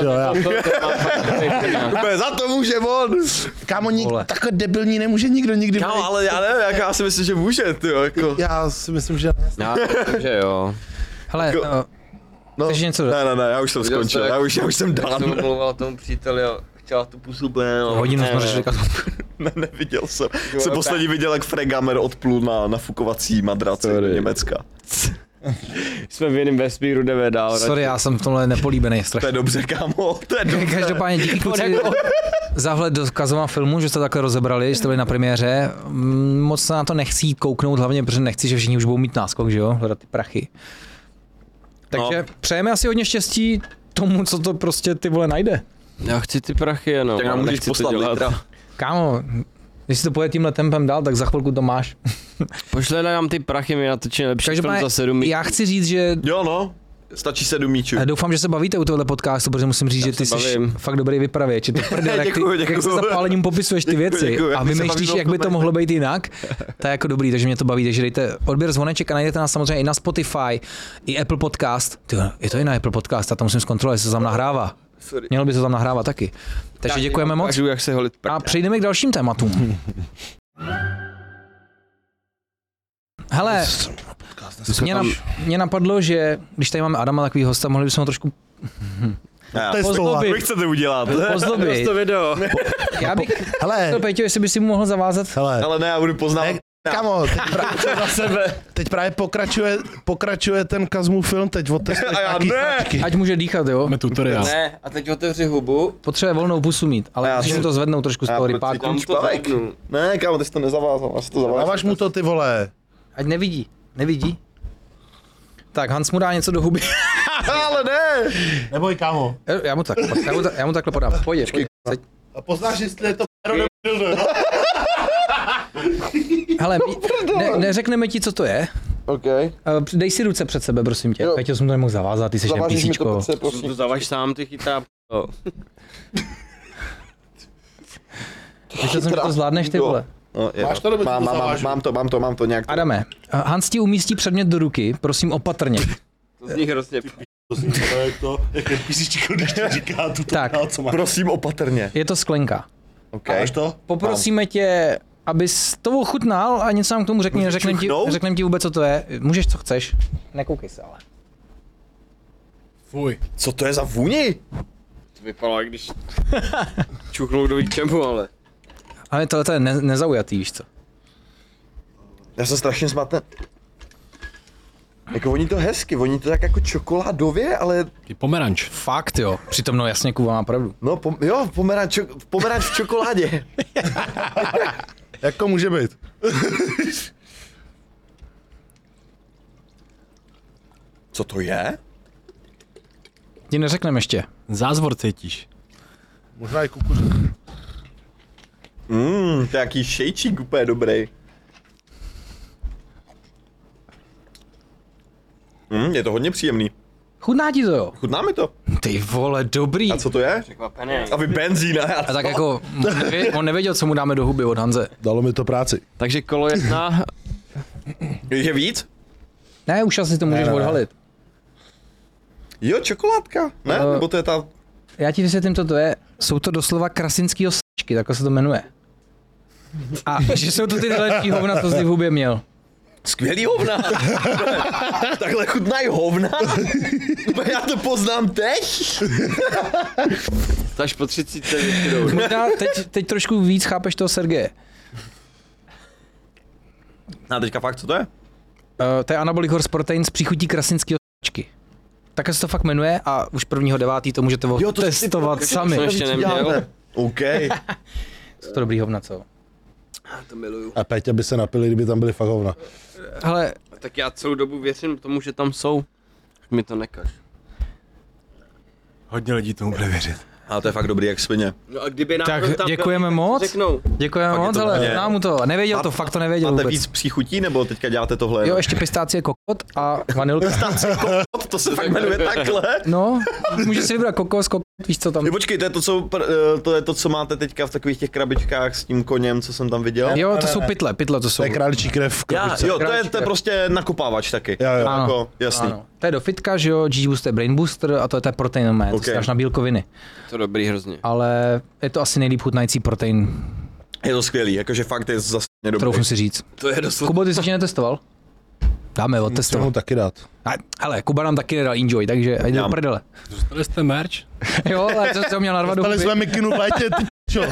Úplně za to může on. Kámo, Vole. takhle debilní nemůže nikdo nikdy být. Kámo, ale já nevím, jak já si myslím, že může, ty jako. Já si myslím, že Já myslím, že jo. Hele, No, chceš něco dodat? ne, já už jsem skončil, já už jsem Já jsem dán. mluvil tomu příteli a chtěla tu pusu úplně. Hodinu jsme řešili Ne, neviděl jsem. Jsem poslední viděl, jak Fregamer odplul na nafukovací madraci do Německa. Jsme v jiném vesmíru, jdeme dál. Sorry, já jsem v tomhle nepolíbený To je strašně. dobře, kámo, to je dobře. Každopádně díky kluci za vhled do Kazuma filmu, že jste to takhle rozebrali, že jste byli na premiéře. Moc se na to nechci jít kouknout, hlavně protože nechci, že všichni už budou mít náskok, že jo, hledat ty prachy. Takže přejeme asi hodně štěstí tomu, co to prostě ty vole najde. Já chci ty prachy jenom. Tak nám můžeš nechci to poslat dělat. litra. Kámo, když si to pojede tímhle tempem dál, tak za chvilku to máš. Pošle nám ty prachy, my natočíme lepší film Každopádně za 7 já chci říct, že Jo no, stačí 7 míčů. doufám, že se bavíte u tohohle podcastu, protože musím říct, že ty se jsi bavím. fakt dobrý vypravěč. Ty prdele, jak, Děkuju, jak se děkuju. zapálením popisuješ ty věci Děkuju, a my se vymýšlíš, bavíme jak by to o mohlo být jinak, to je jako dobrý, takže mě to baví, takže dejte odběr zvoneček a najdete nás samozřejmě i na Spotify, i Apple Podcast. Tyjo, je to i na Apple Podcast, já to musím zkontrolovat, jestli se tam nahrává. Sorry. Mělo by se tam nahrávat taky. Takže děkujeme moc Ukážu, jak se holit a přejdeme k dalším tématům. Hele, mě napadlo, že když tady máme Adama takový hosta, mohli bychom ho trošku testovat. Co vy chcete udělat? pozdobit. to video. Já bych Hele, chtěl, Peťo, jestli by si mu mohl zavázat. hele, Ale ne, já budu poznávat. kámo, teď právě pokračuje ten Kazmu film, teď otestuje A já nějaký ne. značky. Ať může dýchat, jo? Máme tutoriál. Ne, a teď otevři hubu. Potřebuje volnou pusu mít, ale Já musíš si- mu to zvednout trošku z toho rypáku. Tam to špalek. zvednu. Ne, kámo, ty jsi to nezavázal, já si to zavázal. Dáváš mu to, ty vole. Ať nevidí. Nevidí? Tak Hans mu dá něco do huby. Ale ne! Neboj, kámo. Já mu takhle podám. Pojď. A poznáš, jestli je to pero nebo dildo, no? Hele, neřekneme ti, co to je. OK. Dej si ruce před sebe, prosím tě. Jo. Peťo, jsem to nemohl zavázat, ty jsi Zavážíš mi to NPCčko. přece, prosím. To zavaž sám, ty chytrá p***o. Peťo, jsem to zvládneš, ty vole. No, je, Máš to, nebo ti to zavážu? mám to nějak. Adame, Hans ti umístí předmět do ruky, prosím opatrně. To zní hrozně. To je to, jak ten písničko, když ti říká Tak. co má. Prosím opatrně. Je to sklenka. OK. Máš to? Poprosíme tě, abys to ochutnal a něco nám k tomu řekni, Můžu řekneme čuchnout? ti vůbec, co to je. Můžeš, co chceš. Nekoukej se ale. Fuj. Co to je za vůni? To vypadalo, jak když čuchnul kdo ví k čemu, ale. Ale tohle je nezaujatý, víš co. Já jsem strašně zmaten. Jako voní to hezky, voní to tak jako čokoládově, ale Ty pomeranč. Fakt jo, přitom no jasně Kuba má pravdu. no jo, pomeranč v čokoládě. Jak to může být? Co to je? Ti neřekneme ještě. Zázvor cítíš. Možná i kukuř. To je jaký šejčík úplně dobrý. Je to hodně příjemný. Chutná ti to jo? Chutná mi to. Ty vole, dobrý. A co to je? Překvapený. A vy benzín, ne? A tak jako, on nevěděl, co mu dáme do huby od Hanze. Dalo mi to práci. Takže kolo 1. Je víc? Ne, už asi to můžeš Ne. odhalit. Jo, čokoládka. Ne? Nebo to je ta... Já ti vysvětlím, co to je. Jsou to doslova krasinskýho s***čky, takhle se to jmenuje. A že jsou to ty nejlepší hovna, co jsi v hubě měl. Skvělý hovna. Takhle chutnají hovna. Já to poznám teď. Až po 30 většinou. Možná teď trošku víc chápeš toho Sergeje. A teďka fakt, co to je? To je Anabolic Horse Protein s příchutí krasinského s***čky. Takhle se to fakt jmenuje a už 1.9. to můžete testovat sami. jsem ještě neměl. OK. Jsou to dobrý hovna, co? To miluju. A Péťa by se napili, kdyby tam byly fakt hovna. Hele, Tak já celou dobu věřím tomu, že tam jsou. Tak mi to nekaž. Hodně lidí tomu bude věřit. Ale to je fakt dobrý jak svině. No a kdyby nám tak děkujeme moc. řeknou. Děkujeme Fakt je moc, to ale hodně. nám mu to nevěděl, to fakt to nevěděl Máte vůbec. víc příchutí, nebo teďka děláte tohle? Jo, ještě pistácie kokot a vanilka. To se fakt jmenuje takhle. No, může si vybrat kokos, víš co tam. Počkej, to je to, co máte teďka v takových těch krabičkách s tím koněm, co jsem tam viděl? Jo, to jsou pytle to jsou. To je králičí krev v krabičce. Jo, to je prostě nakopávač taky. Jo. Jako, jasný. Ano. To je do fitka, že jo, G-Boost je Brain Booster a to je proteinomet, to dáš na bílkoviny. To dobrý hrozně. Ale je to asi nejlíp chutnající protein. Je to skvělý, jakože fakt je zase dobrý. Troufnu si říct. To je dost. Kubo, ty jsi ještě netestoval? Dáme Chci odtestovat. mu taky dát. Ale Kuba nám taky nedal enjoy, takže ať do prdele. Dostali jste merch? Jo, ale to jsem měl na 2 Dostali doby. jsme mikinu v létě, ty čo?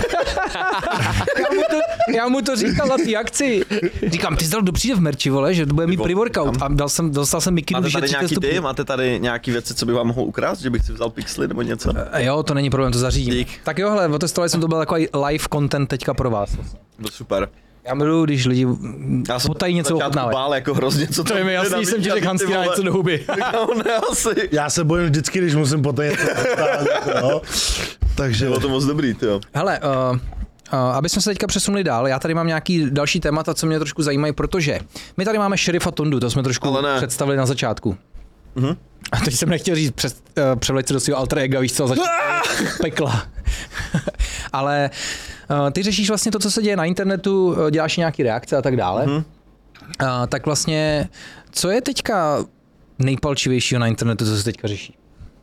Já mu to říkal na té akci. Říkám, ty jsi dal přijde v merči, vole, že to bude mít pre-workout. A dostal jsem mikinu, Máte že tady máte tady nějaký věci, co by vám mohl ukrást, že bych si vzal pixely nebo něco? Jo, to není problém, to zařídím. Dík. Tak jo, hele, otestovali jsem, to byl takový live content teďka pro vás. To super. Já miluji, když lidi Já jsem potají něco ochutnávají. bál jako hrozně, co To je mi jasný, jsem ti řekl, Hansky dá něco do huby. asi. Já se bojím vždycky, když musím potom něco dostat, no. Takže Bylo to moc dobrý, jo. Hele, aby jsme se teďka přesunuli dál, já tady mám nějaký další témata, co mě trošku zajímají, protože my tady máme šerifa Tondu, to jsme trošku představili na začátku. A teď jsem nechtěl říct převleč se do svého alter ega, víš co, začít pekla. Ale ty řešíš vlastně to, co se děje na internetu, děláš nějaký reakce a tak dále. Tak vlastně, co je teďka nejpalčivějšího na internetu, co se teďka řeší?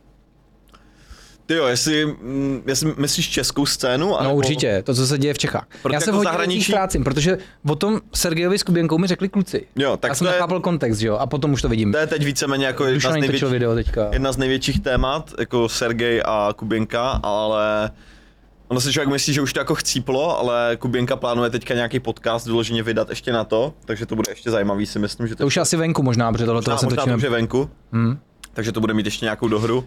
Tyjo, jestli myslíš českou scénu? No určitě, to, co se děje v Čechách. Já se jako hodně zahraničí ztrácím, protože o tom Sergejovi s Kuběnkou mi řekli kluci. Jo, tak já jsem nechápal kontext, jo, a potom už to vidím. To je teď víceméně jako jedna z největších témat, jako Sergej a Kuběnka, ale ono se člověk myslí, že už to jako chcíplo, ale Kuběnka plánuje teďka nějaký podcast vyloženě vydat ještě na to, takže to bude ještě zajímavý, si myslím, že to už je asi venku možná, protože tohle se točíme. Možná venku, takže to bude mít ještě nějakou dohru.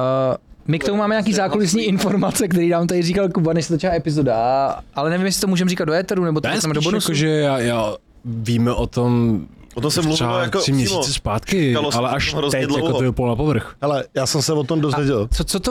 My k tomu máme nějaký zákulisní informace, který nám tady říkal Kuba, než se točila epizoda, ale nevím, jestli to můžeme říkat do éteru, nebo to chceme do bonusu. Jako, že já víme o tom jsem mluvil jako 3 měsíce zpátky, ale až teď jako to vyplulo na povrch. Ale já jsem se o tom dozvěděl.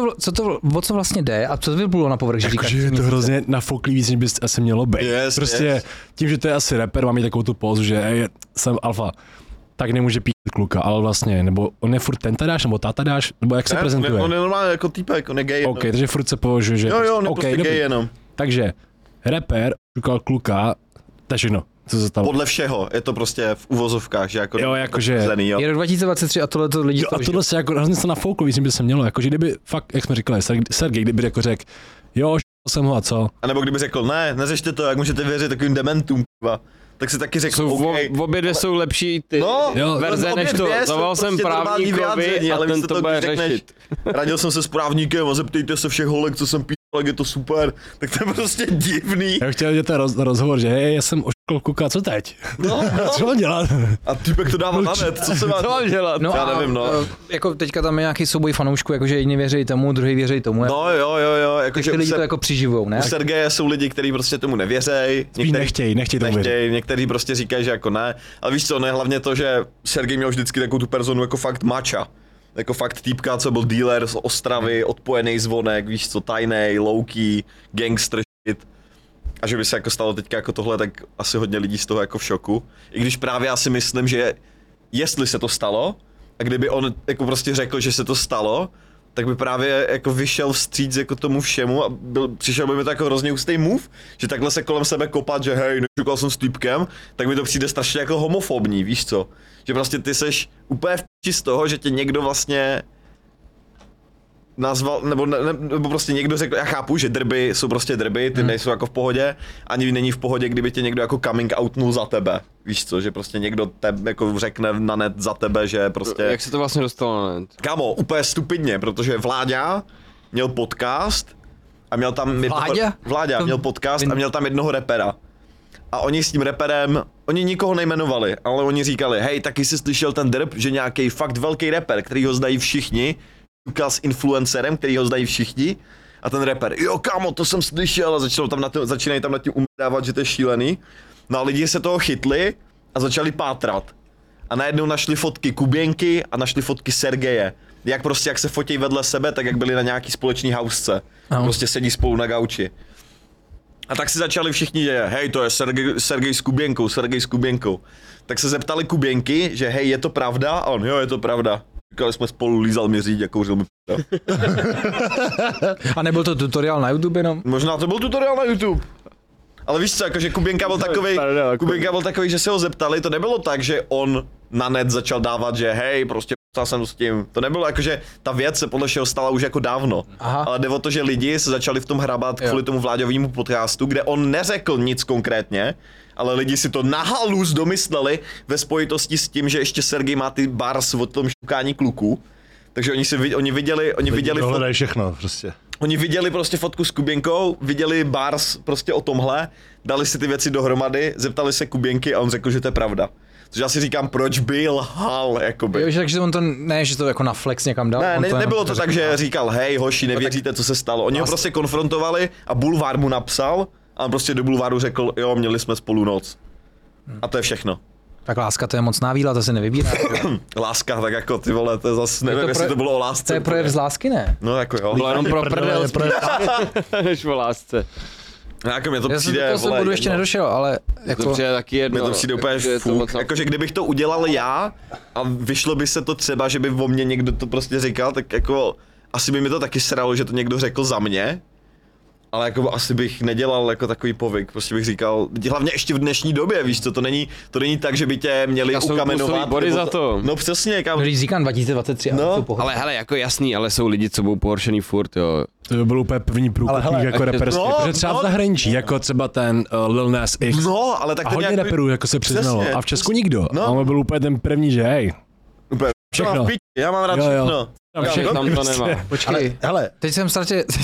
O co vlastně jde a co to vyplulo na povrch, že říkáš? Že je to hrozně nafouklý víc, než by asi mělo být. Prostě tím, že to je asi rapper, mám i takovou tu pózu, že jsem alfa. Tak nemůže pít kluka, ale vlastně, nebo on je furt tentadáš, nebo tatadáš, nebo jak se prezentuje? On je normálně jako týpek, on je gay. No. OK, takže furt se považuje, že... Jo, on je prostě gay jenom. Takže, rapper šukal kluka, to je všechno, co se stalo. Podle všeho, je to prostě v uvozovkách, že jako... Jo, jakože... Je rok 2023 a tohle to lidi... Jo, a tohle se jako hrozně se nafouklo, víc, by se mělo, jakože kdyby fakt, jak jsme říkali, Sergej, kdyby jako řekl, jo, jsem ho a co? A nebo kdyby řekl, ne, neřešte to, jak můžete věřit takovým dementům, tak si taky řekl, okay. Obě dvě jsou lepší ty verze než to. Zavolal jsem právníkovi a ten to bude řešit. Radil jsem se s právníkem a zeptejte se všech holek, co jsem píšel, jak je to super. Tak to je prostě divný. Já chtěl dělat rozhovor, že hej, já jsem oškol kluka, co teď? No. Co mám dělat? A týpek to dává na net, co mám dělat? No já nevím, no. Jako teďka tam je nějaký souboj fanoušků, jakože jedni věří tomu, druhý věří tomu. No jo. Takže ty lidi to jako přiživujou, ne? U Sergeje jsou lidi, kteří prostě tomu nevěřejí. Nechtějí tomu věřit. Někteří prostě říkají, že jako ne. Ale víš co, ne hlavně to, že Sergej měl vždycky takovou tu personu jako fakt mača. Jako fakt týpka, co byl dealer z Ostravy, odpojený zvonek, víš co, tajnej, low-key, gangster shit. A že by se jako stalo teďka jako tohle, tak asi hodně lidí z toho jako v šoku. I když právě já si myslím, že jestli se to stalo, a kdyby on jako prostě řekl, že se to stalo, tak by právě jako vyšel vstříc jako tomu všemu a přišel by mi to jako hrozně hustý move, že takhle se kolem sebe kopat, že hej, nešukal jsem s týpkem, tak mi to přijde strašně jako homofobní, víš co? Že prostě ty seš úplně v piči z toho, že tě někdo vlastně nazval, nebo prostě někdo řekl, já chápu, že drby jsou prostě drby, ty nejsou jako v pohodě, ani není v pohodě, kdyby tě někdo jako coming outnul za tebe, víš co, že prostě někdo jako řekne na net za tebe, že prostě... Jak se to vlastně dostalo na net? Kámo, úplně stupidně, protože Vláďa měl podcast a měl tam Vláďa měl podcast a měl tam jednoho rapera. A oni s tím reperem, oni nikoho nejmenovali, ale oni říkali, hej, taky jsi slyšel ten drb, že nějaký fakt velký rapper, který ho znají všichni, s influencerem, který ho znají všichni, a ten rapper, jo kámo, to jsem slyšel, a začínají tam nad tím umdávat, že to je šílený. No a lidi se toho chytli a začali pátrat. A najednou našli fotky Kuběnky a našli fotky Sergeje. Jak se fotí vedle sebe, tak jak byli na nějaký společný housece. Prostě sedí spolu na gauči. A tak si začali všichni dělat, hej, to je Sergej s Kuběnkou. Tak se zeptali Kuběnky, že hej, je to pravda? A on, jo, je to pravda. Říkali jsme spolu, lízal mi říď a kouřil mi A nebyl to tutoriál na YouTube jenom? Možná to byl tutoriál na YouTube. Ale víš co, jakože Kuběnka byl takový, že se ho zeptali, to nebylo tak, že on na net začal dávat, že hej, prostě jsem s tím. To nebylo jako, že ta věc se podle všeho stala už jako dávno. Aha. Ale jde o to, že lidi se začali v tom hrabat kvůli tomu Vláďovému podcastu, kde on neřekl nic konkrétně, ale lidi si to na halus domysleli ve spojitosti s tím, že ještě Sergej má ty bars o tom šukání kluků. Takže oni viděli Dohledají všechno prostě. Oni viděli prostě fotku s Kuběnkou, viděli bars prostě o tomhle, dali si ty věci dohromady, zeptali se Kuběnky a on řekl, že to je pravda. Takže já si říkám, proč by lhal, jakoby. Jo, takže on to, ne, že to jako na flex někam dal. Nebylo to tak, že říkal, hej hoši, nevěříte, co se stalo. Oni ho prostě konfrontovali a Bulvár mu napsal a on prostě do Bulváru řekl, jo, měli jsme spolu noc. A to je všechno. Tak láska, to je mocná víla, to se nevybírá. Láska, tak jako ty vole, to je zase, nevím, jestli to bylo o lásce. To je projev z lásky, ne? No jako jo. Bylo jenom pro prdel, než o lásce. Jako mě to Já přijde, jsem do toho bodu ještě nedošel, ale jako... To přijde taky jedno. Mně to přijde úplně fuk. Jakože kdybych to udělal já a vyšlo by se to třeba, že by o mně někdo to prostě říkal, tak jako asi by mi to taky sralo, že to někdo řekl za mě. Ale jako asi bych nedělal jako takový povyk, prostě bych říkal, hlavně ještě v dnešní době, víš co, to není tak, že by tě měli ukamenovat. Body za to. No přesně, kam... No, když říkám 2023, no, ale hele, jako jasný, ale jsou lidi, co budou pohoršený furt, jo. To by byl úplně první průkopník jako reperský, protože třeba v zahraničí, jako třeba ten Lil Nas X. No, ale tak a to hodně nějak... reperů jako se přiznalo. Přesně. A v Česku nikdo. No. A on byl úplně ten první, že hej. Úplně Všechno. já mám rád všechno. Tam to nemá. Počkej, Hele, teď jsem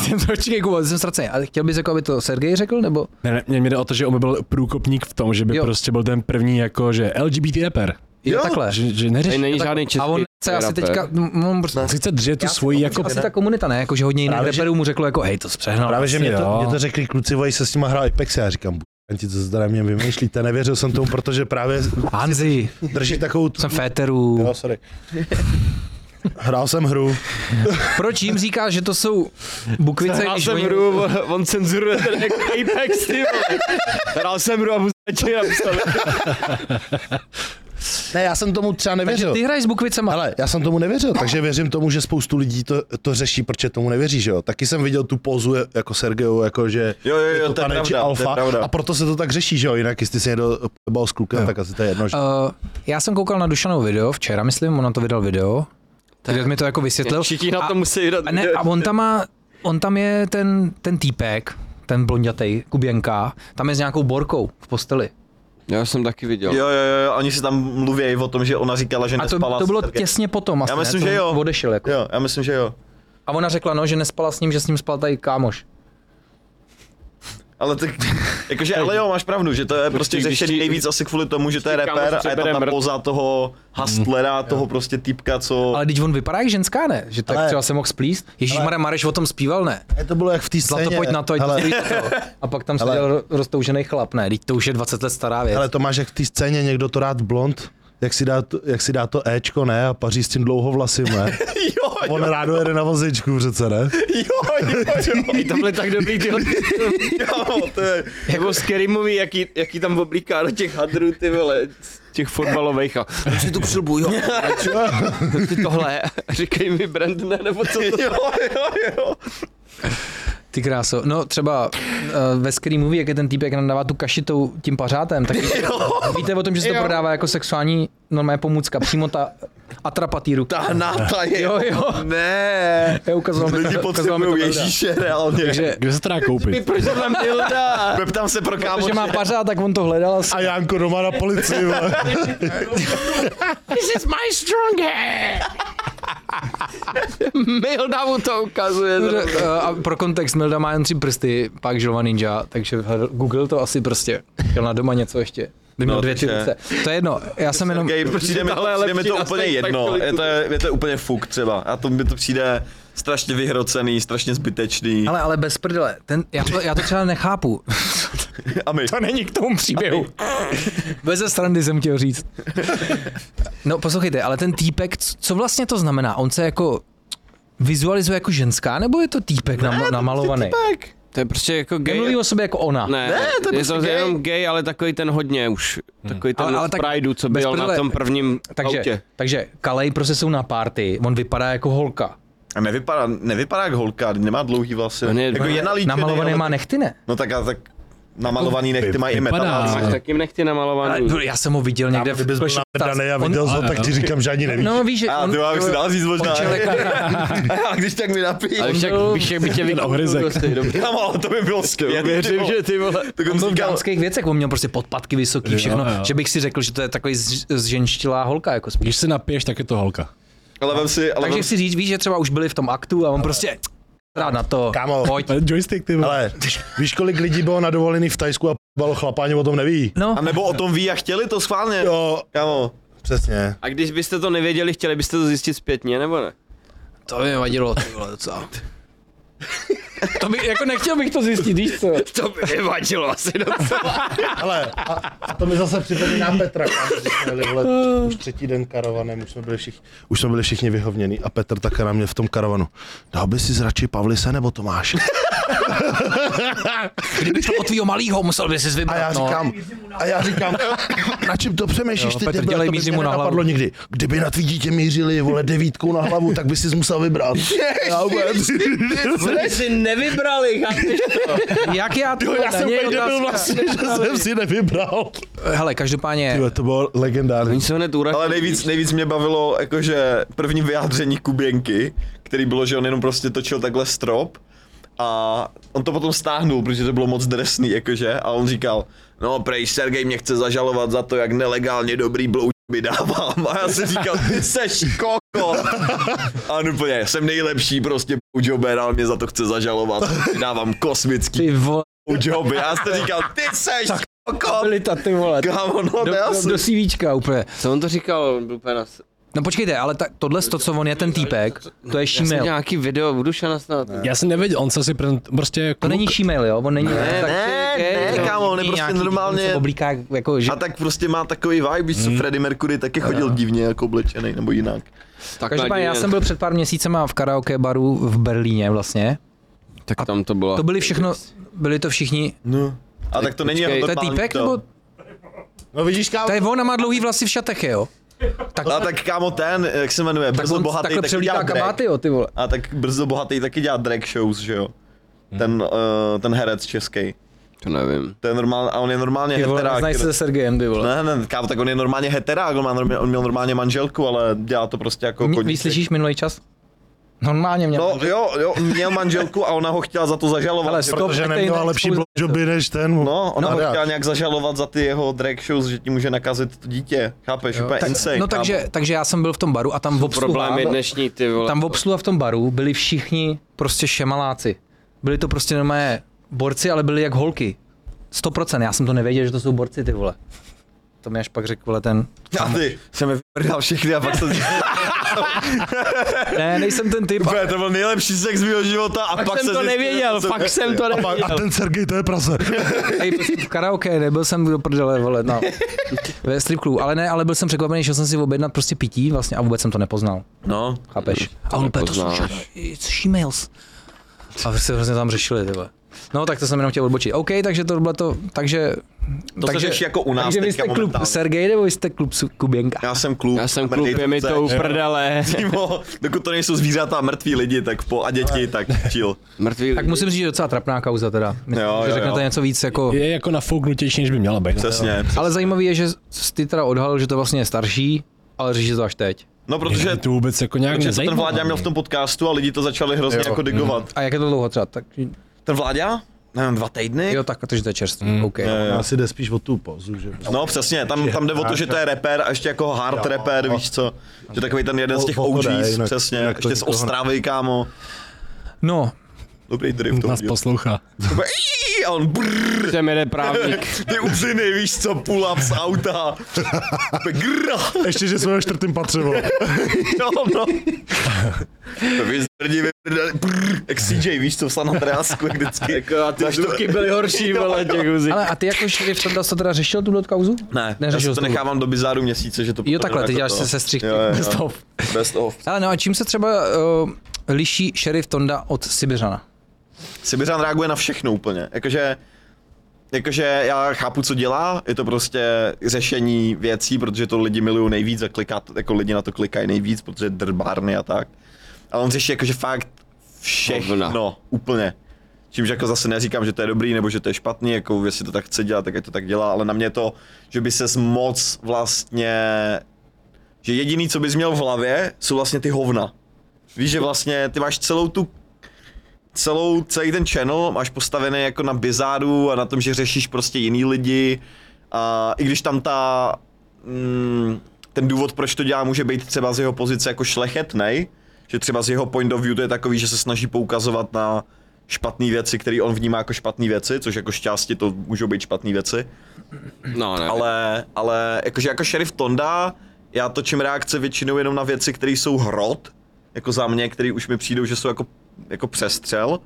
ztracený, ale chtěl bys jako, aby to Sergej řekl, nebo? Ne, mě jde o to, že on by byl průkopník v tom, že by prostě byl ten první jako, že LGBT rapper. Jo, takhle. Že neřeší. Tady není žádný český A on se asi rapper. teďka, on prostě... Sice držet tu svoji jako... Asi ta komunita, ne? Jako, že hodně jiných Právě, že- reperů mu řeklo jako, hej, to zpřehnal. právě, že mě jo. to řekli kluci, vojí se s nima hrál Apex, já říkám, ti, co se tady mě vymýšlíte, nevěřil jsem tomu, protože právě Hanzi, drží takovou... jsem féteru. Jo, sorry. Hrál jsem hru. Proč jim říkáš, že to jsou bukvice, Hrál když jsem oni... hru, on cenzuruje ten jako Apex, ty vole. Hrál jsem hru a mu začali napsali. Ne, já jsem tomu třeba Takže nevěřil. ty hraješ s bukvicema. Ale já jsem tomu nevěřil, takže věřím tomu, že spoustu lidí to řeší, protože tomu nevěří, že jo. Taky jsem viděl tu pózu jako Sergeju, jako že Jo, je to to je tanečí pravda, alfa, to je pravda. a proto se to tak řeší, že jo. Jinak jestli se někdo bal s klukem, tak asi to je jedno. Že... Já jsem koukal na Dušanov video, včera myslím, on na to vydal video. Takže mi to jako vysvětlil. Všichni na to musí vydat. On tam je ten týpek, ten blondětej, Kuběnka, tam je s nějakou borkou v posteli. Já jsem taky viděl. Jo, oni si tam mluví o tom, že ona říkala, že A nespala to bylo s Sergejem. těsně potom asi, Já myslím, ne? že jo. Odešel jako. Jo, já myslím, že jo. A ona řekla, no, že nespala s ním, že s ním spal tady kámoš. Ale tak, jakože, ale jo, máš pravdu, že to je prostě když řešený ti- nejvíc asi kvůli tomu, že to je když ti kámoš rapper a je přebere tam ta mrt. poza toho hustlera, toho prostě týpka, co... Ale když on vypadá jak ženská, ne? Že tak Ale- třeba se mohl splíst. Ježíšmarja, Mareš o tom zpíval, ne? To bylo jak v té scéně. Zlato, pojď na to, ať to hele, stojí za to. A pak tam hele. seděl roztoužený chlap, ne? Teď to už je 20 let stará věc. hele, to máš jak v té scéně, někdo to rád blond, jak si dá to Ečko, ne? A paří s tím dlouhovlasým, ne? Jo, On rádo jede na vozíčku přece, ne? jo. Tam byly tak dobrý ty Jo, to je... Nebo Scary Movie, jaký tam oblíká do těch hadrů, ty vole, těch fotbalových a si tu přilbu, jo, ty tohle, říkej mi Brandne, nebo co to Jo. Ty kráso. No třeba ve Scary Movie, jak je ten týpek nadává tu kašitou tím pařátem, tak víte o tom, že se to prodává jako sexuální normální pomůcka, přímo ta atrapatý ruka. Ta hnáta je... Jo. Ne. Já ukazoval mi Lidi to, ukazoval mi to potřebují Melda. Ježíše, reálně. Takže, Kde se to dá koupit? proč to tam Milda? Peptám se pro protože kámoše. má pařád, tak on to hledal. A Janko doma na policii, vole. This is my strong hair. Milda mu to ukazuje. A pro kontext, Milda má jen 3 prsty, pak žilva ninja, takže Google to asi prostě chtěl na doma něco ještě. By měl No, 2 ty takže- ruce. To je jedno, já jsem jenom... Přijde mi to úplně jedno, je to úplně fuk třeba. A to mi to přijde strašně vyhrocený, strašně zbytečný. Ale bez prdele, já to třeba nechápu. A my. To není k tomu příběhu. Bez strandy jsem chtěl říct. No poslouchejte, ale ten týpek, co vlastně to znamená? On se jako vizualizuje jako ženská, nebo je to týpek namalovaný? To je prostě jako gay. Nemluví o sobě jako ona. Ne, to je je prostě to gay. jenom gay, ale takový ten hodně už. Takový ten Ale tak Prideu, co bez byl na prdele. tom prvním autě. Takže Kalej prostě jsou na party, on vypadá jako holka. A nevypadá jak holka, nemá dlouhý vlasy. Jako je nalíčený, Namalovaný má nechty, ne? No tak namalovaný nechty mají i metaláci. Máš taky nechty namalovaný. Já jsem ho viděl někde v Kdybys byl navrdanej a viděl ho, tak ti říkám, že ani nevíš. No víš, že A ty bych si dal říct možná. jako- A když tak mi napij. Ale však by tě viděl ohryzek. Kámo, ale to by bylo skvělé. Já věřím, že ty vole. on byl v dámských věcech, on měl prostě podpatky vysoký, všechno, že bych si řekl, že to je takový zženštilá holka, jako spíš. Když se napiješ, tak je to holka. Ale vem si, Takže chci říct, víš, že třeba už byli v tom aktu a on prostě rád na to, Kámo, pojď. Joystick, ty vole. ale víš, kolik lidí bylo na dovolený v Thajsku a p***balo chlapa, ani o tom neví. No, a nebo o tom ví a chtěli to schválně. Jo, Kámo. přesně. A když byste to nevěděli, chtěli byste to zjistit zpětně, nebo ne? to by mě vadilo, ty vole, docela. To by, jako nechtěl bych to zjistit, víš co? To by mi vadilo asi docela. Ale a to mi zase připomíná Petra, když jsme byli vole, už 3. den karavanem, už jsme byli všichni vyhovnění a Petr také na mě v tom karavanu. Dal by si radši Pavlise nebo Tomáše? Kdyby šlo o tvýho malýho, musel by si vybrat, A já říkám, na čem to přemýšlíš Jo, ty, Petr, ty dělej to by míři mě mu na hlavu. nenapadlo nikdy. Kdyby na tvý dítě mířili, vole, 9 na hlavu, tak by si musel vybrat. Já vůbec. Jsme si nevybrali, chápeš to? Jak já to? Já jsem úplně byl vlastně, že jsem si nevybral. Hele, každopádně, Tyhle, to bylo legendární. Oni se hned uratili. Ale nejvíc mě bavilo jakože první vyjádření Kuběnky, který bylo, že on jenom prostě točil takhle strop a on to potom stáhnul, protože to bylo moc drsný, jakože, a on říkal, no prej Sergej mě chce zažalovat za to, jak nelegálně dobrý bloučby dávám. A já jsem říkal, ty seš koko. A on úplně, jsem nejlepší prostě bloujober, ale mě za to chce zažalovat. Dávám kosmický ty vole, bloujoby. Já jsem říkal, ty seš koko. abilita, ty vole, Kámo, no do CVčka úplně. Co on to říkal? On byl úplně No počkejte, ale tohle, co on je ten týpek, to je Já jsem She-mail. nějaký video, budu šana snad. Já jsem nevěděl, on se si prostě To není She-mail, jo? On není... Ne, kámo, on je prostě nějaký, normálně. On se oblíká jako, že... A tak prostě má takový vibe, víš co, Freddie Mercury taky chodil divně jako oblečený, nebo jinak. Každopádně já jsem byl před pár měsícema v karaoke baru v Berlíně vlastně. Tak tam to bylo. To byli všechno, byli to všichni... No. A tak to není počkej, jako To je normální týpek, to. nebo... No vidíš, kámo. To je on a má dlouhý vlasy v šatech, jo? A tak kámo ten, jak se jmenuje, Tak Brzo on bohatý takhle taky převlíká dělá drag. kabáty, jo, ty vole. A tak Brzo bohatý taky dělá drag shows, že jo. Ten herec český. To nevím. To je normál, a on je normálně Ty vole, heterák. znají se se Sergejem, ty vole. Ne, kámo, tak on je normálně heterák, on měl normálně manželku, ale dělá to prostě jako koníček. Víš, slyšíš minulý čas? Normálně měl. No jo, měl manželku a ona ho chtěla za to zažalovat. Ale že- stop, Protože neměla lepší blowjoby než ten. No, ona ho já. chtěla nějak zažalovat za ty jeho drag shows, že ti může nakazit to dítě. Chápeš, úplně insane. No takže já jsem byl v tom baru a tam obsluha, Problém je dnešní, ty vole. tam obsluha v tom baru byli všichni prostě šemaláci. Byli to prostě normálně borci, ale byli jak holky. 100%, já jsem to nevěděl, že to jsou borci, ty vole. To mi až pak řekl, vole, ten... A ty jsem je vyprdal všechny a pak to Ne, nejsem ten typ. úplně, to byl nejlepší sex mého života a pak jsem se to zjistil, nevěděl, že fakt jsem to A nevěděl. ten Sergej, to je prase. Ej, v karaoke, nebyl jsem do prdele, vole, no. Ve strip clubu, ale byl jsem překvapený, šel jsem si objednat prostě pití vlastně a vůbec jsem to nepoznal, No, chápeš? A on úplně, to jsou she-mails. A prostě hrozně tam řešili, ty vole. No, tak to jsem jenom chtěl odbočit. OK, takže to bylo to, takže... To se řeší jako u nás Takže vy teďka jste klub momentálně. Sergej, nebo vy jste klub Kuběnka? Já jsem klub. Já jsem klub, mrdej je mi to chceš. uprdele. Přímo, dokud to nejsou zvířata a mrtví lidi, tak a děti, tak chill. Mrtvý Tak musím říct, že docela trapná kauza teda. Myslím, Jo, že jo, řeknete jo. něco víc jako... Je jako nafouknutější, než by měla být. Přesně. Ale zajímavý je, že ty teda odhalil, že to vlastně je starší, ale řeší to až teď. No, Protože protože to vůbec jako nějak ten nezajímá. Vláďa měl v tom podcastu a lidi to začali hrozně jako digovat. A jak je to dlouho třeba? Tak, Ten Vláďa? Nevím, 2 týdny? jo, tak, takže to je čerstvý. OK. Asi jde spíš o tu pozu, že? No přesně, tam jde o to, že to je rapper a ještě jako hard rapper, víš co? Že takový ten jeden z těch O to jde, OGs, jinak- přesně, jinak to ještě z nikoho Ostravy, kámo. No, Dobrý drift to Nás hodil. poslouchá. A on brrrr, Sem jede právník. ty uziny, víš co, pull up z auta. Grrr. Ještě, že jsme ve 4. patře, vole. No. Vy zrdí vyprdali, jak CJ, víš co, v San Andreasku, jak vždycky. Jako a ty zvuky byly horší, vole, těch uzí. ale a ty jako šerif Tonda jsi to teda řešil tuhle kauzu? Ne, já Neřešil si to jsi to. nechávám do bizáru měsíce, že to... Jo, takhle, ty jako děláš to. se sestřičky. Jo, jo, Best jo. of. Best of. Ale no a čím se třeba liší šerif Tonda od Sibiřana? Sibiřan reaguje na všechno úplně, jakože já chápu, co dělá, je to prostě řešení věcí, protože to lidi milují nejvíc a kliká, jako lidi na to klikají nejvíc, protože drbárny a tak. Ale on řeší jakože fakt všechno, úplně. Čímž jako zase neříkám, že to je dobrý nebo že to je špatný, jako jestli to tak chce dělat, tak je to tak dělá, ale na mě to, že by ses moc vlastně, že jediný, co bys měl v hlavě, jsou vlastně ty hovna. Víš, že vlastně ty máš celý ten channel máš postavený jako na bizáru a na tom, že řešíš prostě jiný lidi a i když tam ten důvod, proč to dělá, může být třeba z jeho pozice jako šlechetnej, že třeba z jeho point of view to je takový, že se snaží poukazovat na špatné věci, které on vnímá jako špatné věci, což jako šťastí to můžou být špatné věci. No, ne. Ale jakože jako šerif Tonda, já točím reakce většinou jenom na věci, které jsou hrot, jako za mě, které už mi přijdou, že jsou jako přestřel.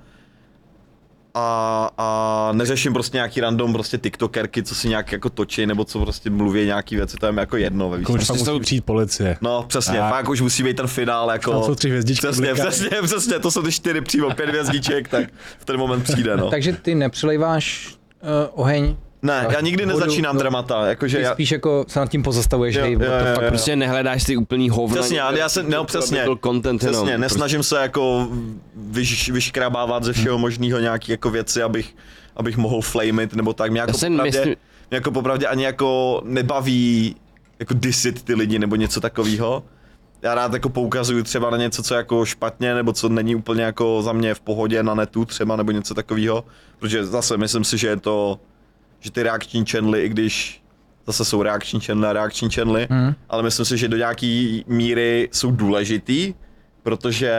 A neřeším prostě nějaký random prostě tiktokerky, co si nějak jako točí, nebo co prostě mluví nějaký věci, to je mi jako jedno. Už musí přijít policie. No přesně, fakt už musí být ten finál jako... Tam jsou 3 hvězdičky. Přesně, to jsou ty 4 přímo, 5 hvězdiček, tak v ten moment přijde, no. Takže ty nepřilejváš oheň? Ne, já nikdy nezačínám dramata, jakože ty já... spíš jako se nad tím pozastavuješ, Jo, hej, jo. Prostě nehledáš ty úplný hovna. Přesně, já se, no přesně, Přesně, nesnažím se jako vyškrabávat ze všeho možného nějaký jako věci, abych mohl flameit nebo tak, mě jako popravdě ani jako nebaví jako disit ty lidi nebo něco takového. Já rád jako poukazuju třeba na něco, co je jako špatně, nebo co není úplně jako za mě v pohodě na netu třeba, nebo něco takového, protože zase myslím si, že je to, že ty reakční channely, i když zase jsou reakční channely, ale myslím si, že do nějaký míry jsou důležitý, protože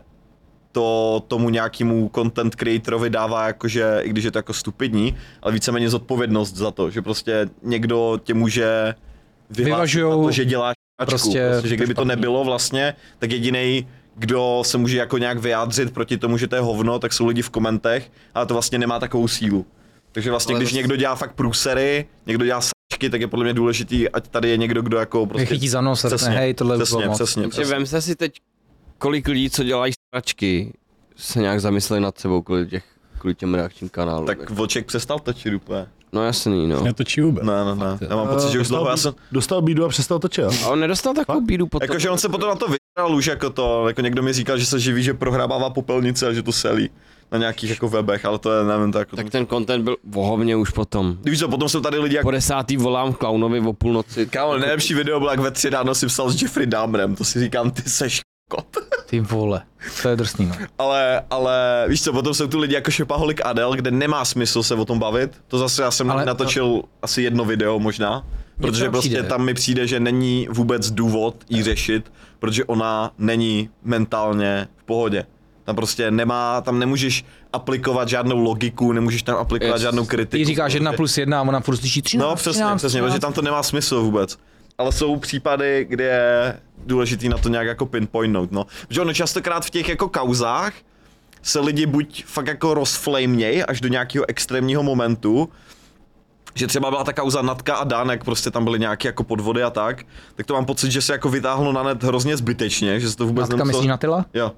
to tomu nějakému content creatorovi dává jakože, i když je to jako stupidní, ale víceméně zodpovědnost za to, že prostě někdo tě může vyhlásit na to, že děláš prostě, že kdyby to nebylo vlastně, tak jedinej, kdo se může jako nějak vyjádřit proti tomu, že to je hovno, tak jsou lidi v komentech, ale to vlastně nemá takovou sílu. Takže vlastně, když někdo dělá fakt průsery, někdo dělá sačky, tak je podle mě důležitý, ať tady je někdo, kdo jako prostě... Chytí za nos, řekne, hej, tohle už bylo moc. Přesně. Vemte si teď, kolik lidí, co dělají sačky, se nějak zamysleli nad sebou kvůli těm reakčním kanálům. Tak Vlček přestal točit úplně. No jasný, no. Netočí vůbec. Ne. Já mám pocit, že už dlouho Dostal bídu a přestal točit. A on nedostal takovou bídu potom. Jakože on se potom na to vyhrál už jako to, jako někdo mi říkal, že se živí, že prohrávává popelnice a že to selí na nějakých jako webech, ale to je, nevím, tak... Tak ten content byl vohovně už potom. Víš co, potom jsou tady lidi jak... Po 10. volám klaunovi o půlnoci. Kámo, nejlepší video bylo, jak ve 3 ráno si psal s Jeffrey Dahmerem, to si říkám, ty seš kot. Ty vole, to je drsný, no. Ale víš co, potom jsou tu lidi jako Shopaholic Adel, kde nemá smysl se o tom bavit. To zase já jsem natočil asi 1 video možná, protože prostě tam mi přijde, že není vůbec důvod jí řešit, protože ona není mentálně v pohodě. Tam prostě tam nemůžeš aplikovat žádnou logiku, nemůžeš tam aplikovat žádnou kritiku. Ty říkáš 1+1 a ona furt slyší 13. No přesně, protože tam to nemá smysl vůbec. Ale jsou případy, kde je důležitý na to nějak jako pinpointnout, no. Protože ono častokrát v těch jako kauzách se lidi buď fakt jako rozflameněj až do nějakého extrémního momentu, že třeba byla ta kauza Natka a Dan, jak prostě tam byly nějaké jako podvody a tak to mám pocit, že se jako vytáhlo na net hrozně zbytečně, že se to vůbec Natka myslíš Natila? Jo.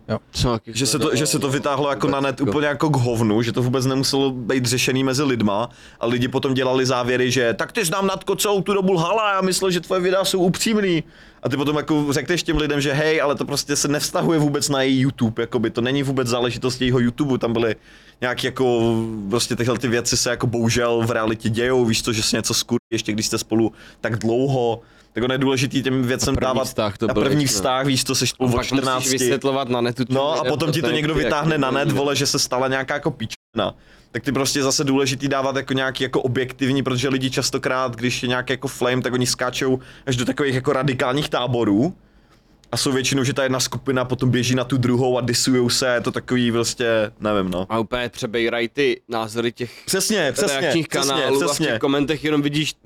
Že se to vytáhlo jako na net úplně jako k hovnu, že to vůbec nemuselo být řešený mezi lidma a lidi potom dělali závěry, že tak ty znám Natko celou tu dobu lhala, já myslel, že tvoje videa jsou upřímný. A ty potom jako řekneš těm lidem, že hej, ale to prostě se nevztahuje vůbec na její YouTube, jakoby to není vůbec záležitost jejího YouTube, tam byly nějaký jako, prostě tyhle ty věci se jako bohužel v realitě dějou, víš to, že se něco skurví, ještě když jste spolu tak dlouho, tak ono je důležitý těm věcem dávat na první vztah, víš to, seš spolu o 14. vysvětlovat na netu. No a potom ti to někdo vytáhne na net, vole, že se stala nějaká jako pičina. Tak ty prostě zase důležitý dávat jako nějaký jako objektivní, protože lidi častokrát, když je nějaký jako flame, tak oni skáčou až do takových jako radikálních táborů. A jsou většinou, že ta jedna skupina potom běží na tu druhou a disujou se, je to takový prostě, nevím no. A úplně přebejrají ty názory těch reakčních kanálů a v těch komentech jenom vidíš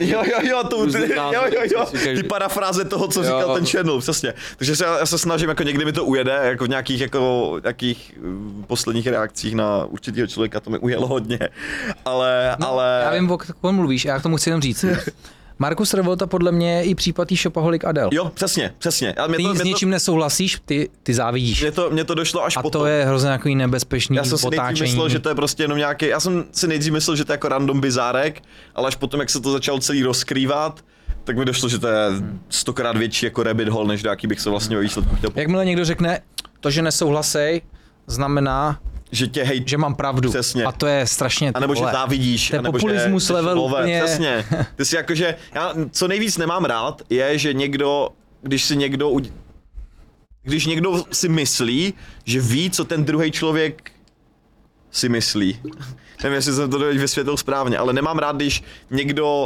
ty parafráze toho, co říkal ten channel, přesně. Takže já se snažím, jako někdy mi to ujede, jako v nějakých posledních reakcích na určitýho člověka to mi ujelo hodně, ale... Já vím, o kom mluvíš, já k tomu chci jenom říct. Markus Revolta podle mě je i případ Shopaholic Adel. Jo, přesně. Ty s něčím nesouhlasíš, ty závidíš. Mně to došlo až potom. A to je hrozně nějaký nebezpečný potáčení. Já jsem si nejdřív myslel, že to je prostě jenom nějaký, já jsem si nejdřív myslel, že to je jako random bizárek, ale až potom, jak se to začalo celý rozkrývat, tak mi došlo, že to je 100krát větší jako rabbit hole, než do jaký bych se vlastně o výsledku chtěl. Jakmile někdo řekne, to, že nesouhlasej, znamená, že tě hejt, že mám pravdu. Přesně. A to je strašně... a nebo že závidíš, to je a nebo populismus že level úplně... Přesně. Ty si jakože, já co nejvíc nemám rád, je, že někdo, když někdo si myslí, že ví, co ten druhý člověk si myslí. Nevím, jestli jsem to vysvětlil správně, ale nemám rád, když někdo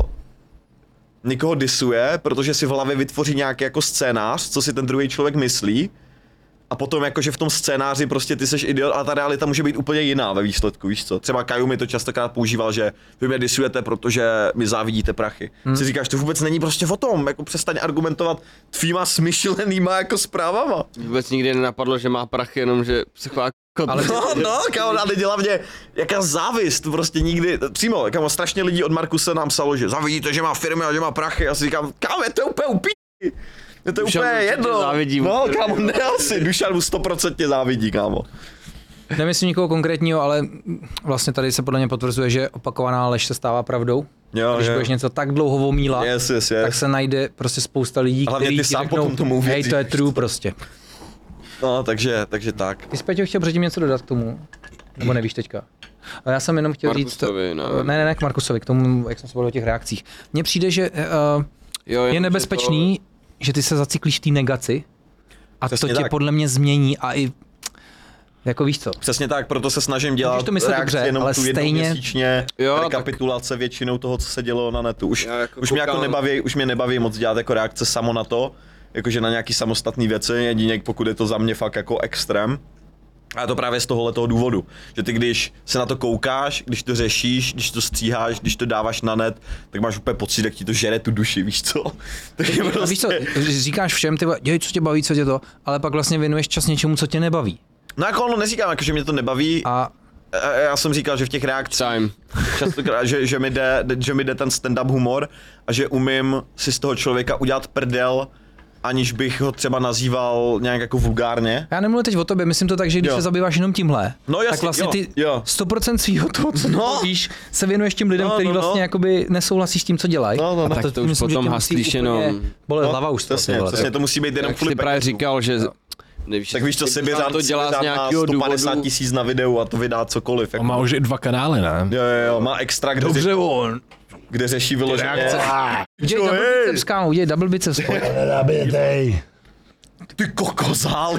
někoho disuje, protože si v hlavě vytvoří nějaký jako scénář, co si ten druhý člověk myslí, a potom jakože v tom scénáři prostě ty seš idiot a ta realita může být úplně jiná ve výsledku, víš co? Třeba Kaju mi to častokrát používal, že vy mě disujete, protože mi závidíte prachy. Si říkáš, to vůbec není prostě o tom, jako přestaň argumentovat tvýma smyšlenýma jako zprávama. Vůbec nikdy nenapadlo, že má prachy, jenom že se chová Ale kámo, ale dělá mě, jaká závist, prostě nikdy, přímo, kámo, strašně lidí od Markuse nám psalo, že zavidíte, že má firmy a že má prachy, a si říkám, kámo, je to úplně upí. Je to Dušan úplně jedno. Závidí, no, kámo, ne asi, Dušan mu 100% závidí, kámo. nemyslím nikoho konkrétního, ale vlastně tady se podle mě potvrzuje, že opakovaná lež se stává pravdou. Jo, Když budeš něco tak dlouho omílat, yes. tak se najde prostě spousta lidí, Hlavně kteří ty ti sám řeknou, potom tomu hej, uvěříš, to je víš true co? prostě. No, takže tak. Ty jsi, Peťo, chtěl předtím něco dodat k tomu? Nebo nevíš teďka? A já jsem jenom chtěl říct... Markusovi, Ne, k Markusovi, k tomu, jak jsem se bavil o těch reakcích. Mně přijde, že je nebezpečný, že ty se zacyklíš v té negaci a Přesně to tě tak. podle mě změní a i jako víš co. Přesně tak, proto se snažím dělat Můžeš to myslet reakci dobře, jenom ale tu jednou stejně- měsíčně, Jo, rekapitulace většinou toho, co se dělo na netu. Už Já jako mě jako koukám- už mě nebaví moc dělat jako reakce samo na to, jakože na nějaký samostatný věci, jedině pokud je to za mě fakt jako extrém. A to právě z tohoto důvodu, že ty když se na to koukáš, když to řešíš, když to stříháš, když to dáváš na net, tak máš úplně pocit, jak ti to žere tu duši, víš co? Takže A víš co, říkáš všem, ty dělej, co tě baví, co tě to, ale pak vlastně věnuješ čas něčemu, co tě nebaví. No jako ono neříkám, jako, že mě to nebaví, A já jsem říkal, že v těch reakcích častokrát, že mi jde ten stand-up humor a že umím si z toho člověka udělat prdel, aniž bych ho třeba nazýval nějak jako vulgárně. já nemluvím teď o tobě, myslím to tak, že když Jo. se zabýváš jenom tímhle, No jasně, tak vlastně jo, ty jo. 100% svýho toho, co víš, se věnuješ těm lidem, No, kteří no, vlastně no. jakoby nesouhlasí s tím, co dělají. No. Tak to už myslím, že potom tě musí haslíš úplně jenom. bolet hlava už. z toho, ty Přesně, vole. přesně, to musí být jenom Jak kvůli jsi právě penězům. říkal, že nevíš, Tak víš, to si to dělá z na nějakého 150 důvodu. 000 na videu a to vydá cokoliv. On Jako. má už i 2 kanály, ne? Jo, má extra, kde řeší vyloženě. Udělej double biceps, kámo, udělej double biceps. Nabitej. Ty kokosál.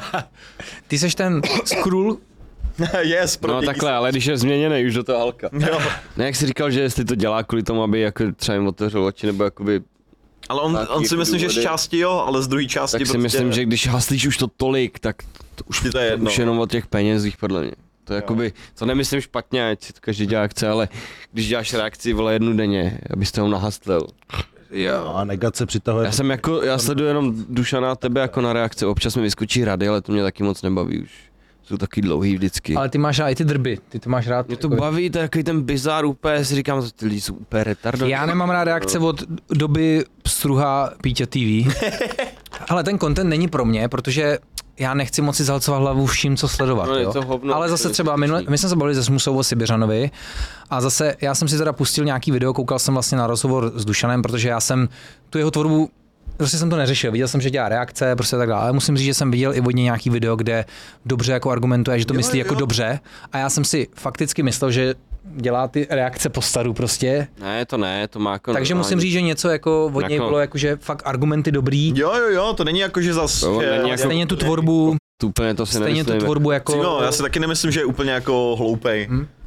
Ty seš ten Skrull, Yes, pro No děti. takhle, ale když je změněný už do toho Halka. Jo. Ne, jak jsi říkal, že jestli to dělá kvůli tomu, aby jako třeba jim otevřel oči, nebo jakoby, Ale on Taky si jako myslím, že z důvody. části jo, ale z druhé části tak si prostě... myslím, že když haslíš už to tolik, tak to už, Ti to je jedno. už jenom o těch penězích podle mě. To jakoby, to nemyslím špatně, ať si to každý dělá jak chce, ale když děláš reakci, vole, jednu denně, abyste ho nahaslil. No a negace přitahuje. Já sleduju jenom Dušana a tebe jako na reakce, občas mi vyskočí rady, ale to mě taky moc nebaví už. Jsou taky dlouhý vždycky. ale ty máš rád i ty drby, ty to máš rád. Mě to jako- baví, to je takový ten bizár úplně, si říkám, že ty lidi jsou úplně retardovaní. Já nemám rád reakce od doby Pstruha Pítě TV. Ale ten content není pro mě, protože já nechci moci zahlcovat hlavu vším, co sledovat. No, je jo? to hovno, Ale zase třeba my jsme se bavili se Smusou o Sibiřanovi a zase já jsem si teda pustil nějaký video, koukal jsem vlastně na rozhovor s Dušanem, protože já jsem tu jeho tvorbu prostě jsem to neřešil, viděl jsem, že dělá reakce, prostě tak dále, ale musím říct, že jsem viděl i od něj nějaký video, kde dobře jako argumentuje, že to myslí jako dobře a já jsem si fakticky myslel, že dělá ty reakce po staru prostě, Ne, to má jako takže normální. musím říct, že něco jako od něj Jako- bylo jakože fakt argumenty dobrý, Jo, to není jako, že zas... Jo, že- není jako- stejně tu tvorbu, To úplně to si stejně tu nemyslím. tvorbu jako... No, já si taky nemyslím, že je úplně jako hloupej.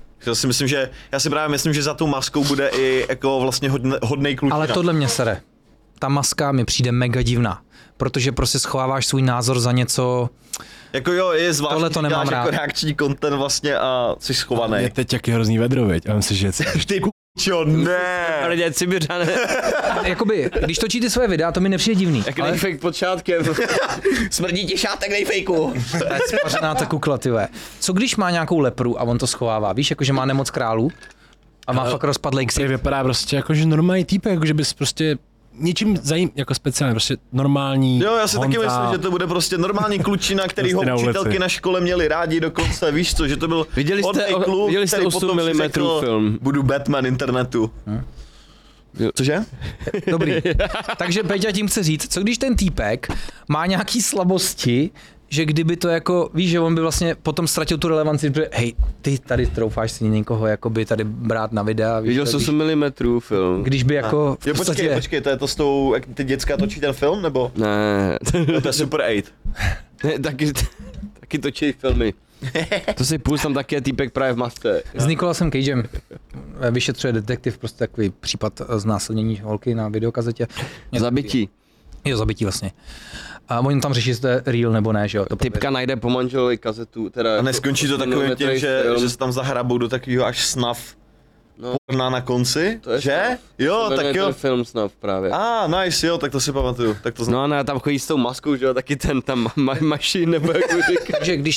Já si právě myslím, že za tou maskou bude i jako vlastně hodnej klučina. Ale tohle mě sere. Ta maska mi přijde mega divná, protože prostě schováváš svůj názor za něco, Jako jo, je zvláštní, Tohle to že nemám děláš jako rád. reakční content vlastně a jsi Je schovaný. teď jaký hrozný vedro, veď? A myslím, že Ty čo, ne. Ale dělat Sibiřané, jakoby, když točí ty své videa, to mi nepřijde divný, jak ale nejfake pod šátkem. Smrdí ti šátek, dej fejku. to je spařená ta kukla, ty vole. Co když má nějakou lepru a on to schovává, víš, jako že má nemoc králů a má fakt rozpadlej ksich. vypadá prostě jako, že normální týpek, jako že bys prostě ničím jako speciálně, prostě normální Jo, já si taky Honza. myslím, že to bude prostě normální klučina, který ho Prostě na ulici. učitelky na škole měli rádi dokonce, víš co, že to byl Viděli jste- hodnej kluk, viděli jste který 8 potom si mm řekl, film? budu Batman internetu. Cože? Dobrý. Takže Peťa tím chce říct, co když ten týpek má nějaký slabosti, že kdyby to jako, víš, že on by vlastně potom ztratil tu relevanci, protože hej, ty tady troufáš si někoho jakoby tady brát na videa. Víš, Viděl jsem 8 mm film. Když by jako Jo, počkej, to je to s tou, jak ty děcka točí ten film, nebo? Ne, To je Super 8. ne taky točí filmy. To si půl, tam taky je týpek právě v masce. s Nicolasem Cagem vyšetřuje detektiv, prostě takový případ znásilnění holky na videokazetě. Zabití. Jo, zabití vlastně. A oni tam řeší, jestli to je real nebo ne, že jo. To Typka najde po manželovi kazetu, teda... A neskončí to takovým tím, že se tam zahrabou do takového až snuff porna na konci, To je že? snuff. Jo, To tak je jo. ten film snad právě. Nice, jo, tak to si pamatuju. Tak to No a ne, tam chodí s tou maskou, že jo, taky ten tam mašín, nebo jak mu říká. Takže když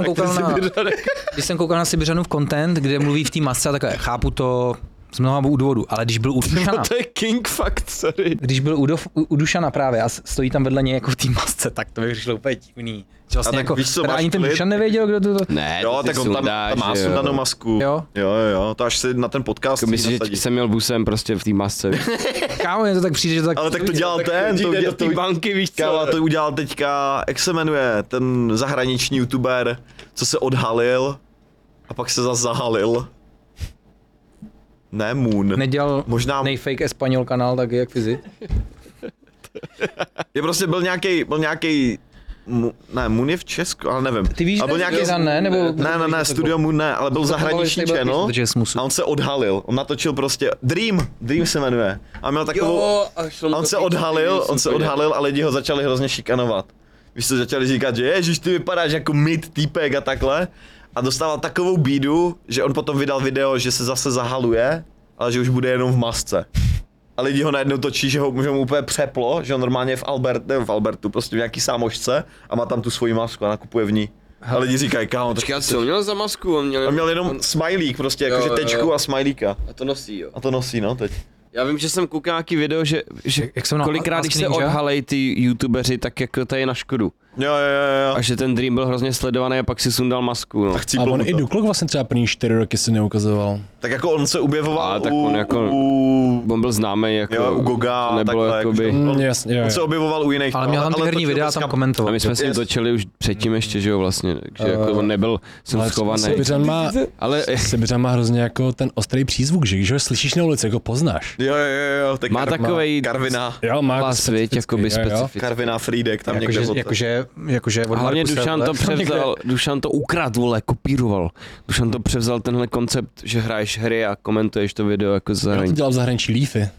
jsem koukal na Sibiřanův content, kde mluví v té masce a takhle, chápu to z mnoha důvodů, ale když byl u Dušana, To je king fakt, sorry. když byl u Dušana právě a stojí tam vedle něj jako v té masce, tak to mi přišlo úplně divný. Že vlastně tak jako, víš co, teda máš ani ten klid? Dušan nevěděl, kdo to... Ne, Jo, to si tak on tam sundáš, má že jo. sundanou masku. Jo? Jo, to až si na ten podcast Jako myslíš, nasadí. že jsem měl busem prostě v té masce. Kámo, je to tak přijde, že to tak... Ale tak to dělal ten, to udělal, do té banky, víš kámo, co? to udělal teďka, jak se jmenuje, ten zahraniční youtuber, co se odhalil a pak se zase zahalil. Ne Moon. Nedělal Možná, nejfake espanol kanál, tak jak fyzik. je prostě byl nějaký, ne, Moon je v Česku, ale nevím. Ty víš, A byl že nějaký, ne, nebo... ne, Studio Moon ne, ale byl zahraniční channel a on se odhalil, on natočil prostě, Dream se jmenuje. A měl takovou, a on se odhalil a lidi ho začali hrozně šikanovat. Víš co, začali říkat, že ježiš, ty vypadáš jako mid týpek a takhle. A dostával takovou bídu, že on potom vydal video, že se zase zahaluje, ale že už bude jenom v masce. A lidi ho najednou točí, že mu úplně přeplo, že on normálně je v Albertu, prostě v nějaký sámošce a má tam tu svoji masku a nakupuje v ní. A lidi říkají, kámo, Počkej, a co měl za masku? On měl jenom smajlík prostě, jakože tečku a smajlíka. A to nosí, jo. A to nosí, no, teď. Já vím, že jsem koukal nějaký video, že Jak jsem na kolikrát, když se Ask Ninja? odhalej ty youtubeři, tak jako to je na škodu. Jo. A že ten Dream byl hrozně sledovaný a pak si sundal masku, no. Tak A cípl on mu i to. Duklok vlastně třeba první 4 roky se neukazoval. Tak jako on se objevoval Ale tak on jako- On byl známý jako... u Goga, to nebylo takhle, jakoby... jakože Jasně, jo. on se objevoval u jiných. Ale měl tam ty herní točil videa bez tam komentoval. A my jsme s ním Yes. točili už předtím ještě, že jo, vlastně, takže jako on nebyl, jsem schovaný. Ale Sibiřan má hrozně jako ten ostrý přízvuk, že když ho slyšíš na ulici, jako poznáš. Jo, tak má takovej Karvina, Jo, má jako hlas, viď, jakoby specifický. Karvina Friedek tam někde Jakože od A hlavně Markuse, Dušan to tam někde. převzal, Dušan to ukradl, vole, kopíroval. Dušan to převzal tenhle koncept, že hraješ hry a komentuješ to video jako z Já to zahraničí. dělal v zahraničí Leafy.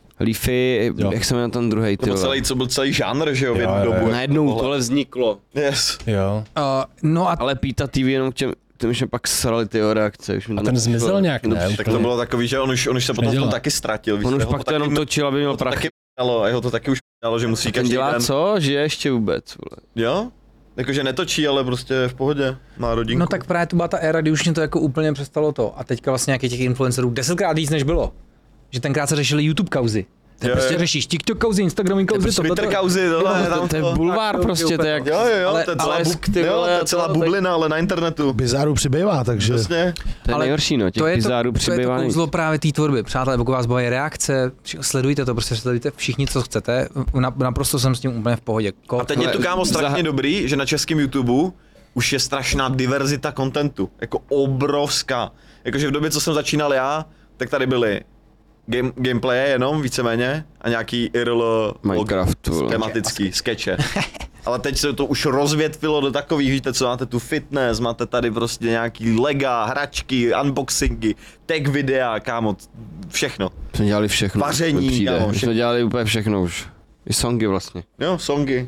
Leafy, Jo. jak se jmenuje ten druhej, ty To vole. byl celý žánr, že jo, v jednu Jo, jo, dobu. jo. Najednou tohle vzniklo. Yes. Jo. No a Ale Píta TV jenom k těm, my jsme pak srali ty reakce. Už mi A to ten nepřišlo. zmizel nějak, ne? Tak to bylo takový, že on už se potom v tom Nedělá. taky ztratil. víš, On už jeho pak to jenom točil, aby měl prach. taky a jeho to taky už dalo, že musí Ten každý dělá den. co? Žije ještě vůbec, vole. Jo? Jakože netočí, ale prostě v pohodě. Má rodinku. No tak právě to byla ta éra, kdy už mě to jako úplně přestalo to. A teďka vlastně nějakých těch influencerů 10krát víc než bylo. Že tenkrát se řešili YouTube kauzy. Jo, Prostě jo. řešíš TikTok kauzy, Instagramový kauzy, Twitter kauzy, tohle, tam To je bulvár prostě, to je jak... Jo, Ale- to je celá, ale bub- ty jo, vole, to je celá to- bublina, ale na internetu. Bizárů přibývá, takže... Přesně. To je Ale nejhorší, no, těch to je bizárů to přibývá nejvíc. kouzlo právě té tvorby. Přátelé, pokud vás baví reakce, sledujte to, prostě sledujte všichni, co chcete. Naprosto jsem s tím úplně v pohodě. A teď je tu, kámo, strašně dobrý, že na českém YouTube už je strašná diverzita kontentu. Jako obrovská. Jakože v době, co jsem začínal já, tak tady byly gameplaye jenom, víceméně, a nějaký IRL Minecraft, vole. schematický, skeče. Ale teď se to už rozvětvilo do takových, víte co, máte tu fitness, máte tady prostě nějaký lega, hračky, unboxingy, tech videa, kámo, všechno. Jsme dělali všechno. Vaření, mi přijde. kámo, My jsme dělali úplně všechno už. I songy vlastně. Jo, songy.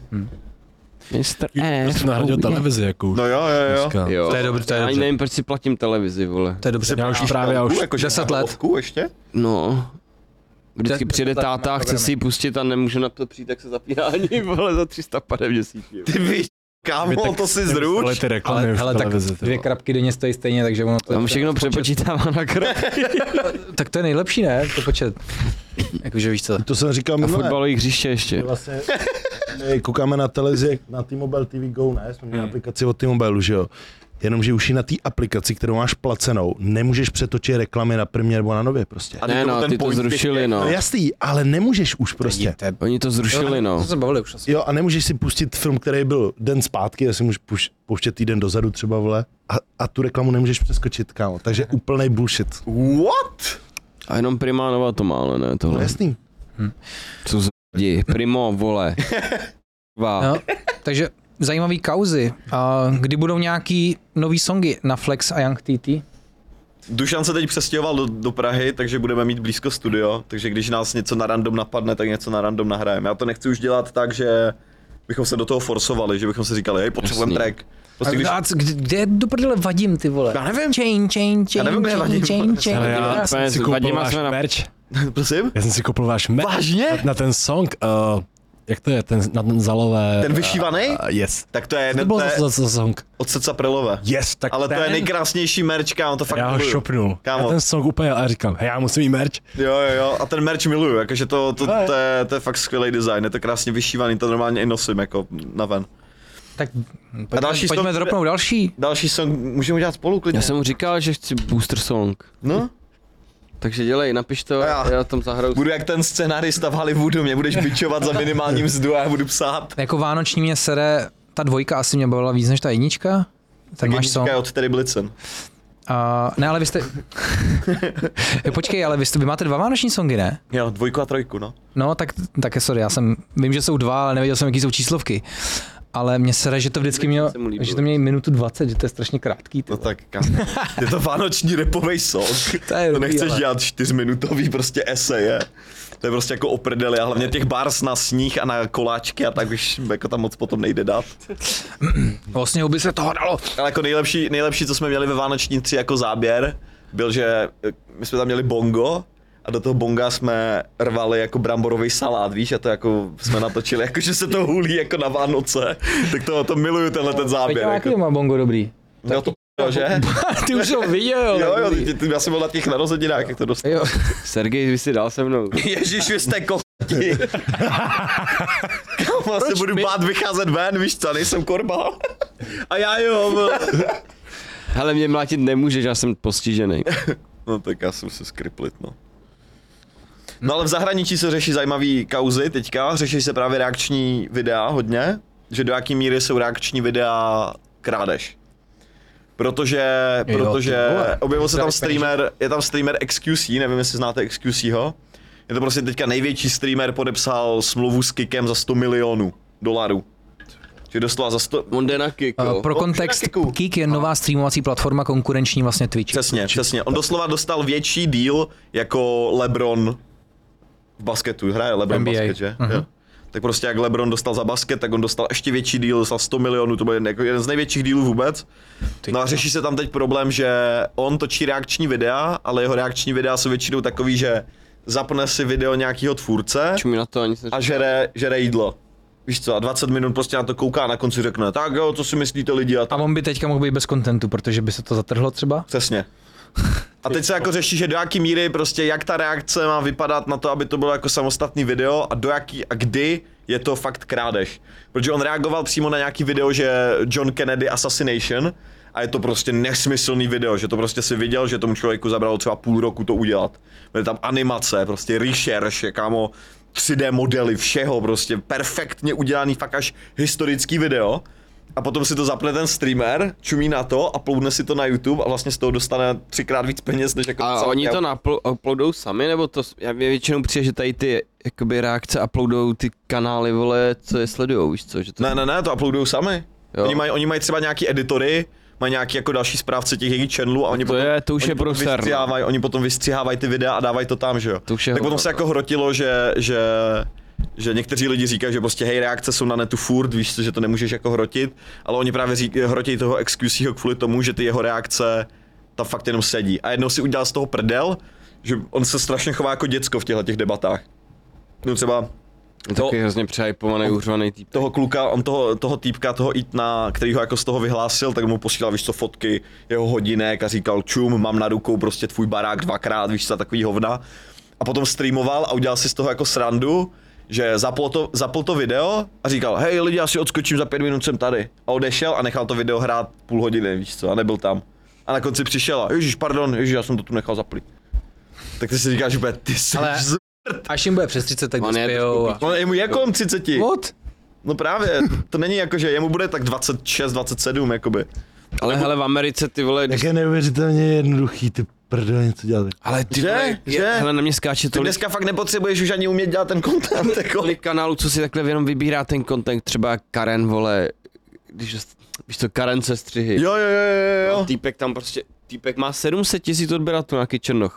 Mr. Prostě nahradil televizi, jako už. No jo. dneska. Jo. To je dobře, to je Já ani dobře. nevím, proč si platím televizi, vole. To je dobře. Já už právě, já už Jakože 10 na let. Halovku ještě? No. Vždycky To- přijde to- to- táta, chce si ji pustit a nemůže na to přijít, tak se zapíná ani, vole, za 300 pade měsíčně. Ty víš, kámo, to si zruč. Ale ty reklamy Ale už v hele, tak televizi, ty 2 vole. krapky denně stojí stejně, takže ono to... Tam všechno přepočítává na krok. Tak to je nejlepší, ne? To počet. Jakože víš co. To jsem říkal A minule. fotbalový hřiště ještě. Vlastně my koukáme na televizi, na T-Mobile TV Go, ne? Jsme měli aplikaci od T-Mobile, že jo? Jenomže už i na té aplikaci, kterou máš placenou, nemůžeš přetočit reklamy na Premiere nebo na Nově prostě. A Ne, no, ten ty to point zrušili, no. No jasný, ale nemůžeš už prostě. Oni to zrušili, no. To se bavili už asi. Jo, a nemůžeš si pustit film, který byl den zpátky, jestli můžeš pouštět týden dozadu třeba, vole, a tu reklamu nemůžeš přeskočit, kámo. Takže úplnej bullshit. What? A jenom Prima Nova to má, ale ne No tohle. jasný. Co z Primo, vole. No, takže zajímavý kauzy. A kdy budou nějaký nový songy na Flex a Young TT? Dušan se teď přestěhoval do Prahy, takže budeme mít blízko studio, takže když nás něco na random napadne, tak něco na random nahrajeme. Já to nechci už dělat tak, že bychom se do toho forsovali, že bychom si říkali, hej, potřebujeme track. Prostě když... Kde do prdele Vadim, ty vole? Já nevím. Chain. Já nevím, kde je Vadim. Ale já jsem si koupil Vadima váš jsme na- merch. Prosím? Já jsem si koupil váš merch. Vážně? Na ten song, jak to je, na ten Zalové. Ten vyšívaný? Yes. Tak to je, Co to bylo to je za song? od srdca Prelové. Yes, tak Ale to je nejkrásnější merch, kámo, to fakt Já ho miluju. šopnul. Kámo. Já ten song úplně a říkám, hej, já musím mít merch. Jo, a ten merch miluju, jakože to je fakt skvělý design, je to krásně vyšívaný, to normálně i nosím jako na ven. Tak další pojďme song- dropnout další. Další song můžeme udělat spolu klidně. Já jsem mu říkal, že chci booster song. No, Takže dělej, napiš to, A já tam zahraju. budu jak ten scénárista v Hollywoodu, mě budeš bičovat za minimální mzdu a já budu psát. Jako vánoční mě sere, ta dvojka asi mě bavila víc než ta jednička. Tak máš jednička je od Terry Blitzen. Ne, ale vy jste... Počkej, ale vy máte 2 vánoční songy, ne? Jo, 2 a 3, no. No, tak sorry, vím, že jsou 2, ale nevěděl jsem, jaký jsou číslovky. Ale mě sere, že to vždycky mělo, se mu líbilo. že to mělo minutu 20, že to je strašně krátký. Ty No vole. tak, je to vánoční rapovej song. To je To dobrý, nechceš ale- dělat 4minutový prostě eseje. To je prostě jako oprdeli a hlavně těch bars na sníh a na koláčky a tak už jako tam moc potom nejde dát. Vlastně by se toho dalo. Ale jako nejlepší, co jsme měli ve Vánoční 3 jako záběr, byl, že my jsme tam měli bongo a do toho bonga jsme rvali jako bramborový salát, víš, a to jako jsme natočili, jako že se to hulí jako na Vánoce, tak to miluju tenhle ten záběr. Peťa, Jako, jaký má bongo dobrý? jo, to že? Ty už ho viděl. Jo, dobrý. já jsem byl na těch narozeninách, jak to dostal. Jo. Sergej, vy si dal se mnou. Ježíš, vy jste kokti. Kámo, se budu bát vycházet ven, víš co, nejsem korba. A já jo, Hele, mě mlátit nemůžeš, já jsem postižený. No tak já jsem se skriplit, no. No ale v zahraničí se řeší zajímavý kauzy teďka, řeší se právě reakční videa hodně, že do jaký míry jsou reakční videa krádež. Protože ty vole. objevil se tam Krádež streamer, je tam streamer XQC, nevím jestli znáte XQCho. Je to prostě teďka největší streamer, podepsal smlouvu s Kikem za 100 milionů dolarů. Že doslova za 100... On jde na kick, jo. Pro kontext, Kiku. Kik je nová streamovací platforma konkurenční vlastně Twitch. Přesně. On doslova dostal větší deal jako LeBron v basketu. Hraje LeBron NBA. basket, že? Jo. Tak prostě jak LeBron dostal za basket, tak on dostal ještě větší deal, dostal 100 milionů, to byl jeden z největších dealů vůbec. No a řeší se tam teď problém, že on točí reakční videa, ale jeho reakční videa jsou většinou takový, že zapne si video nějakého tvůrce Čumí na to ani se a žere jídlo. Víš co, a 20 minut prostě na to kouká a na konci řekne, tak jo, co si myslíte lidi a A tak. on by teďka mohl být bez kontentu, protože by se to zatrhlo třeba. Přesně. A teď se jako řeší, že do jaký míry prostě jak ta reakce má vypadat na to, aby to bylo jako samostatný video a do jaký a kdy je to fakt krádež. Protože on reagoval přímo na nějaký video, že John Kennedy Assassination a je to prostě nesmyslný video, že to prostě si viděl, že tomu člověku zabralo třeba půl roku to udělat. Byly tam animace, prostě research, kámo, 3D modely, všeho, prostě perfektně udělaný fakt až historický video. A potom si to zapne ten streamer, čumí na to, uploadne si to na YouTube a vlastně z toho dostane 3x víc peněz, než jako... A celkem. oni to uploadou sami, nebo to, já většinou přijde, že tady ty jakoby reakce uploadou ty kanály, vole, co je sledujou, víš co? Že to... Ne, to uploadujou sami. Jo. Oni mají třeba nějaký editory, mají nějaký jako další správce těch jejich channelů a oni to už oni je potom průser, no. vystřihávají, oni potom vystřihávají ty videa a dávají to tam, že jo. To už je Tak potom hovno, se jako hrotilo, že někteří lidi říkají, že prostě hej, reakce jsou na netu furt, víš co, že to nemůžeš jako hrotit, ale oni právě hrotí toho XQCho kvůli tomu, že ty jeho reakce tam fakt jenom sedí. A jednou si udělal z toho prdel, že on se strašně chová jako děcko v těch debatách. No třeba Taky hrozně přehypovaný, uřvaný typ. toho kluka, toho týpka, toho Itna, který ho jako z toho vyhlásil, tak mu posílal, víš co, fotky jeho hodinek a říkal čum, mám na rukou prostě tvůj barák 2x, víš co, takový hovna. A potom streamoval a udělal si z toho jako srandu, že zapl to video a říkal, hej lidi, já si odskočím za 5 minut, jsem tady. A odešel a nechal to video hrát půl hodiny, víš co, a nebyl tam. A na konci přišel a ježíš, já jsem to tu nechal zaplit. Tak ty si říkáš, že ty jsi Až jim bude přes 30, tak dospějou. No jemu je kolem 30. What? No právě, to není jako, že jemu bude tak 26, 27, jakoby. Ale hele, v Americe ty vole, Jak je neuvěřitelně jednoduchý, ty prdele něco dělat. ale ty Že? vole, Že? hele, na mě skáče Ty tolik, dneska fakt nepotřebuješ už ani umět dělat ten content, jako. tolik kanálů, co si takhle jenom vybírá ten content, třeba Karen, vole, víš co, Karen se střihy. Jo. No, týpek má 700 000 odběratelů, nějaký černoch.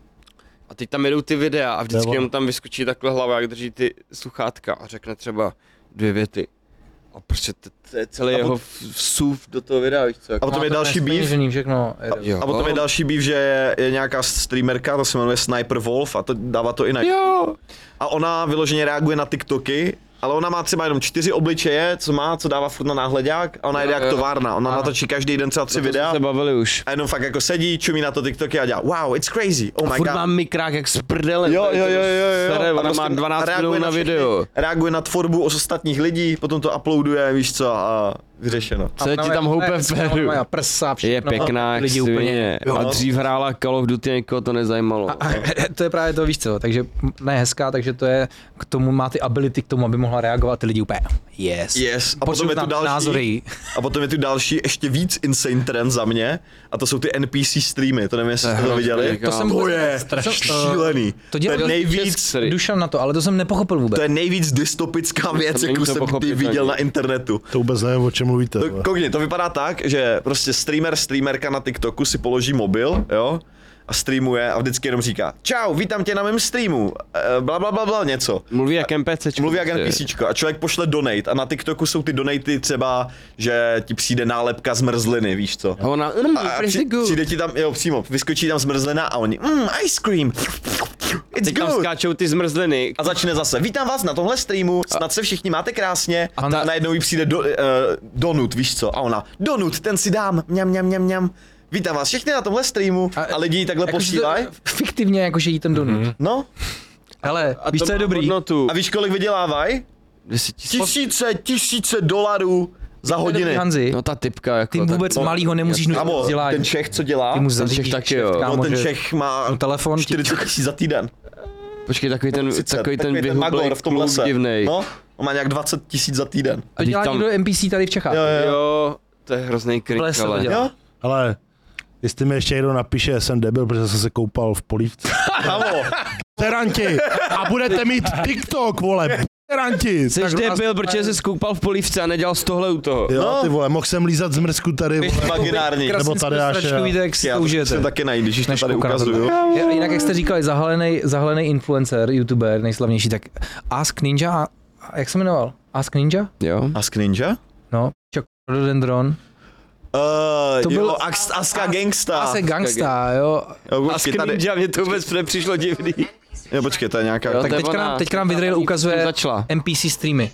A teď tam jedou ty videa a vždycky jenom tam vyskočí takhle hlava, jak drží ty sluchátka a řekne třeba 2 věty. A prostě to je celý jeho vsuv do toho videa, víš co? A potom je další beef. Všechno. A potom je další beef, že je nějaká streamerka, to se jmenuje Sniper Wolf a to dává to i na Jo. A ona vyloženě reaguje na TikToky, ale ona má třeba jenom 4 obličeje, co dává furt na náhleďák a ona jede jak továrna. Ona natočí každý den třeba 3 videa. se bavili už. A jenom fakt jako sedí, čumí na to TikToky a dělá wow, it's crazy, oh A my furt god. má mikrák jak z prdele. Jo. Sere, A ona má 12 milionů na video. Reaguje na tvorbu ostatních lidí, potom to uploaduje, víš co, a vyřešeno. Co ti tam houpe v péru? Prsa, Je všechno. pěkná jak Lidi úplně. svině. A dřív hrála Call of Duty, někoho to nezajímalo. A to je právě to, víš co, takže ne hezká, takže to je, k tomu má ty ability k tomu, aby mohla reagovat ty lidi úplně, yes. A potom je tu další, názory. a potom je tu další, ještě víc insane trend za mě, a to jsou ty NPC streamy, to nevím, jestli jste to viděli. To je šílený. To dělá nejvíc, Dušan na to, ale to jsem nepochopil vůbec. to je nejvíc dystopická věc, není jakou to jsem kdy pochopitelný. viděl na internetu. To vůbec nevím, o čem mluvíte. Koukni, to vypadá tak, že prostě streamerka na TikToku si položí mobil, jo, a streamuje a vždycky jenom říká čau, vítám tě na mém streamu, bla, něco. Mluví jak NPCčko. Mluví jak NPCčko a člověk pošle donate a na TikToku jsou ty donaty třeba, že ti přijde nálepka zmrzliny, víš co. A ona, Přijde ti tam, jo přímo, vyskočí tam zmrzlina a oni, ice cream, it's teď tam good. skáčou ty zmrzliny. A začne zase, vítám vás na tomhle streamu, snad se všichni máte krásně. A najednou jí přijde donut, víš co, a ona, donut, ten si dám, mňam. Vítám vás všichni na tomhle streamu a lidi ji takhle posílají. Fiktivně, jakože jí ten donut. No, Hele, A víš, to co je má dobrý? hodnotu. a víš, kolik vydělávají? 10 000. Tisíce dolarů za hodiny. Hanzi, No ta typka jako. ty vůbec tak- malýho nemusíš nutit Amo, vzdělání. ten Čech, co dělá, Ty mu Čech zařídíš, taky, jo. kámo, no ten že- Čech má telefon, 40 000 za týden. Počkej, takový ten 30, magor magor v tom lese. divnej. No, on má nějak 20 000 za týden. To dělá tam- někdo NPC tady v Čechách. Jo, to je hrozný V lese cringe, to ale. dělá. Jo? Ale jestli mi ještě někdo napíše, jsem debil, protože jsem se koupal v polívce. Kámo, Teranti! A budete mít TikTok, vole! Teranti! Jsi debil, protože jsi skoupal v polívce a nedělal z tohle u toho. Jo, No. ty vole, mohl jsem lízat zmrzku tady, vole. imaginární. Nebo tady Stračku víte, jak si Já to to užijete. se taky najít, když to Než tady koukat na to. ukazuju. Jinak, jak jste říkali, zahalený influencer, youtuber, nejslavnější, tak Ask Ninja, jak se jmenoval? Ask Ninja? Jo. Ask Ninja? No, Rhododendron. To Jo, byl- Aska Gangsta. Ask Gangsta, jo. Jo, A počkej, tady, Ninja, mě to vůbec nepřišlo divný. jo, počkej, to je nějaká... Jo, Tak to je teďka ona. nám, teďka nám Vidrejl ukazuje Začala. NPC streamy.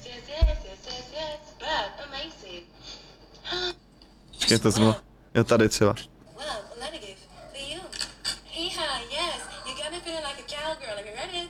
But amazing. Počkej, to znovu. Jo, tady třeba. Well, let me give for you. Hee-haw, yes. You got me feeling like a cowgirl. Like a ready,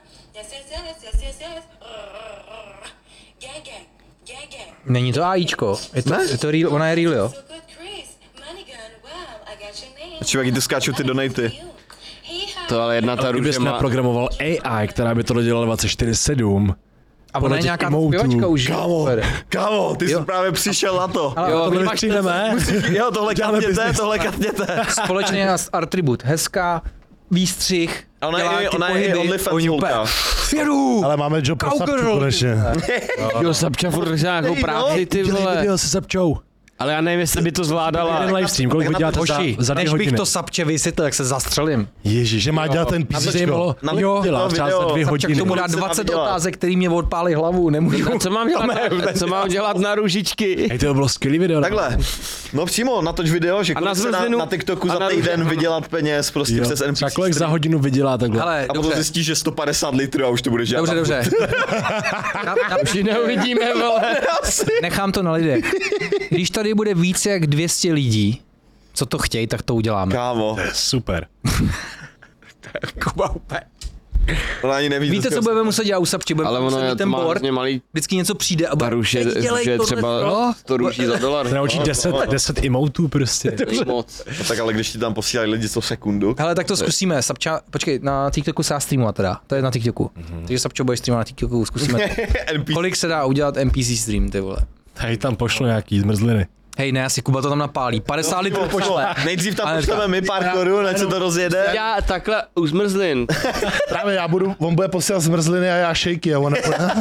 yes. Gang, gang. Gang, gang. Není to AIčko, je to real, ona je real, jo. So good, Chris. Money gun, well, I got your name. Počkej, jak jí to skáčou ty donaty. Hee-haw. To ale jedna ta růže Kdybys má... naprogramoval AI, která by to dělala 24/7. A ona je těch nějaká emotů. zpěvačka už. Kámo, ty jsi právě přišel na to. Ale Jo, tohle vy máš Přijmeme? Jo, tohle Děláme katněte, business. tohle katněte. společný atribut. Hezká, výstřih, A ona dělá je, ty ona je pohyby, OnlyFans oni holka. Věru! Ale máme job pro Cowgirl. Sapču konečně. Jo, Sapča furt chce nějakou práci, ty Dělej vole. video se Sapčou. Ale já nevím, jestli by to zvládala. Jeden livestream, kolik tak na vyděláte Hoši, za 2 než bych hodiny? to Sapče vysvětlil, jak se zastřelím. Ježíš, že má dělat ten písečko. Zajímalo, Na- jo, to dělá třeba za video. 2 Sapča Čak hodiny. tomu dá Kolik se 20 tam dělá? otázek, který mě odpálí hlavu, nemůžu. A co mám dělat na růžičky? Hej, to bylo skvělý video. Takhle, no přímo, natoč video, že A na kolik se dá zmrzlinu- na TikToku a za na týden růže- vydělat peněz prostě Jo. přes NPC. Třeba kolik za hodinu vydělá takhle. Ale A potom dobře, zjistíš, že 150 litrů a už to budeš dělat. dobře. Už ji neuvidíme, vole. Nechám to na lidech. Když tady bude více jak 200 lidí, co to chtějí, tak to uděláme. Kámo. Super. Kuba úplně. Ona ani neví. Víte, co budeme muset dělat u Sapči? Budeme Ale muset ono mít ten má board, hrozně malý vždycky něco přijde a bar, už je třeba 100 růží za dolar. Se naučí 10 emotů prostě. Není moc. No tak ale když ti tam posílají lidi co sekundu. Hele, tak to zkusíme. Sapča, počkej, na TikToku se dá streamovat teda. To je na TikToku. Takže Sapčo budeš streamovat na TikToku, zkusíme. Kolik se dá udělat NPC stream, ty vole? Hej, tam pošlo nějaký zmrzliny. Hej, ne, asi Kuba to tam napálí. 50 litrů pošle. Nejdřív tam Ale pošleme my pár korun, ať se to rozjede. Já takhle u zmrzlin. Právě on bude posílat zmrzliny a já šejky a ona...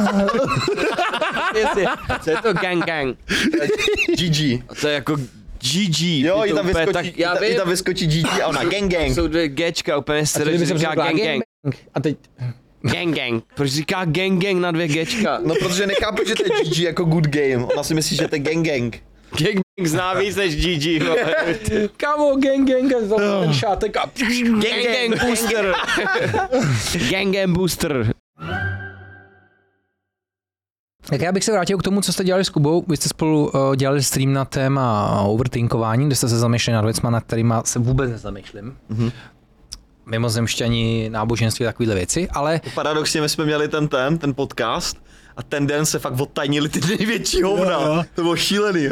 Co je to gang? GG. To je jako GG. Jo, Je to úplně jí tam vyskočí GG a ona gang. Jsou dvě Gčka, úplně se říká gang. A teď... Gang. Proč říká gang na dvě Gčka? No protože nechápu, že to je GG jako good game. Ona si myslí, že to je gang. Gang zná víc než GG. Kámo, gang, ten šátek a... Gang booster. Gang booster. Tak já bych se vrátil k tomu, co jste dělali s Kubou. Vy jste spolu dělali stream na téma overthinkování, kde jste se zamýšleli nad věcma, nad kterýma se vůbec nezamýšlím. Mm-hmm. Mimozemšťani, náboženství, takovéhle věci, ale... Paradoxně my jsme měli ten podcast a ten den se fakt odtajnili ty největší hovna. To bylo šílený.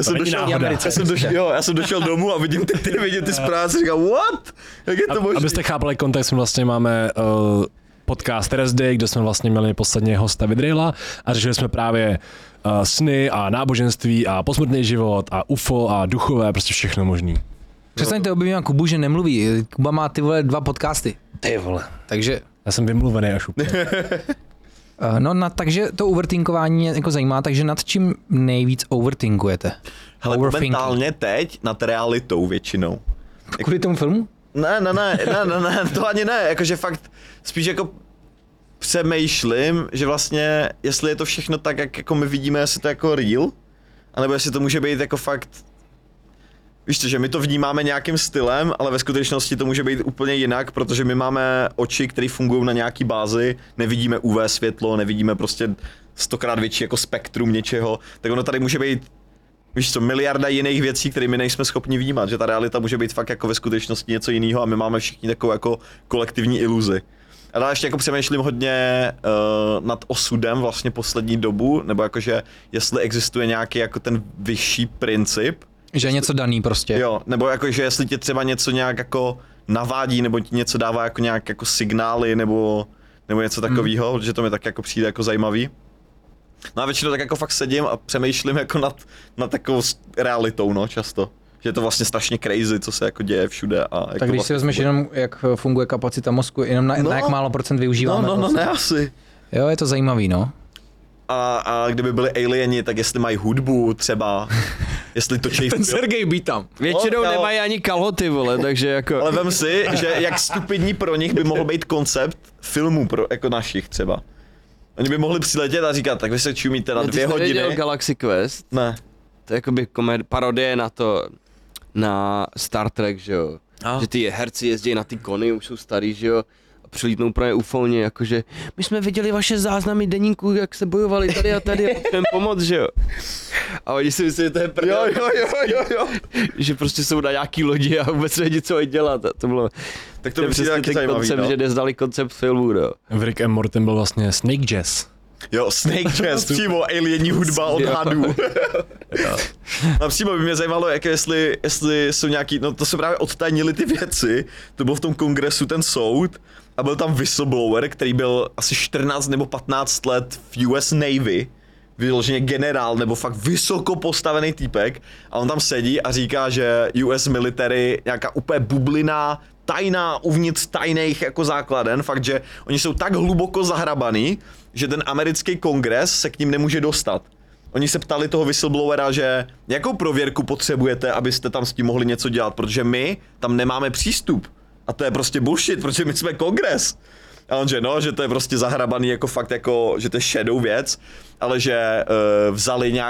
Já jsem došel domů a vidím ty zprávy a říkám, what? Jak je to možné? Abyste chápali kontext, my vlastně máme podcast Thursday, kde jsme vlastně měli posledně hosta Vidraila a řešili jsme právě sny a náboženství a posmrtný život a UFO a duchové, prostě všechno možný. Přestaňte objevívat Kubu, že nemluví. Kuba má ty vole 2 podcasty. Ty vole. Takže... Já jsem vymluvený až úplně. Takže to overthinkování mě jako zajímá, takže nad čím nejvíc overthinkujete? Hele, momentálně teď nad realitou většinou. Kvůli tomu filmu? Ne, to ani ne, jakože fakt spíš jako přemýšlím, že vlastně, jestli je to všechno tak, jak jako my vidíme, jestli to je jako real, anebo jestli to může být jako fakt, víš co, že my to vnímáme nějakým stylem, ale ve skutečnosti to může být úplně jinak, protože my máme oči, které fungují na nějaký bázi, nevidíme UV světlo, nevidíme prostě 100krát větší jako spektrum něčeho, tak ono tady může být, víš co, miliarda jiných věcí, které my nejsme schopni vnímat, že ta realita může být fakt jako ve skutečnosti něco jiného a my máme všichni takovou jako kolektivní iluzi. A já ještě jako přemýšlím hodně nad osudem vlastně poslední dobu, nebo jakože jestli existuje nějaký jako ten vyšší princip. Že je něco daný prostě. Jo, nebo jakože jestli tě třeba něco nějak jako navádí, nebo ti něco dává jako nějak jako signály, nebo něco takového, protože to mi tak jako přijde jako zajímavý. No a většinou tak jako fakt sedím a přemýšlím jako nad takovou realitou, no, často. Že je to vlastně strašně crazy, co se jako děje všude. A tak jako když vlastně si vezmeš jenom, jak funguje kapacita mozku, jenom na jak málo procent využíváme. No, ne asi. Jo, je to zajímavý, no. A kdyby byli alieni, tak jestli mají hudbu třeba, jestli točí... Ten Sergej být tam. Většinou nemají ani kalhoty, vole, takže jako... Ale vem si, že jak stupidní pro nich by mohl být koncept filmů pro, jako našich třeba. Oni by mohli přiletět a říkat, tak vy se čumíte na 2 hodiny. Ty jsi Galaxy Quest? Ne. To je jakoby parodie na to, na Star Trek, že jo. Že ty herci jezdí na ty kony, už jsou starý, že jo. A přilítnou úplně ufouně, jakože my jsme viděli vaše záznamy deníku, jak se bojovali tady a tady a potřebujeme pomoct, že jo. A oni si myslí, že to je prdel. Jo. Že prostě jsou na nějaký lodi a vůbec nevědí, co dělat. To bylo... Tak to by přijde taky zajímavý, koncept, no. že neznali koncept filmu, no. V Rick and Mortem byl vlastně Snake Jazz. Jo, Snake Jazz, přímo alienní hudba od hadů. A přímo by mě zajímalo, jak jestli jsou nějaký, no to se právě odtajnili ty věci, to byl v tom kongresu ten soud a byl tam whistleblower, který byl asi 14 nebo 15 let v US Navy, vyloženě generál nebo fakt vysoko postavený týpek a on tam sedí a říká, že US military, nějaká úplně bublina, tajná uvnitř tajných jako základen, fakt, že oni jsou tak hluboko zahrabaný, že ten americký kongres se k ním nemůže dostat. Oni se ptali toho whistleblowera, že jakou prověrku potřebujete, abyste tam s tím mohli něco dělat, protože my tam nemáme přístup. A to je prostě bullshit, protože my jsme kongres. A on, že no, že to je prostě zahrabaný jako fakt jako, že to je shadow věc, ale že vzali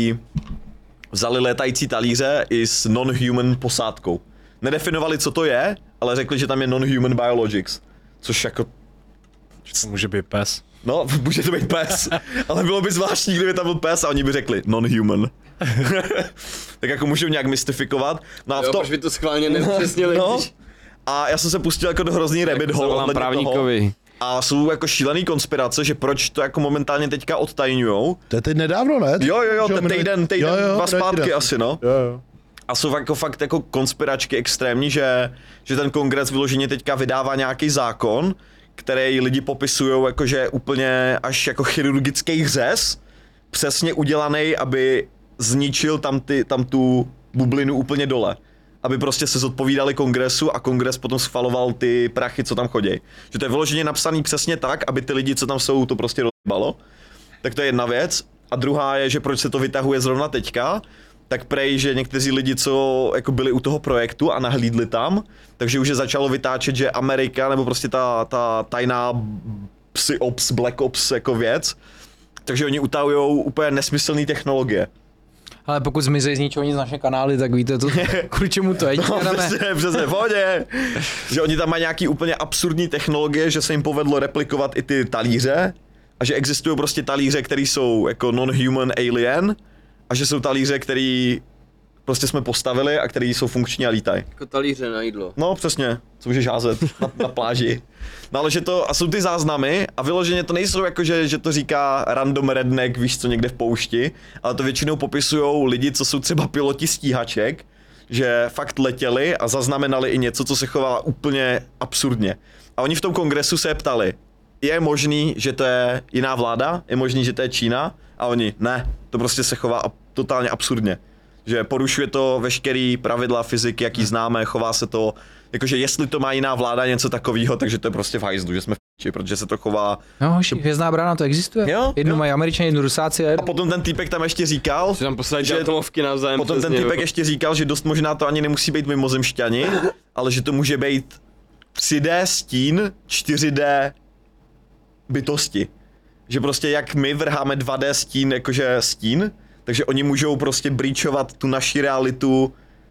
létající talíře i s non-human posádkou. Nedefinovali, co to je, ale řekli, že tam je non-human biologics, což jako... To může být pes. No, může to být pes, ale bylo by zvláštní, kdyby tam byl pes a oni by řekli non-human. Tak jako můžou nějak mystifikovat. No a jo, proč by to schválně neupřesnili? No, a já jsem se pustil jako do hrozný rabbit hole ohledně toho. A jsou jako šílený konspirace, že proč to jako momentálně teďka odtajňujou. To je teď nedávno, ne? Jo, ten týden, dva zpátky asi, no. Jo. A jsou jako fakt jako konspiračky extrémní, že ten kongres vyloženě teďka vydává nějaký zákon, který lidi popisují jako, že je úplně až jako chirurgický řez, přesně udělaný, aby zničil tam tu bublinu úplně dole. Aby prostě se zodpovídali kongresu a kongres potom schvaloval ty prachy, co tam chodí. Že to je vyloženě napsaný přesně tak, aby ty lidi, co tam jsou, to prostě rozbalo. Tak to je jedna věc. A druhá je, že proč se to vytahuje zrovna teďka, tak prej, že někteří lidi, co jako byli u toho projektu a nahlídli tam, takže už je začalo vytáčet, že Amerika, nebo prostě ta tajná Ops, Black Ops jako věc, takže oni utajujou úplně nesmyslné technologie. Ale pokud zmizí z ničeho nic naše kanály, tak víte to, kvůli čemu to je. No, přesně, pohodě. Že oni tam mají nějaký úplně absurdní technologie, že se jim povedlo replikovat i ty talíře a že existují prostě talíře, které jsou jako non-human alien a že jsou talíře, který prostě jsme postavili a který jsou funkční a lítají. Jako talíře na jídlo. No přesně, co můžeš házet na pláži. No ale že to, a jsou ty záznamy a vyloženě to nejsou jako, že to říká random redneck, víš co, někde v poušti, ale to většinou popisujou lidi, co jsou třeba piloti stíhaček, že fakt letěli a zaznamenali i něco, co se chová úplně absurdně. A oni v tom kongresu se ptali, je možný, že to je jiná vláda, je možný, že to je Čína, a oni, ne, to prostě se chová totálně absurdně. Že porušuje to veškerý pravidla fyziky, jaký známe, chová se to, jakože jestli to má jiná vláda něco takového, takže to je prostě v hajzlu, že jsme v p***či, protože se to chová. No, hvězdná brána, to existuje. Jo, jednu mají Američané, jednu Rusáci. A potom ten týpek tam ještě říkal, že tam poslali atomovky navzájem. Potom ten týpek ještě říkal, že dost možná to ani nemusí být mimozemšťani, ale že to může být 3D stín, 4D bytosti. Že prostě jak my vrháme 2D stín, jakože stín, takže oni můžou prostě breachovat tu naši realitu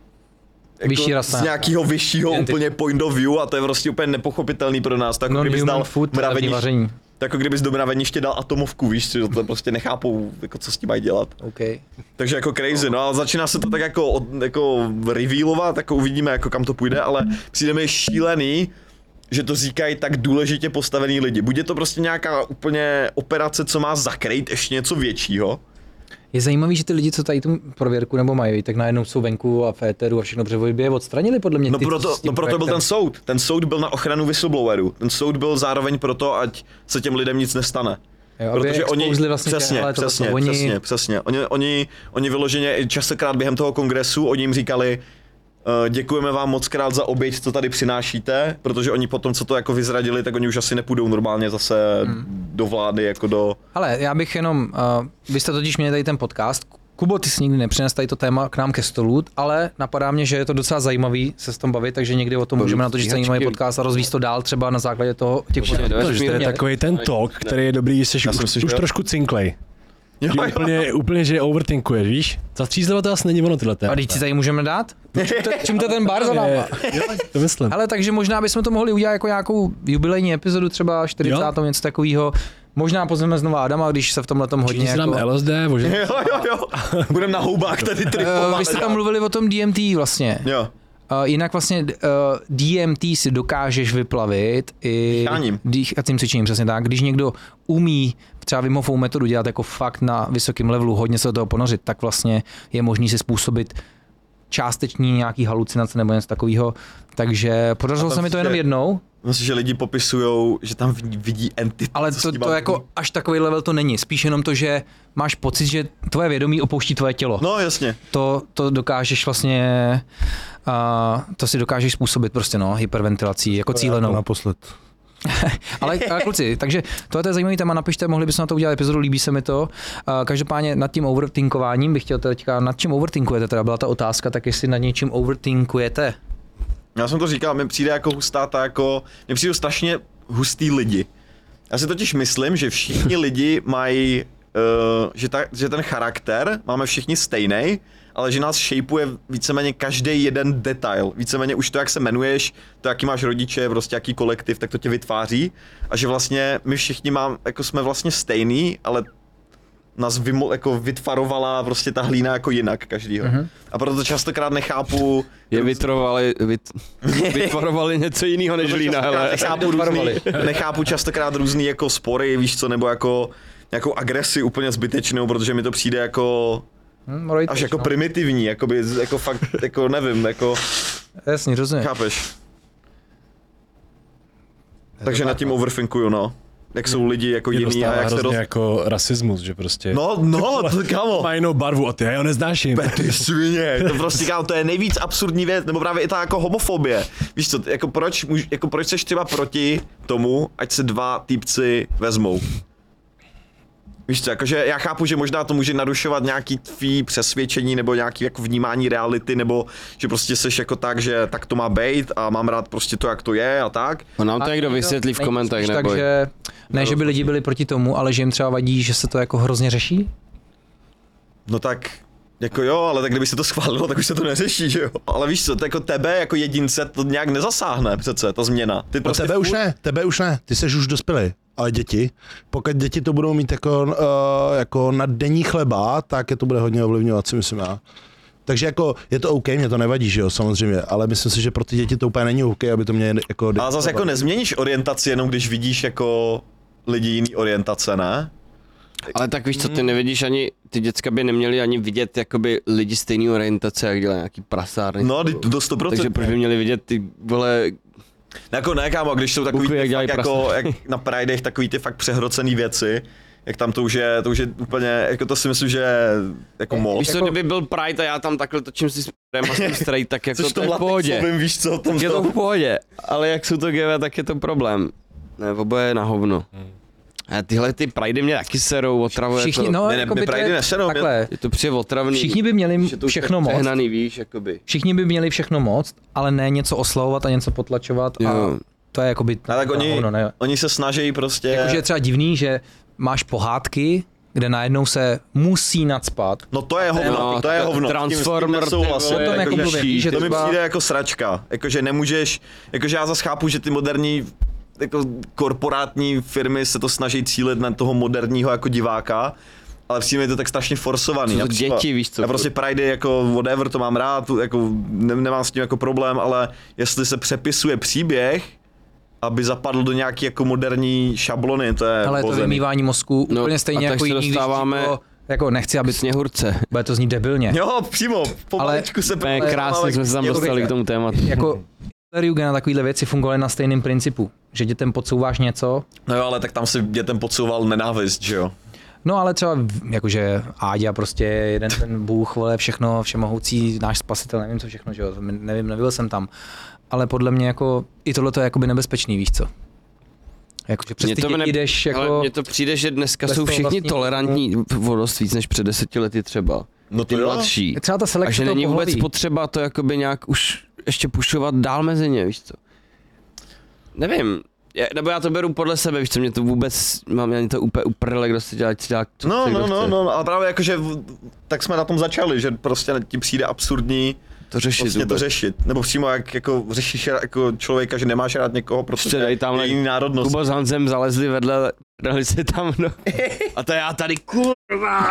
jako z nějakého vyššího úplně point of view a to je prostě úplně nepochopitelný pro nás. Tak jako kdybys dal mraveniště, jako kdybys do mraveniště dal atomovku, víš, že to prostě nechápou, jako co s tím mají dělat. Okay. Takže jako crazy, no ale začíná se to tak jako revealovat, jako uvidíme, jako kam to půjde, ale přijde mi šílený, že to říkají tak důležitě postavený lidi. Buď je to prostě nějaká úplně operace, co má zakrýt ještě něco většího. Je zajímavý, že ty lidi, co tady tu prověrku nebo mají, tak najednou jsou venku a v éteru a všechno, protože by je odstranili podle mě. No proto byl ten soud. Ten soud byl na ochranu whistleblowerů. Ten soud byl zároveň proto, ať se těm lidem nic nestane. Jo, protože oni vlastně přesně. Oni vyloženě častokrát během toho kongresu, oni jim říkali, děkujeme vám moc krát za oběť, co tady přinášíte, protože oni potom, co to jako vyzradili, tak oni už asi nepůjdou normálně zase do vlády, jako do... Ale já bych jenom, vy jste totiž měli tady ten podcast, Kubo, ty jsi nikdy nepřines tady to téma k nám ke stolu, ale napadá mě, že je to docela zajímavý se s tom bavit, takže někdy o tom můžeme natočit zajímavý podcast a rozvíjet to dál třeba na základě toho těch To je takový ten talk, který je dobrý, když jsi už trošku cinklej. Úplně, že overthinkuješ, víš? Zastřízlivo to asi není ono tyhle téma. A teď si tady můžeme dát? Čím to ten bar za náma? To myslím. Ale takže možná bychom to mohli udělat jako nějakou jubilejní epizodu, třeba 40. něco takového. Možná pozveme znovu Adama, když se v tomhletom hodně jako... Dám LSD, možná. Jo. Budem na houbách tady tripovat. Vy jste tam mluvili o tom DMT vlastně. Jo. Jinak vlastně DMT si dokážeš vyplavit i dýchacím cvičením, přesně tak. Když někdo umí třeba Wim Hofovou metodu dělat jako fakt na vysokém levelu, hodně se do toho ponořit, tak vlastně je možný si způsobit částečný nějaký halucinace nebo něco takového. Takže podařilo se mi to jenom jednou. Myslím, že lidi popisují, že tam vidí entity. Ale to jako až takový level to není. Spíš jenom to, že máš pocit, že tvoje vědomí opouští tvoje tělo. No jasně. To dokážeš vlastně, to si dokážeš způsobit prostě hyperventilací, jako cílenou. Naposled. ale kluci, takže tohle je zajímavý téma, napište, mohli bychom na to udělat epizodu, líbí se mi to. Každopádně nad tím overthinkováním bych chtěl teďka, nad čím overthinkujete, teda byla ta otázka, tak jestli nad něčím overthinkujete. Já jsem to říkal, mi přijde jako hustá mně přijde strašně hustý lidi. Já si totiž myslím, že všichni lidi mají, že ten charakter máme všichni stejný, ale že nás shapeuje víceméně každý jeden detail. Víceméně už to, jak se jmenuješ, to, jaký máš rodiče, prostě jaký kolektiv, tak to tě vytváří. A že vlastně my všichni jsme vlastně stejný, ale nás jako vytvarovala prostě ta hlína jako jinak každýho. A proto častokrát nechápu... Vytvarovali něco jiného než hlína, hele. Nechápu častokrát různý jako spory, víš co, nebo jako nějakou agresi úplně zbytečnou, protože mi to přijde jako... až jako primitivní, jako fakt, jako nevím, jako... Jasně, rozumím. Chápeš? Takže nad tím overthinkuju, no. Jak jsou lidi jako jiný a jak se jako rasismus, že prostě... No, to kámo. Má jinou barvu a ty, já ho neznáším. Ty svině, to prostě kámo, to je nejvíc absurdní věc, nebo právě i ta jako homofobie. Víš co, jako proč seš třeba proti tomu, ať se dva týpci vezmou? Víš co, jakože já chápu, že možná to může narušovat nějaký tvý přesvědčení nebo nějaký jako vnímání reality, nebo že prostě seš jako tak, že tak to má být a mám rád prostě to, jak to je a tak. A nám to někdo vysvětlí v komentech, neboj. Takže ne, že by lidi byli proti tomu, ale že jim třeba vadí, že se to jako hrozně řeší? No tak, jako jo, ale tak kdyby se to schválilo, tak už se to neřeší, že jo. Ale víš co, to jako tebe jako jedince to nějak nezasáhne přece, ta změna. Ty prostě tebe už ne, ty seš už dospělý. Ale děti, pokud děti to budou mít jako na denní chleba, tak je to bude hodně ovlivňovat, si myslím já. Takže jako je to OK, mě to nevadí, že jo, samozřejmě, ale myslím si, že pro ty děti to úplně není OK, aby to měli jako... Ale zase jako nezměníš orientaci jenom když vidíš jako lidi jiný orientace, ne? Ale tak víš co, ty nevidíš ani, ty děcka by neměli ani vidět jakoby lidi stejný orientace, jak dělají nějaký prasárny. No, do 100%. Takže proč by měli vidět ty vole... Jako ne, kámo, když jsou takový ty fakt jako, jak na Pridech takový ty fakt přehrocený věci, jak tam to už je úplně, jako to si myslím, že je jako moc. Víš co, kdyby byl Pride a já tam takhle točím si s a jsem straight, tak jako to je v pohodě. Víš co, je to v pohodě, ale jak jsou to GV, tak je to problém. Ne, oboje je na hovno. A tyhle ty Pridey mě taky serou, otravuje všichni, to. No, ne, Pridey neserou. Je to přijde otravný. Všichni by měli všechno moc. Přehnaný, víš, jakoby. Všichni by měli všechno moc, ale ne něco oslavovat a něco potlačovat a to je jakoby... No, tak oni se snaží prostě... Jakože je třeba divný, že máš pohádky, kde najednou se musí nacpat. No to je hovno, to je hovno. Transformer, to mi přijde jako sračka, jakože nemůžeš, jakože já zase chápu, že ty moderní jako korporátní firmy se to snaží cílit na toho moderního jako diváka, ale přijde mi to tak strašně forsovaný. To děti, víš co? Já prostě Pride jako whatever, to mám rád, jako nemám s tím jako problém, ale jestli se přepisuje příběh, aby zapadl do nějaký jako moderní šablony, to je ale bozený. to vymývání mozku úplně stejně jako jiný, dostáváme jako nechci, aby Sněhurce. Bude to znít debilně. Jo, přímo, pomaličku se... Krásně jsme se tam dostali k tomu tématu. Jako Ryuga na takovýhle věci fungovaly na stejném principu, že dětem podsouváš něco. No jo, ale tak tam si dětem podsouval nenávist, že jo? No ale třeba jakože Áďa prostě jeden ten bůh, vole, všechno, všemohoucí, náš spasitel, nevím co všechno, že jo, nevím, nebyl jsem tam. Ale podle mě jako i tohle je jakoby nebezpečný, víš co? Jakože přes ty děti jdeš jako... Ale mně to přijde, že dneska jsou všichni tolerantní o dost víc než před 10 lety třeba. No ty mladší. Třeba ta selekce a že není pohlaví. vůbec potřeba to jakoby nějak už ještě pušovat dál mezi ně, víš co? Nevím, nebo já to beru podle sebe, víš co, mě to vůbec, mě to úplně uprdele, kdo si dělá, co No, ale právě jakože, tak jsme na tom začali, že prostě ti přijde absurdní to řešit, vlastně to řešit. Nebo přímo jak jako řešíš jako člověka, že nemáš rád někoho, protože je jiný národnost. Kuba s Hansem zalezli vedle, dali si tam, no. A to já tady, kurva!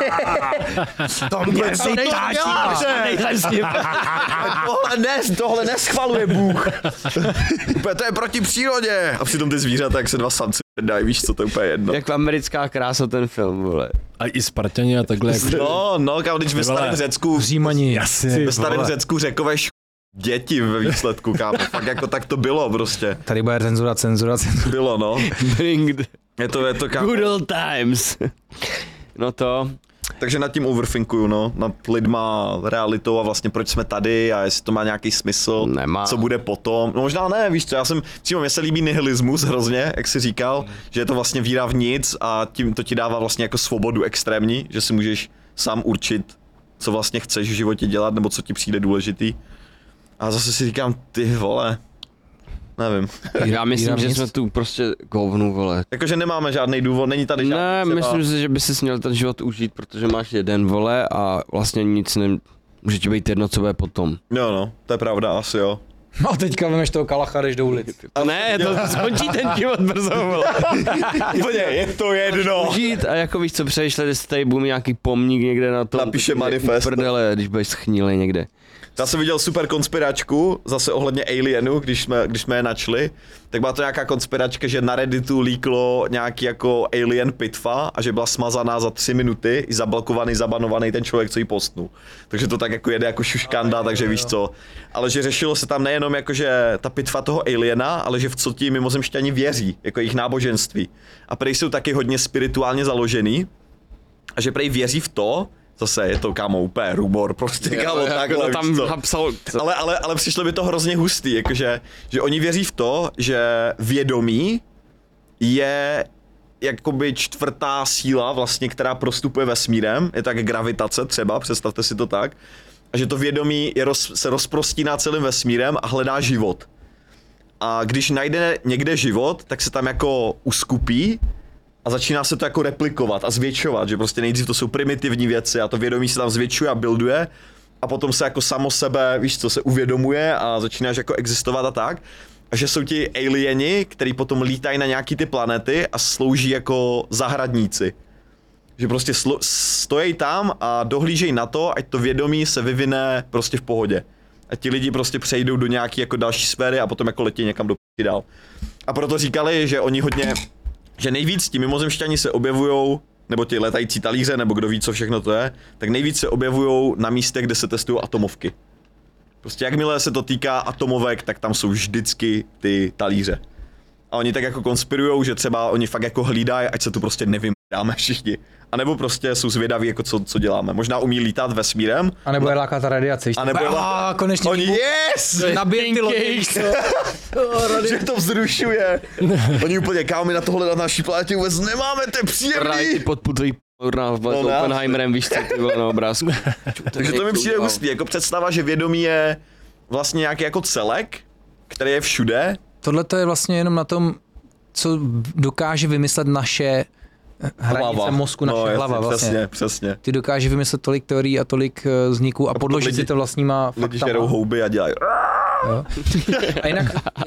Tohle neschvaluje Bůh. To je proti přírodě. A přitom ty zvířata, jak se dva samci dají, víš co, to je úplně jedno. Jak americká krása ten film, vole. A i Spartani a takhle. No, když ve starém Řecku, Římani, ve starém Řecku Řekové děti ve výsledku, kámo. Fakt jako tak to bylo prostě. Tady bude cenzura. Bylo, no. Je to kámo. Good old times. No to. Takže nad tím overthinkuju, no, nad lidma, realitou a vlastně proč jsme tady a jestli to má nějaký smysl, Nemá. Co bude potom. No možná ne, víš co, mně se líbí nihilismus hrozně, jak jsi říkal, že je to vlastně víra v nic a tím to ti dává vlastně jako svobodu extrémní, že si můžeš sám určit, co vlastně chceš v životě dělat nebo co ti přijde důležitý. A zase si říkám, ty vole, nevím. Já myslím, že jsme tu prostě govnu, vole. Jakože nemáme žádný důvod, není tady žádný. Ne, třeba... myslím si, že by si měl ten život užít, protože máš jeden, vole, a vlastně nic může ti být jedno, co bude potom. Jo no, to je pravda, asi jo. No teďka vemeš toho kalacha, jdeš do ulic. A ne, to skončí ten život brzo, vole. Úplně, je to jedno. Žít a jako víš co, přemýšlet, jestli tady budu mít nějaký pomník někde na tom. Napíše manifest. Prdele, když budeš schnilej někde. Já jsem viděl super konspiračku, zase ohledně Alienu, když jsme je načli, tak byla to nějaká konspiračka, že na Redditu líklo nějaký jako Alien pitva a že byla smazaná za 3 minuty, i zablokovaný, zabanovaný ten člověk, co ji postnul. Takže to tak jako jede jako šuškanda, takže víš co. Ale že řešilo se tam nejenom jako, že ta pitva toho Aliena, ale že v co ti mimozemšťani věří, jako jejich náboženství. A prej jsou taky hodně spirituálně založený a že prej věří v to, zase je to kámo úplně rumor, prostě kámo takhle, tam napsal. Ale přišlo by to hrozně hustý, jakože, že oni věří v to, že vědomí je jakoby 4. síla vlastně, která prostupuje vesmírem, je tak gravitace třeba, představte si to tak, a že to vědomí se rozprostíná celým vesmírem a hledá život. A když najde někde život, tak se tam jako uskupí a začíná se to jako replikovat a zvětšovat, že prostě nejdřív to jsou primitivní věci a to vědomí se tam zvětšuje a builduje a potom se jako samo sebe, víš co, se uvědomuje a začínáš jako existovat a tak. A že jsou ti alieni, který potom lítají na nějaký ty planety a slouží jako zahradníci. Že prostě stojí tam a dohlížejí na to, ať to vědomí se vyvine prostě v pohodě. A ti lidi prostě přejdou do nějaký jako další sféry a potom jako letí někam do p***y dál. A proto říkali, že oni hodně, že nejvíc ti mimozemšťani se objevujou, nebo ti letající talíře, nebo kdo ví, co všechno to je, tak nejvíc se objevujou na místech, kde se testují atomovky. Prostě jakmile se to týká atomovek, tak tam jsou vždycky ty talíře. A oni tak jako konspirujou, že třeba oni fakt jako hlídají, ať se tu prostě nevydáme všichni. A nebo prostě jsou zvědaví, jako co děláme. Možná umí lítat vesmírem. A nebo je láká ta radiace. A nebo je konečně oni yes! nabíjí ty lodi. Že to vzrušuje. Oni úplně, kámo, my na tohle na naší planetě vůbec nemáme, to je příjemný. Rajty podputují s Oppenheimerem, víš co, ty vole na obrázku. Takže to mi přijde hustý, jako představa, že vědomí je vlastně nějaký jako celek, který je všude. Tohle to je vlastně jenom na tom, co dokáže vymyslet naše hranice mozku, naše hlava vlastně. Přesně. Ty dokáže vymyslet tolik teorií a tolik vzniků a podložit si to vlastníma faktama. Lidi žerou houby a dělají. Jo. A jinak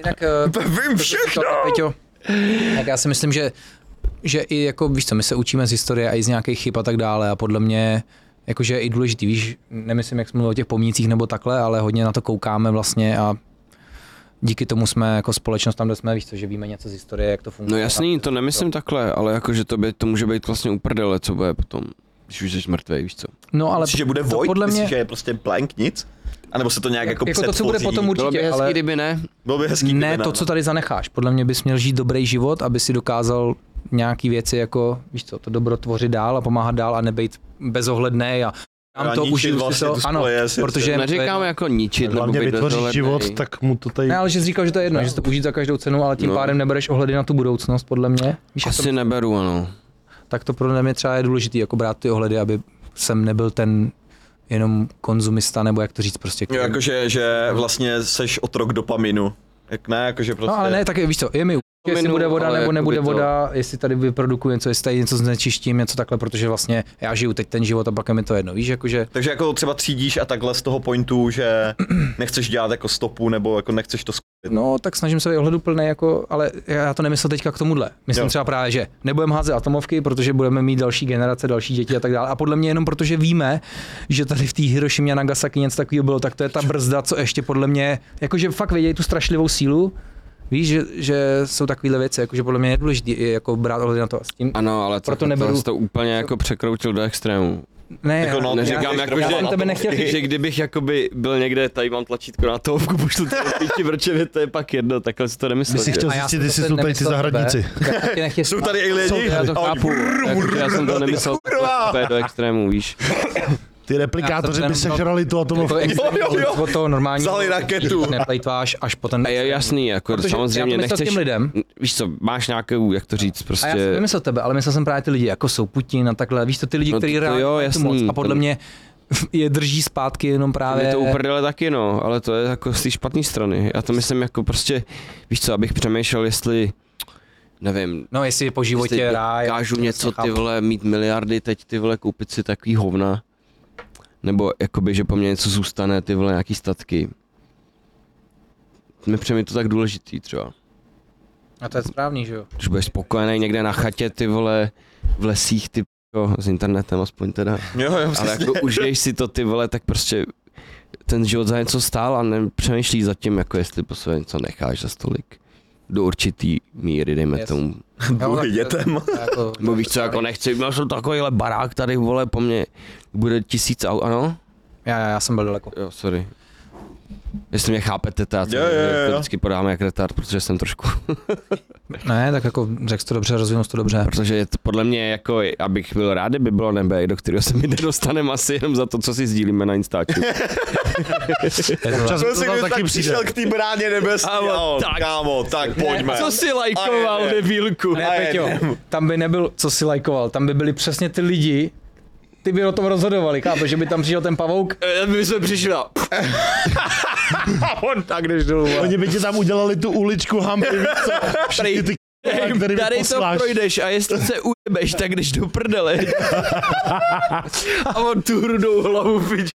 vím všechno! Peťo, tak já si myslím, že i jako, víš co, my se učíme z historie a i z nějakých chyb a tak dále a podle mě jakože je i důležitý, víš, nemyslím, jak jsme mluvili o těch pomnících nebo takhle, ale hodně na to koukáme vlastně a díky tomu jsme jako společnost tam, kde jsme, víš co, že víme něco z historie, jak to funguje. No jasný, to nemyslím takhle, ale jakože to může být vlastně uprdele, co bude potom, když už jsi mrtvej, víš co. No ale myslíš, že bude void? podle mě... Myslíš, že je prostě blank, nic? A nebo se to nějak jako to, co bude potom určitě, bylo by hezký, ale... kdyby ne. Bylo by hezký, ne, to, co tady zanecháš. Podle mě bys měl žít dobrý život, aby si dokázal nějaký věci jako, víš co, to dobro tvořit dál a pomáhat dál a nebejt bezohlednej a tam to užiju vlastně si to, ano, protože... Neříkám jako ničit, hlavně vytvoříš život, tak mu to tady... Ne, ale že jsi říkal, že to je jedno, že si to užít za každou cenu, ale tím pádem nebereš ohledy na tu budoucnost, podle mě. Víš, asi neberu, ano. Tak to pro mě třeba je důležitý, jako brát ty ohledy, aby jsem nebyl ten jenom konzumista, nebo jak to říct prostě. Jo, jakože, že vlastně seš otrok dopaminu. Jak ne, jakože prostě... No ale ne, tak víš co, je mi jestli bude voda nebo nebude voda, jestli tady vyprodukuji něco, jestli tady něco znečištím, něco takhle, protože vlastně já žiju teď ten život a pak je mi to jedno, víš, jakože... Takže jako třeba třídíš a takhle z toho pointu, že nechceš dělat jako stopu nebo jako nechceš to zkusit. No, tak snažím se být ohleduplný, jako, ale já to nemyslel teďka k tomuhle. Myslím třeba právě, že nebudeme házet atomovky, protože budeme mít další generace, další děti a tak dále. A podle mě jenom protože víme, že tady v té Hirošimě a Nagasaki něco takového bylo, tak to je ta brzda, co ještě podle mě, jakože fakt vědějí tu strašlivou sílu. Víš, že jsou takovéhle věci, jakože podle mě je důležité jako brát ohled na to. S tím, ano, ale proto neberu... to úplně jako překroutil do extrému. Ne, jako neříkám, že kdybych jakoby byl někde, tady mám tlačítko na tovku, pošlu to píči, protože to je pak jedno, takhle si to nemyslel. Ty jsi chtěl zjistit, jestli jsou tady ty zahradníci. Jsou tady alieni? Já to chápu, já jsem to nemyslel takhle do extrému, víš. Ty replikátoři by sežrali tu atomovku. Od toho normální. Vzali raketu. Neplejtváš až po ten... A je jasný, jako samozřejmě nechceš... lidem. Víš co, máš nějakou, jak to říct, prostě... A já jsem nemyslel tebe, ale myslel jsem právě ty lidi, jako jsou Putin a takhle. Víš to, ty lidi, no, kteří reálně tu moc. A podle mě je drží zpátky jenom právě... Je to uprdele taky, no, ale to je jako z té špatné strany. Já to myslím jako prostě, víš co, abych přemýšlel, jestli... Nevím. No, jestli po životě ráj... Dokážu něco, ty vole, mít miliardy, teď ty vole, koupit si takový hovna. Nebo jakoby, že po mně něco zůstane, ty vole, nějaký statky. mi to tak důležitý třeba. A to je správný, že jo? Když budeš spokojený někde na chatě, ty vole, v lesích, ty s internetem aspoň teda. Jo, Ale jako užiješ si to, ty vole, tak prostě ten život za něco stál a nepřemýšlíš za tím, jako jestli po sobě něco necháš za stolik. Do určitý míry, dejme tomu. Kvůli dětem. Bo víš co, jako nechci, měl jsem takovýhle barák tady, vole, po mně bude 1000 aut, ano? Já jsem byl daleko. Jo, sorry. Jestli mě chápete, to Jo. vždycky podáme jak retard, protože jsem trošku... Ne, tak jako řekl to dobře, rozvinul to dobře. Protože je to podle mě jako, abych byl rád, kdyby bylo nebe, do kterého se mi nedostaneme asi jenom za to, co si sdílíme na Instači. Občas To to si tam tak taky přijde. přišel k té bráně nebesní Kámo, a on, tak. kámo, tak pojďme. Co si lajkoval, A je. debilku? Ne, Peťo, tam by nebyl, co si lajkoval, tam by byli přesně ty lidi, ty by o tom rozhodovali, chápeš, že by tam přišel ten pavouk. My jsme přišli a On tak jdeš dolů. Oni by ti tam udělali tu uličku Humpy, víš co? Všichni ty který tady to posláš. projdeš a jestli se ujebeš, tak jdeš do prdele. A on tu hrudou hlavu, pič.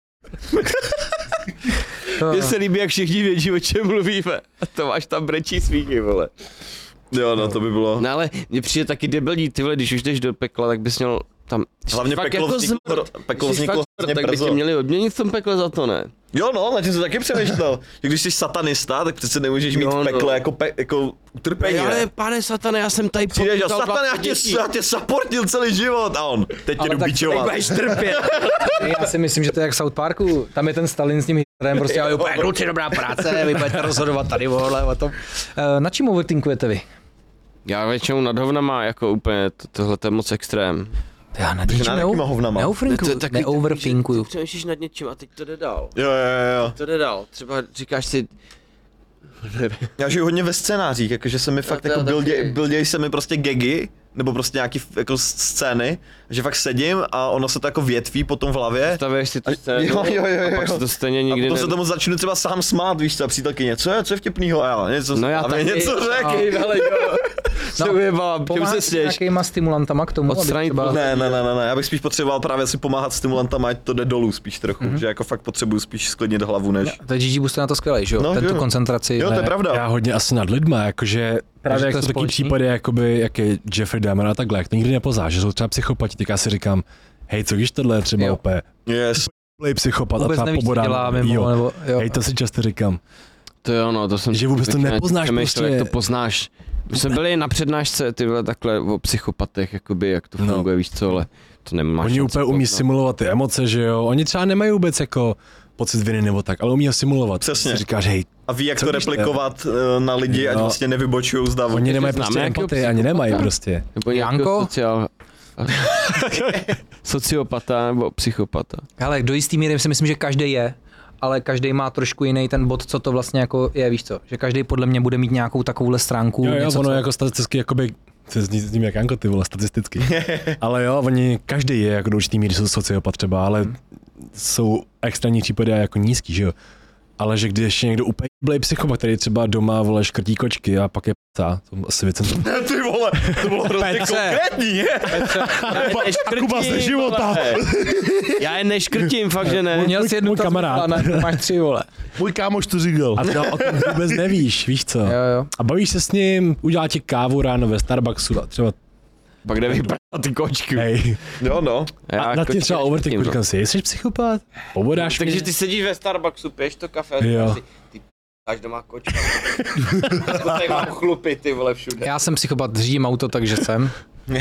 Mně se líbí, jak všichni vědí, o čem mluvíme. A to máš tam brečí smíchy, vole. Jo, no to by bylo. No ale mně přijde taky debilní, ty vole, když už jdeš do pekla, tak bys měl tam... Hlavně fakt peklo jako vzniklo, peklo vzniklo hrozně tak by tě brzo. měli odměnit v tom pekle za to, ne? Jo no, na tím jsem taky přemýšlel. Že když jsi satanista, tak přece nemůžeš mít Jo, v pekle no. jako utrpení. Ale ne? pane satane, já jsem tady Přijdeš a potkal satan, 20 dětí. já tě supportil celý život a on, teď tě Ale jdu tak bičovat. Budeš trpět. Já si myslím, že to je jak v South Parku, tam je ten Stalin s tím Hitlerem, prostě ale úplně kluci, dobrá práce, vy budete rozhodovat tady, vole, o tom. Na čím overthinkujete vy? Já většinou nad hovnama, jako úplně, tohle je moc extrém. Já nad nad ničím jakýma hovnama? neoverthinkuju. Přemýšlíš nad něčím a teď to jde dál. Jo. To jde dál. Třeba říkáš si, Já žiju hodně ve scénářích, jakože se mi fakt to jako taky. bildějí se mi prostě gagy, nebo prostě nějaký jako scény, že fakt sedím a ono se to jako větví potom v hlavě. stavíš si tu A- scénu jo. a pak se to stejně A nikdy potom se tomu začnu třeba sám smát, víš co, a přítelkyně, co je vtipnýho, a já něco, No já a taky. něco řek. Ale jo. Se ujebala, čem Pomáhat se s sněš? nějakýma stimulantama k tomu, aby Odstranit třeba... Ne, já bych spíš potřeboval právě si pomáhat stimulantama, ať to jde dolů spíš trochu, že jako fakt potřebuju spíš sklidnit hlavu, než... To je GG Booster na to skvělej, že jo? No, Tento jo. koncentraci. Jo, to je Ne. pravda. Já hodně asi nad lidma, jakože právě to jak je jsou taky společný? případy, jakoby, jak je Jeffrey Dahmer a takhle, jak to nikdy nepoznáš, že jsou třeba psychopati, tak já si říkám, hej, co když tohle je třeba Jo. úplně Yes. play psychopat a Vůbec třeba nevíš, co pobodá. dělá mimo, Jo. nebo... Jo. Hej, to si často říkám. To jo, no, to jsem... Že vůbec to většinou nepoznáš přemýšlel, prostě. jak to poznáš. My jsme byli na přednášce, ty vole, takhle o psychopatech, jakoby, jak to funguje, víš co, ale to nemáš. Oni šanci úplně umí poznat. simulovat ty emoce, že jo. Oni třeba nemají vůbec jako pocit viny nebo tak, ale umí ho simulovat. Přesně. Si říkáš, hej, A ví, jak Co to když to je? replikovat na lidi, ať No. vlastně nevybočujou z davu. oni nemají známe prostě nějakého empatii, ani nemají prostě. Nebo nějakého Janko? sociopata nebo psychopata. Hele, do jistý míry si myslím, že každý je, ale každý má trošku jiný ten bod, co to vlastně jako je, víš co? Že každý podle mě bude mít nějakou takovouhle stránku. Jo, něco, ono co... jako statisticky, jakoby, to s ním jak Janko, ty vole, statisticky. Ale jo, oni, každý je jako do určitý míry sociopat třeba, ale jsou extrémní případy a jako nízký, že jo. Ale že když ještě někdo úplně blej psychopat, který třeba doma, vole, škrtí kočky a pak je psa, to asi věcem. Ty vole, to bylo hrozně Petře. konkrétní, je? Kuba ze života. Já je neškrtím, fakt, že ne. Měl jsi jednu můj tazu kamarád. a na- máš 3, vole. Můj kámoš to říkal. A to o tom vůbec nevíš, víš co. Jo. A bavíš se s ním, udělá ti kávu ráno ve Starbucksu a třeba, Pak jde vypadat ty kočky. hej. Jo, no. A na tím třeba overtinku, říkám si, jsi psychopat? Pobodáš Takže mě? ty sedíš ve Starbucksu, piješ to kafe a Jo. říkáš si, ty dáš doma kočka. Tady mám chlupy, ty vole, všude. Já jsem psychopat, řídím auto, takže jsem.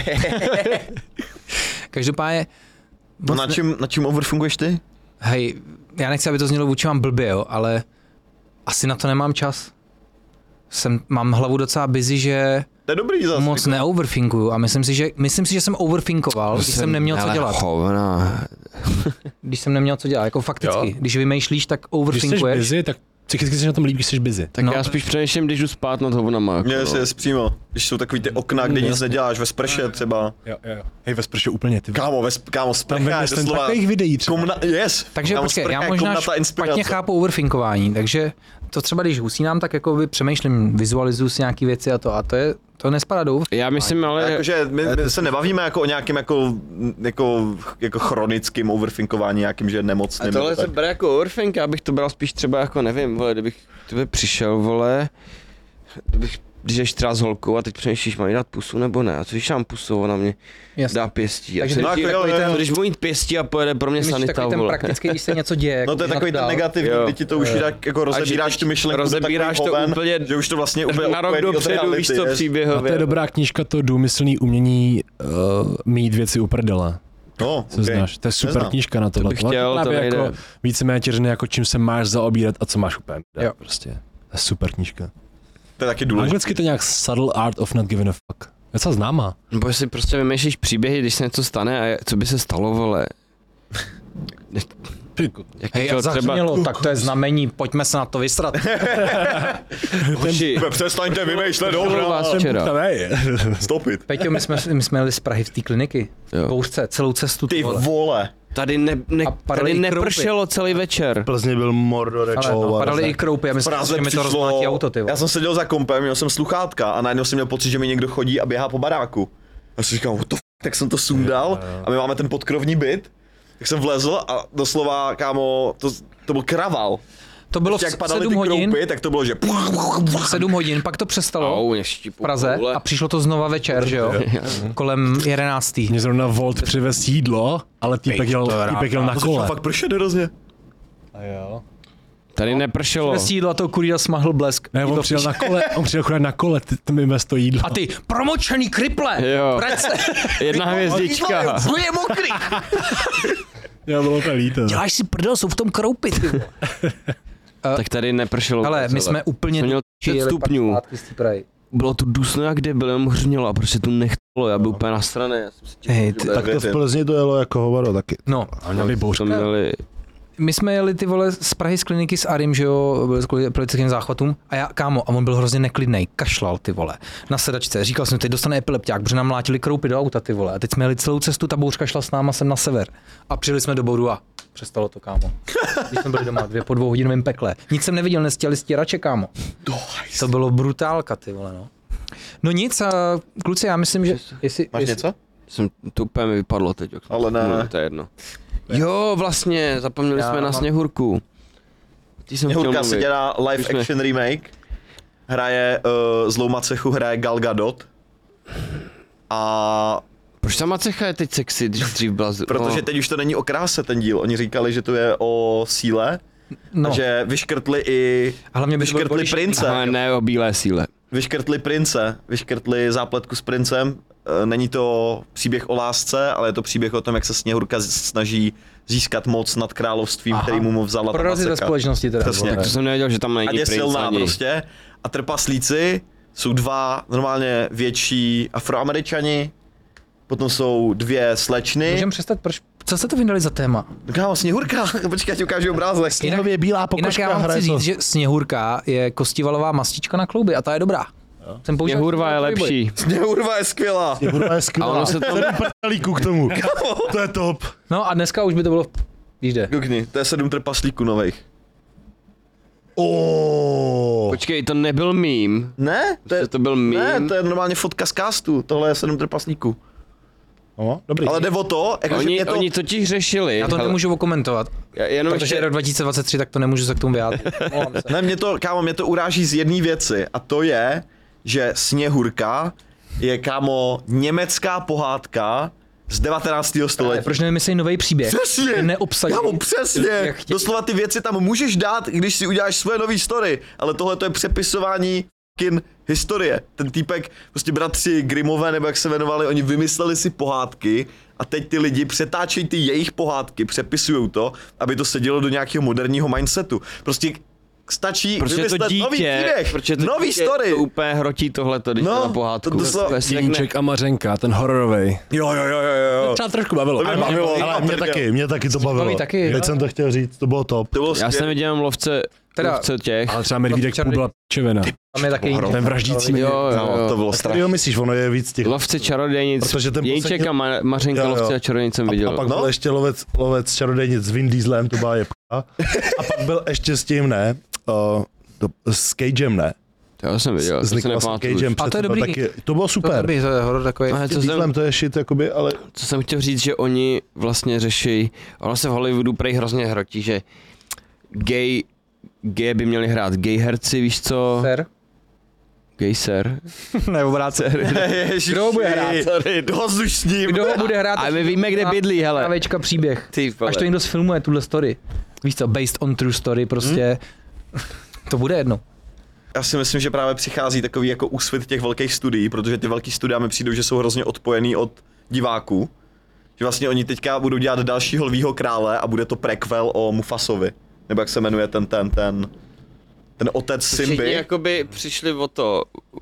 Každopádně, No na čím overfunguješ ty? hej, já nechci, aby to znělo vůči vám blbě, jo, ale asi na to nemám čas. Mám hlavu docela busy, že To je dobrý zase. moc neoverthinkuju a myslím si, že jsem overthinkoval, když jsem neměl co dělat. Hovna. Když jsem neměl co dělat, jako fakticky. Jo. Když vymýšlíš, tak Když jsi overthinkuješ. busy, tak psychicky jsi na tom líp, když jsi busy. Tak No. já spíš přemýšlím, když jdu spát nad hovnama. Jako, Mně se přímo, když jsou takový ty okna, kde nic neděláš, ve sprše třeba. Jo. Hej, ve sprše úplně, ty. Kámo, Tam sprcha je jsem doslova... takových videí třeba. Yes. Takže kámo, počkej, sprcha já je možná komnata špatně inspirace. chápu overthinkování, takže to třeba když husínám, tak jako přemýšlím, vizualizuju si nějaký věci a to je To nespadá do Já myslím, ale... Jakože my se nebavíme jako o nějakém jako chronickým overthinkování, nějakým, že nemocným. A tohle se bere jako overthink, já bych to bral spíš třeba jako, nevím, vole, kdybych tebe přišel, vole, když jdeš třeba s holkou a teď přemýšlíš, mám jí dát pusu nebo ne, a co když dám pusu, ona mě dá pěstí. Takže když budu mít pěstí a pojede pro mě sanita, takový ten praktický, když se něco děje. No to je takový ten negativní, kdy ti to už tak jako rozebíráš tu myšlenku, rozebíráš to úplně, že už to vlastně úplně na rok dopředu, víš to příběhově. A to je dobrá knížka, to důmyslný umění mít věci u prdele. No, Co znáš? To je super knížka na tohle. To bych chtěl, to nejde. Jako víceméně ti řekne, jako čím se máš zaobírat a co máš úplně. Prostě. To je super knížka. To je taky důležité. Anglicky to nějak Subtle Art of Not Giving a Fuck. Je co známá. Nebo si prostě vymýšlíš příběhy, když se něco stane a co by se stalo, vole. Hej, a zahřmělo, tak to je znamení, pojďme se na to vysrat. Přestaňte vymýšlet vás včera. Stop it. Peťo, my jsme jeli z Prahy v té kliniky. Bouřce, celou cestu. Ty vole. Tady nepršelo celý večer. Plzně byl Mordor jako... Padaly i kroupy a myslím, že mi to rozmlátí auto, ty vole. Já jsem seděl za kompem, měl jsem sluchátka a najednou jsem měl pocit, že mi někdo chodí a běhá po baráku. A jsem říkal, what the f***, tak jsem to sundal a my máme ten podkrovní byt. Tak jsem vlezl a doslova, kámo, to byl kraval. To bylo v jak padaly 7 ty hodin, kroupy, tak to bylo, že... 7 hodin, pak to přestalo v Praze koule. a přišlo to znova večer, že jo? Kolem 11. Mě zrovna Volt přivez jídlo, ale týpek jel na To kole. fakt pršet hrozně. A jo. Tady nepršelo. Přes jídlo a toho kurýra smahl blesk. Ne, on přijel na kole, akorát na kole, ty mi bez to jídlo. A ty promočený kriple! Jo. Vrať se! Jedna hvězdička. Je mokrý! Jo, bylo to líto. Děláš si prdel, jsou v tom kroupy, ty vole. Tak tady nepršelo. Ale my jsme úplně... Jsem měl 5 stupňů. Bylo tu dusno jak debil, jenom hřmělo a prostě tu nechtělo, já byl úplně nasraný. Tak to v Plzni to jelo jako hovado taky. No, my jsme jeli ty vole z Prahy z kliniky s Arim, že jo, byli kvůli epileptickým záchvatům a já, kámo, a on byl hrozně neklidnej, kašlal ty vole, na sedačce, říkal jsem, teď dostane epilepťák, protože nám mlátili kroupy do auta ty vole, a teď jsme jeli celou cestu, ta bouřka šla s náma sem na sever a přijeli jsme do bodu a přestalo to, kámo. Když jsme byli doma, po 2 hodinovém pekle, nic jsem neviděl, nestěli stěrače, kámo. To bylo brutálka, ty vole, no. No nic a kluci, já myslím, že Máš něco? To úplně mi vypadlo teď. Ale ne. To je jedno. Jo, vlastně, zapomněli jsme na Sněhurku. Sněhurka se dělá live action remake. Hraje zlou macechu, hraje Gal Gadot. A... Proč ta macecha je teď sexy, když dřív byla... Protože teď už to není o kráse ten díl. Oni říkali, že to je o síle. No. A že vyškrtli i... A hlavně vyškrtli prince. Ale ne o bílé síle. Vyškrtli prince. Vyškrtli zápletku s princem. Není to příběh o lásce, ale je to příběh o tom, jak se Sněhurka snaží získat moc nad královstvím, který mu vzala ta Prorazit ve maceka. společnosti teda. Přesně. Tak to jsem nevěděl, že tam není A je princ silná ani. prostě. A trpaslíci jsou 2 normálně větší Afroameričani, potom jsou 2 slečny. Můžeme přestat, co jste to vydali za téma? Kámo, Sněhurka, počkej, ti ukážu obrázek. Sněhově bílá Jinak pokožka já vám chci hraje říct, to. že Sněhurka je kostivalová mastička na klouby a ta je dobrá. Sněhurva je lepší. Sněhurva je skvělá. Sněhurva je skvělá. A ono se to... 7 prtelíků k tomu. To je top. No a dneska už by to bylo, víš kde. Koukni, to je 7 trpaslíků nových. Počkej, to nebyl meme. Ne? To byl meme. Ne, to je normálně fotka z castu. Tohle je 7 trpaslíků. No, dobrý. Ale jde o to, jako Oni totiž řešili. Já to nemůžu okomentovat, jenom protože je rok 2023, tak to nemůžu se k tomu vyjádřit. Ne, mě to uráží z jedné věci a to je, že Sněhurka je, kámo, německá pohádka z 19. století. Proč nevymyslí nový příběh? Přesně, Neobsadí. kámo, přesně. Doslova ty věci tam můžeš dát, když si uděláš svoje nový story, ale tohle to je přepisování historie. Ten týpek, prostě bratři Grimmové, nebo jak se jmenovali, oni vymysleli si pohádky a teď ty lidi přetáčejí ty jejich pohádky, přepisují to, aby to sedělo do nějakého moderního mindsetu. Prostě stačí vymyslet nový příběh, nový story. To úplně hrotí tohleto, když to na pohádku. Jeníček a Mařenka, ten hororovej. Jo. Třeba trošku bavilo. Ale mě taky to bavilo. Taky, teď jsem to chtěl říct, to bylo top. Já jsem viděl lovce těch. Ale třeba Medvídek Půl byla čevena. Tam je taky Ten vraždící. Jo, to bylo strašné. Jo, myslíš, ono je víc těch. Lovce čarodějnic, Jeníček a Mařenka, lovce a čarodějnic jsem viděl. A pak byl ještě lovec čarodějnic s Vin Dieselem, to byla jebka. A pak byl ještě s tím, s Cagem, ne? Já jsem viděl, s Nicolasem Cagem. A to je dobrý. To bylo super. To je horor takový. To je shit, jakoby, ale... Co jsem chtěl říct, že oni vlastně řeší, ono se v Hollywoodu prej hrozně hrotí, že gay by měli hrát gay herci, víš co? Ser? Gay ser? Ne, obráceně. Kdo ho bude hrát? Dost už s ním. Kdo ho bude hrát? A my víme, kde bydlí, hele. Kravečka příběh. Ty vole. Až to někdo sfilmuje, tuhle story. Víš co, based on true story, prostě. To bude jedno. Já si myslím, že právě přichází takový jako úsvit těch velkých studií, protože ty velký studia mi přijdou, že jsou hrozně odpojený od diváků. Že vlastně oni teďka budou dělat dalšího Lvího krále a bude to prequel o Mufasovi. Nebo jak se jmenuje ten otec Všichni Simby. jakoby přišli o to,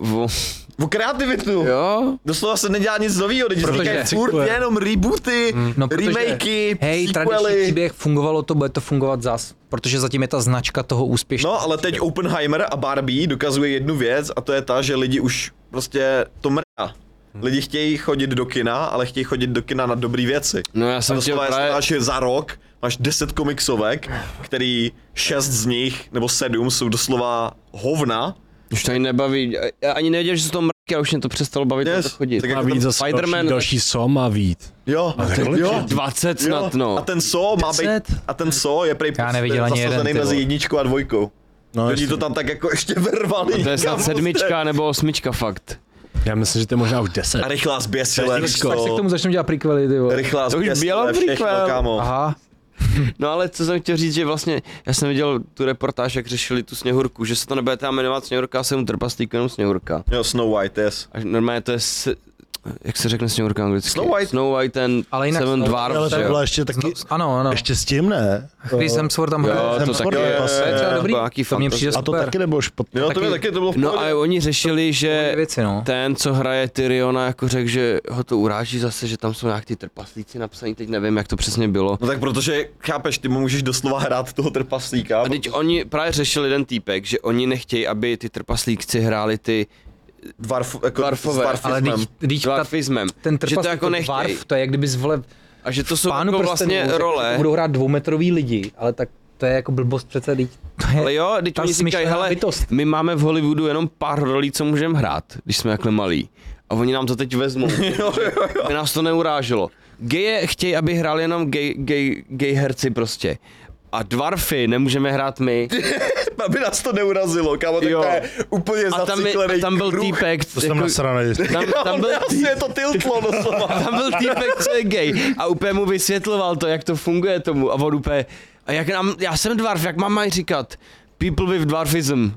O kreativitu. jo? Doslova se nedělá nic novýho, teď Protože- říkají furt jenom rebooty, protože, remakey, hej, tradiční sequely. příběh fungovalo to, bude to fungovat zas. Protože zatím je ta značka toho úspěšného. No, ale teď Oppenheimer a Barbie dokazuje jednu věc a to je ta, že lidi už prostě to mrá. Lidi chtějí chodit do kina, ale chtějí chodit do kina na dobrý věci. No já A jsem chtěl doslova právě... máš za rok, máš 10 komiksovek, který 6 z nich, nebo 7 jsou doslova hovna. Už to ani nebaví, já ani nevěděl, že jsou to mrky a už mě to přestalo bavit Yes, na to chodit. tak Má jako víc ten zase Spider-Man, další so má víc. Jo, jo. 20 snad, no. A ten So má být, 10? a ten So je prej Já neviděl ani jeden, zasazený ty mezi vole. 1 a 2. No, Oni jasně. to tam tak jako ještě vervali. To je snad někam 7 prostě. nebo 8 fakt. Já myslím, že to je možná už 10. A rychlá zběsile, Tak se k tomu začnou dělat prequely, ty vole. rychlá To už byla zběsile, všechno, prequel. kámo. Aha. No ale co jsem chtěl říct, že vlastně, já jsem viděl tu reportáž, jak řešili tu Sněhurku, že se to nebude tam jmenovat Sněhurka, se mu trpaslík jenom Sněhurka. Jo, Snow White, yes. A normálně to je, jak se řekne Sněhurka anglicky? Snow White. ten Ale jinak Seven Snow- Dwarfs, Ale že to jo? byla ještě taky, Ano, ano. ještě s tím ne? Chris Hemsworth tam Jo, hraje. to Hemsworth taky je je, vlastně- To je třeba dobrý. nějaký To mě přijde A to super. taky nebylo špatné. Jo, to Taky- taky to bylo v No pohodě. a oni řešili, že Věci, no. ten, co hraje Tyriona, jako řekl, že ho to uráží zase, že tam jsou nějak ty trpaslíci napsaní, teď nevím, jak to přesně bylo. No tak protože, chápeš, ty mu můžeš doslova hrát toho trpaslíka. A teď oni právě řešili ten týpek, že oni nechtějí, aby ty trpaslíkci hráli ty Jako Dwarfové, s Ale dwarfismem. když dwarfismem. ten že to trpaslík jako nechtějí. dwarf, to je jak kdyby zvole A že to jsou Pánu jako prstenů, vlastně že role. budou hrát 2metrový lidi, ale tak to je jako blbost přece, teď to je Ale jo, teď ta oni říkají, smyšlená hele, bytost. my máme v Hollywoodu jenom pár rolí, co můžeme hrát, když jsme takhle malí. A oni nám to teď vezmou. By nás to neuráželo. Geje chtějí, aby hráli jenom gay herci prostě. A dwarfy nemůžeme hrát my. Aby nás to neurazilo, kámo, tak Jo. to je úplně A zaciklený tam byl kruh. týpek, To jsem nasranej. tam byl Asi je to tiltlo doslova. tam byl týpek, co je gay a úplně mu vysvětloval to, jak to funguje tomu a on úplně, a jak nám, já jsem dwarf, jak mám mají říkat? People with dwarfism.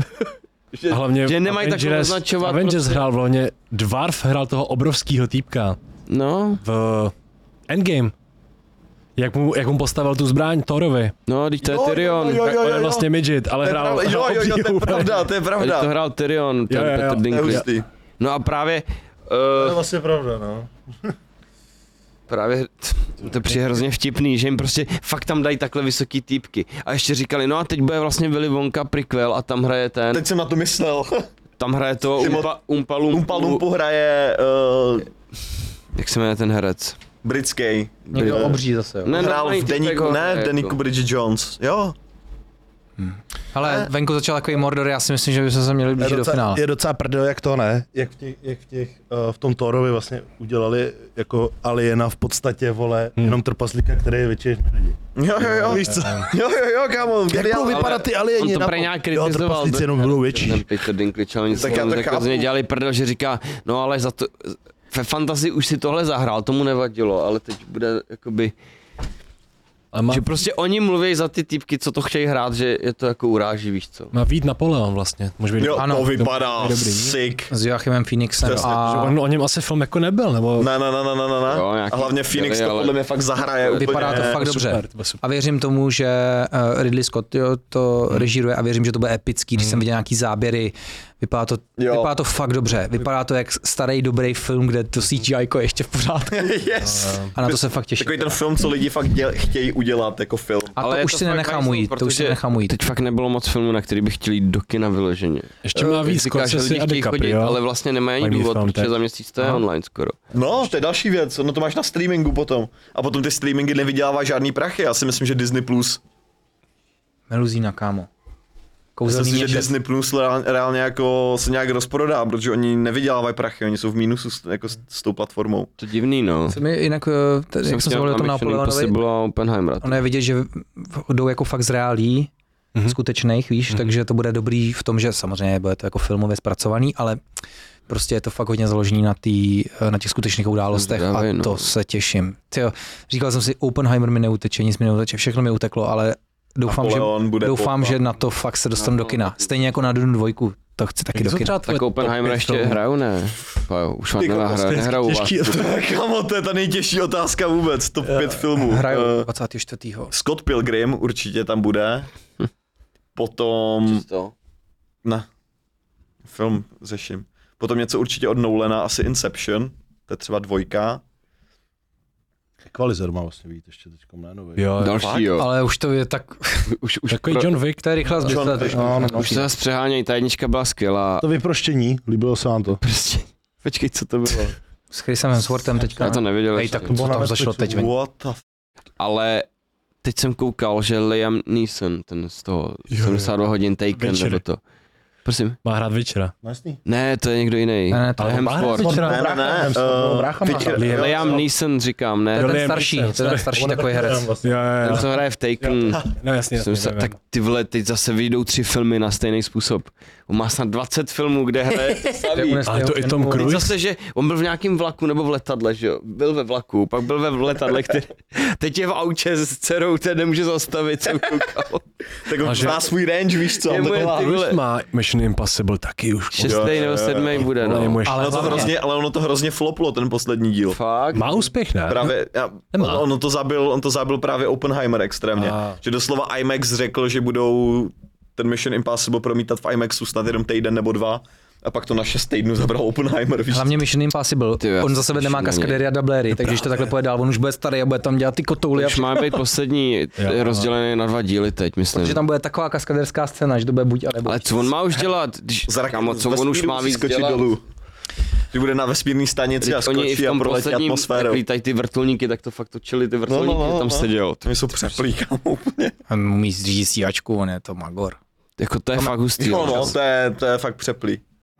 A hlavně že nemají takhle označovat Avengers prostě. hrál vlastně, Dwarf hrál toho obrovskýho týpka No, v Endgame. Jak mu postavil tu zbraň Thorovi. no, teď to je Tyrion. jo, On je vlastně midget, ale hrál Jo, to je obřího pravda, to je Teď pravda. to hrál Tyrion, ten Jo, jo, jo. Petr To je Dinklage. hustý. No a právě, To je vlastně pravda, no. právě to přijde hrozně vtipný, že jim prostě fakt tam dají takhle vysoký týpky. A ještě říkali, no a teď bude vlastně Willy Wonka prequel a tam hraje ten, Teď jsem na to myslel. tam hraje to Umpa Lumpu. Umpa Lumpu hraje Jak se jmenuje ten herec? britský. Někdo obří zase, jo. Ne, Hrál normální v týpek deníku, ho ne, hraje v deníku jako. Bridget Jones. Jo. Ale venku začal takový Mordor, já si myslím, že bychom se měli blížit do finále. Je docela prdel, jak to ne, v tom Thorovi vlastně udělali jako aliena v podstatě, vole, jenom trpaslíka, který je větší než lidi. Jo. Víš co? Jo, kámo. Jak budou geniální. vypadat ty alieni? On to prej nějak kritizoval. trpaslíci jenom budou větší. Ten Peter Dinklage, ale oni Tak já to jako z něj chápu. dělali prdel, že říká, no ale za to, ve fantazii už si tohle zahrál, tomu nevadilo, ale teď bude jakoby, Ale že prostě oni mluví za ty týpky, co to chtějí hrát, že je to jako uráží, víš co. má Vít Napoleon vlastně. Může být Jo, Ano, to vypadá dobrý. sick. S Joachimem Phoenixem Přesně, a On o něm asi film jako nebyl, nebo... Ne. Jo, A nějaký hlavně Phoenix to ale- podle mě fakt zahraje úplně. vypadá to fakt dobře. Super, to bude super. A věřím tomu, že Ridley Scott to režíruje a věřím, že to bude epický, když jsem viděl nějaký záběry. Vypadá to fakt dobře. Vypadá to jak starý dobrý film, kde to CGI je ještě v pořádku. Yes. A na to se fakt těším. Takový ten film, co lidi fakt chtějí udělat jako film. A to je už si fakt nenechám hajzl, ujít, to už si protože nenechám ujít. Teď fakt nebylo moc filmů, na který bych chtěl jít do kina vyloženě. Ještě má víc, Říkáš, že Scorsese lidi a chtějí chodit, DiCaprio. ale vlastně nemají ani Mají důvod, film protože teď. za měsíc to je Aha. online skoro. No, to je další věc, no to máš na streamingu potom. A potom ty streamingy nevydělávají žádný prachy, já si myslím, že Disney Plus. Meluzína, kámo. Kouzelný Myslím si, že měšec. Disney Plus reálně jako se nějak rozprodá, protože oni nevydělávají prachy, oni jsou v mínusu jako s tou platformou. To divný, no. Co mi jinak, jak jsem se mluvil o tom Napoleonovi, Byla Oppenheimera. ono je vidět, že jdou jako fakt z reálí, skutečných, víš, takže to bude dobrý v tom, že samozřejmě bude to jako filmově zpracovaný, ale prostě je to fakt hodně založený na těch skutečných událostech Zdravý, a to se těším. Tyjo, říkal jsem si, Oppenheimer mi neuteče, nic mi neuteče, všechno mi uteklo, ale doufám, že na to fakt se dostanu do kina. Stejně jako na Dunu 2, to chci taky do kina. Tak Oppenheimer ještě hrajou, ne? Už nehrajou vás. Kámo, to je ta nejtěžší otázka vůbec, top 5 filmů. Hrajou 24. Scott Pilgrim určitě tam bude. Potom... Ne. Film řeším. Potom něco určitě od Nolana, asi Inception. To je třeba 2. Equalizer má vlastně být ještě teďkom, ne? Nový. Jo, Další, jo. Ale už to je tak, Už takový John Wick. to je rychle zbyt. Už se zase přehánějí, ta jednička byla skvělá. To vyproštění, líbilo se vám to. Prostě, počkej, co to bylo? S Chrisem Hemsworthem teďka. Já to nevěděl. Ej, tak ještě. co tam zašlo teď ven? What the Ale teď jsem koukal, že Liam Neeson, ten z toho 72 hodin Taken, Večer. nebo to. Prosím. Má hrát Witchera. No jasný. Ne, to je někdo jiný. Ne, to Ale je Hemsworth. Ne. Brácha má. Liam Neeson říkám, ne. To je ten Liam starší, Neeson, to je ten sorry. starší takový herec. Jo, Ten, co hraje v Taken. No jasně, Tak ty vole, teď zase vyjdou 3 filmy na stejný způsob. On má snad 20 filmů, kde hraje to samý. Ale to i Tom Teď Cruise. zase, že on byl v nějakém vlaku nebo v letadle, že jo? Byl ve vlaku, pak byl ve letadle, který teď je v autě s dcerou, ten nemůže zastavit, jsem koukal. Tak on má svůj range, víš co? Je mu jen ty vole. Má Mission Impossible taky už. 6. nebo 7. bude, no. Ale Ale ono to hrozně floplo, ten poslední díl. Fakt? Má úspěch, ne? Právě, Nemá. on to zabil právě Oppenheimer extrémně. Že doslova IMAX řekl, že budou ten Mission Impossible promítat v IMAXu snad jenom týden nebo 2. A pak to na 6 týdnů zabral Oppenheimer, víš? hlavně Mission Impossible, Ty jo, on za sebe nemá šíleně. kaskadéry a dubléry, takže když to takhle pojede dál, on už bude starý a bude tam dělat ty kotouly a Už má být poslední rozdělený na 2 díly teď, myslím. že tam bude taková kaskadérská scéna, že to bude buď a nebo. Ale co on má už dělat? Když, kámo, co on už má víc skočit dělat? dolů. Že bude na vesmírné stanici a Oni i v skočí a tom proletí posledním, atmosférou. jak lítají ty vrtulníky, tak to fakt točili ty vrtulníky, tam seděl. To jsou přeplý, kámo, úplně. On umí řídit stíhačku, on je to magor. Jako to je fakt hustý. No, to je fakt přeplý.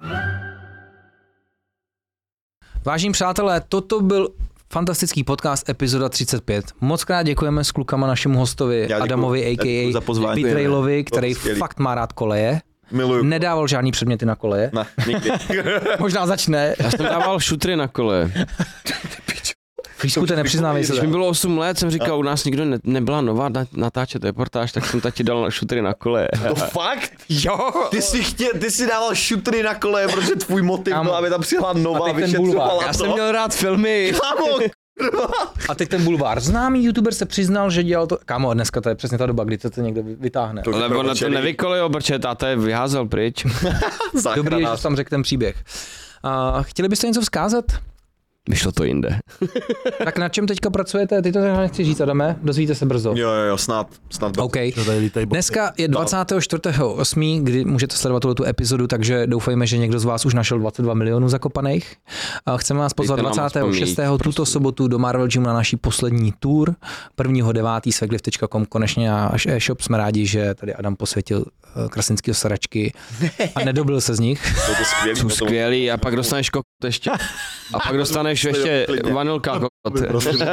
Vážení přátelé, toto byl fantastický podcast epizoda 35. Moc krát děkujeme s klukama našemu hostovi Já děkuju. Adamovi, Já děkuju za a.k.a. pozvání. Bitrailovi, který Bylo skvělý. fakt má rád koleje. Miluju. Nedával žádný předměty na koleje. Ne, nikdy. Možná začne. Já jsem dával šutry na kole. Fíšku, to nepřiznávej Když se. mi bylo 8 let, jsem říkal, u nás nikdo nebyla nová natáčet reportáž, tak jsem tati dal šutry na kole. To fakt? Jo! Ty jsi dával šutry na kole, protože tvůj motiv Kámo. byl, aby tam přijela nová, A teď ten vyšetřovala bulvár. to. Já jsem měl rád filmy. Kámo, A teď ten bulvár. Známý youtuber se přiznal, že dělal to. Kámo, dneska to je přesně ta doba, kdy to někdo vytáhne. Ale on to nevykolil, protože táta je vyházel pryč. Dobrý, že jsi tam řekl ten příběh. Chtěli byste něco vzkázat? Vyšlo to jinde. Tak na čem teďka pracujete? Ty to nechci říct, Adame, dozvíte se brzo. Jo, snad. OK. Tady lítají Dneska je 24.8., kdy můžete sledovat tu epizodu, takže doufejme, že někdo z vás už našel 22 milionů zakopaných. Chceme vás pozvat Dejte nám 26. aspoň tuto sobotu do Marvel Gymu na naší poslední tour. 1.9. svegliv.com, konečně náš e-shop. Jsme rádi, že tady Adam posvětil krasinského saračky a nedobil se z nich. To skvělý. Jsou skvělý a pak dostaneš kokot ještě. A pak dostaneš ještě vanilka kokot.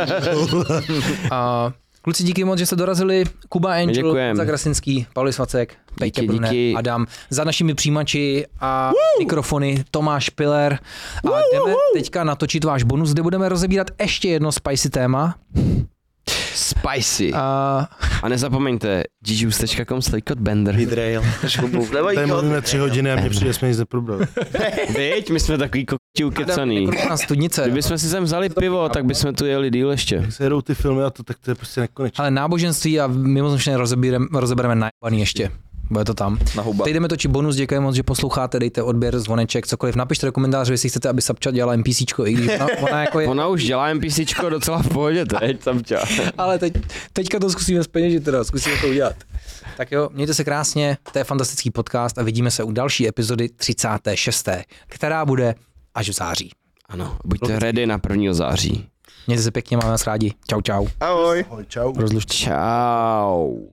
Kluci, díky moc, že jste dorazili. Kuba Angel, Děkujem. za Krasinský, Pauli Svacek, Pejtě Díky, Brune, díky. Adam, za našimi přijímači a mikrofony Tomáš Piller. A jdeme teďka natočit váš bonus, kde budeme rozebírat ještě jedno spicy téma. Spicy. A A nezapomeňte, ggus.com/bender. Hydrail. Tady mluvíme 3 hodiny a mě přijde, jsme nic neprobrali. Viď, my jsme takový kokti ukecaný. na studnice. Kdybychom si sem vzali pivo, tak bychom tu jeli díl ještě. Jak se jedou ty filmy a to, tak to je prostě nekonečné. Ale náboženství a mimořádně rozebereme najebaný ještě. Bude to tam. Na huba. Teď jdeme točit bonus, děkujeme moc, že posloucháte, dejte odběr, zvoneček, cokoliv. Napište do komentářů, jestli chcete, aby Sapča dělala NPCčko, i když ona jako je. Ona už dělá NPCčko docela v pohodě teď, Samča. Ale teďka to zkusíme zpeněžit teda, zkusíme to udělat. Tak jo, mějte se krásně, to je fantastický podcast a vidíme se u další epizody 36., která bude až v září. Ano, buďte ready na 1. září. Mějte se pěkně, máme vás rádi. Čau, čau. Ahoj. Ahoj, čau. Čau.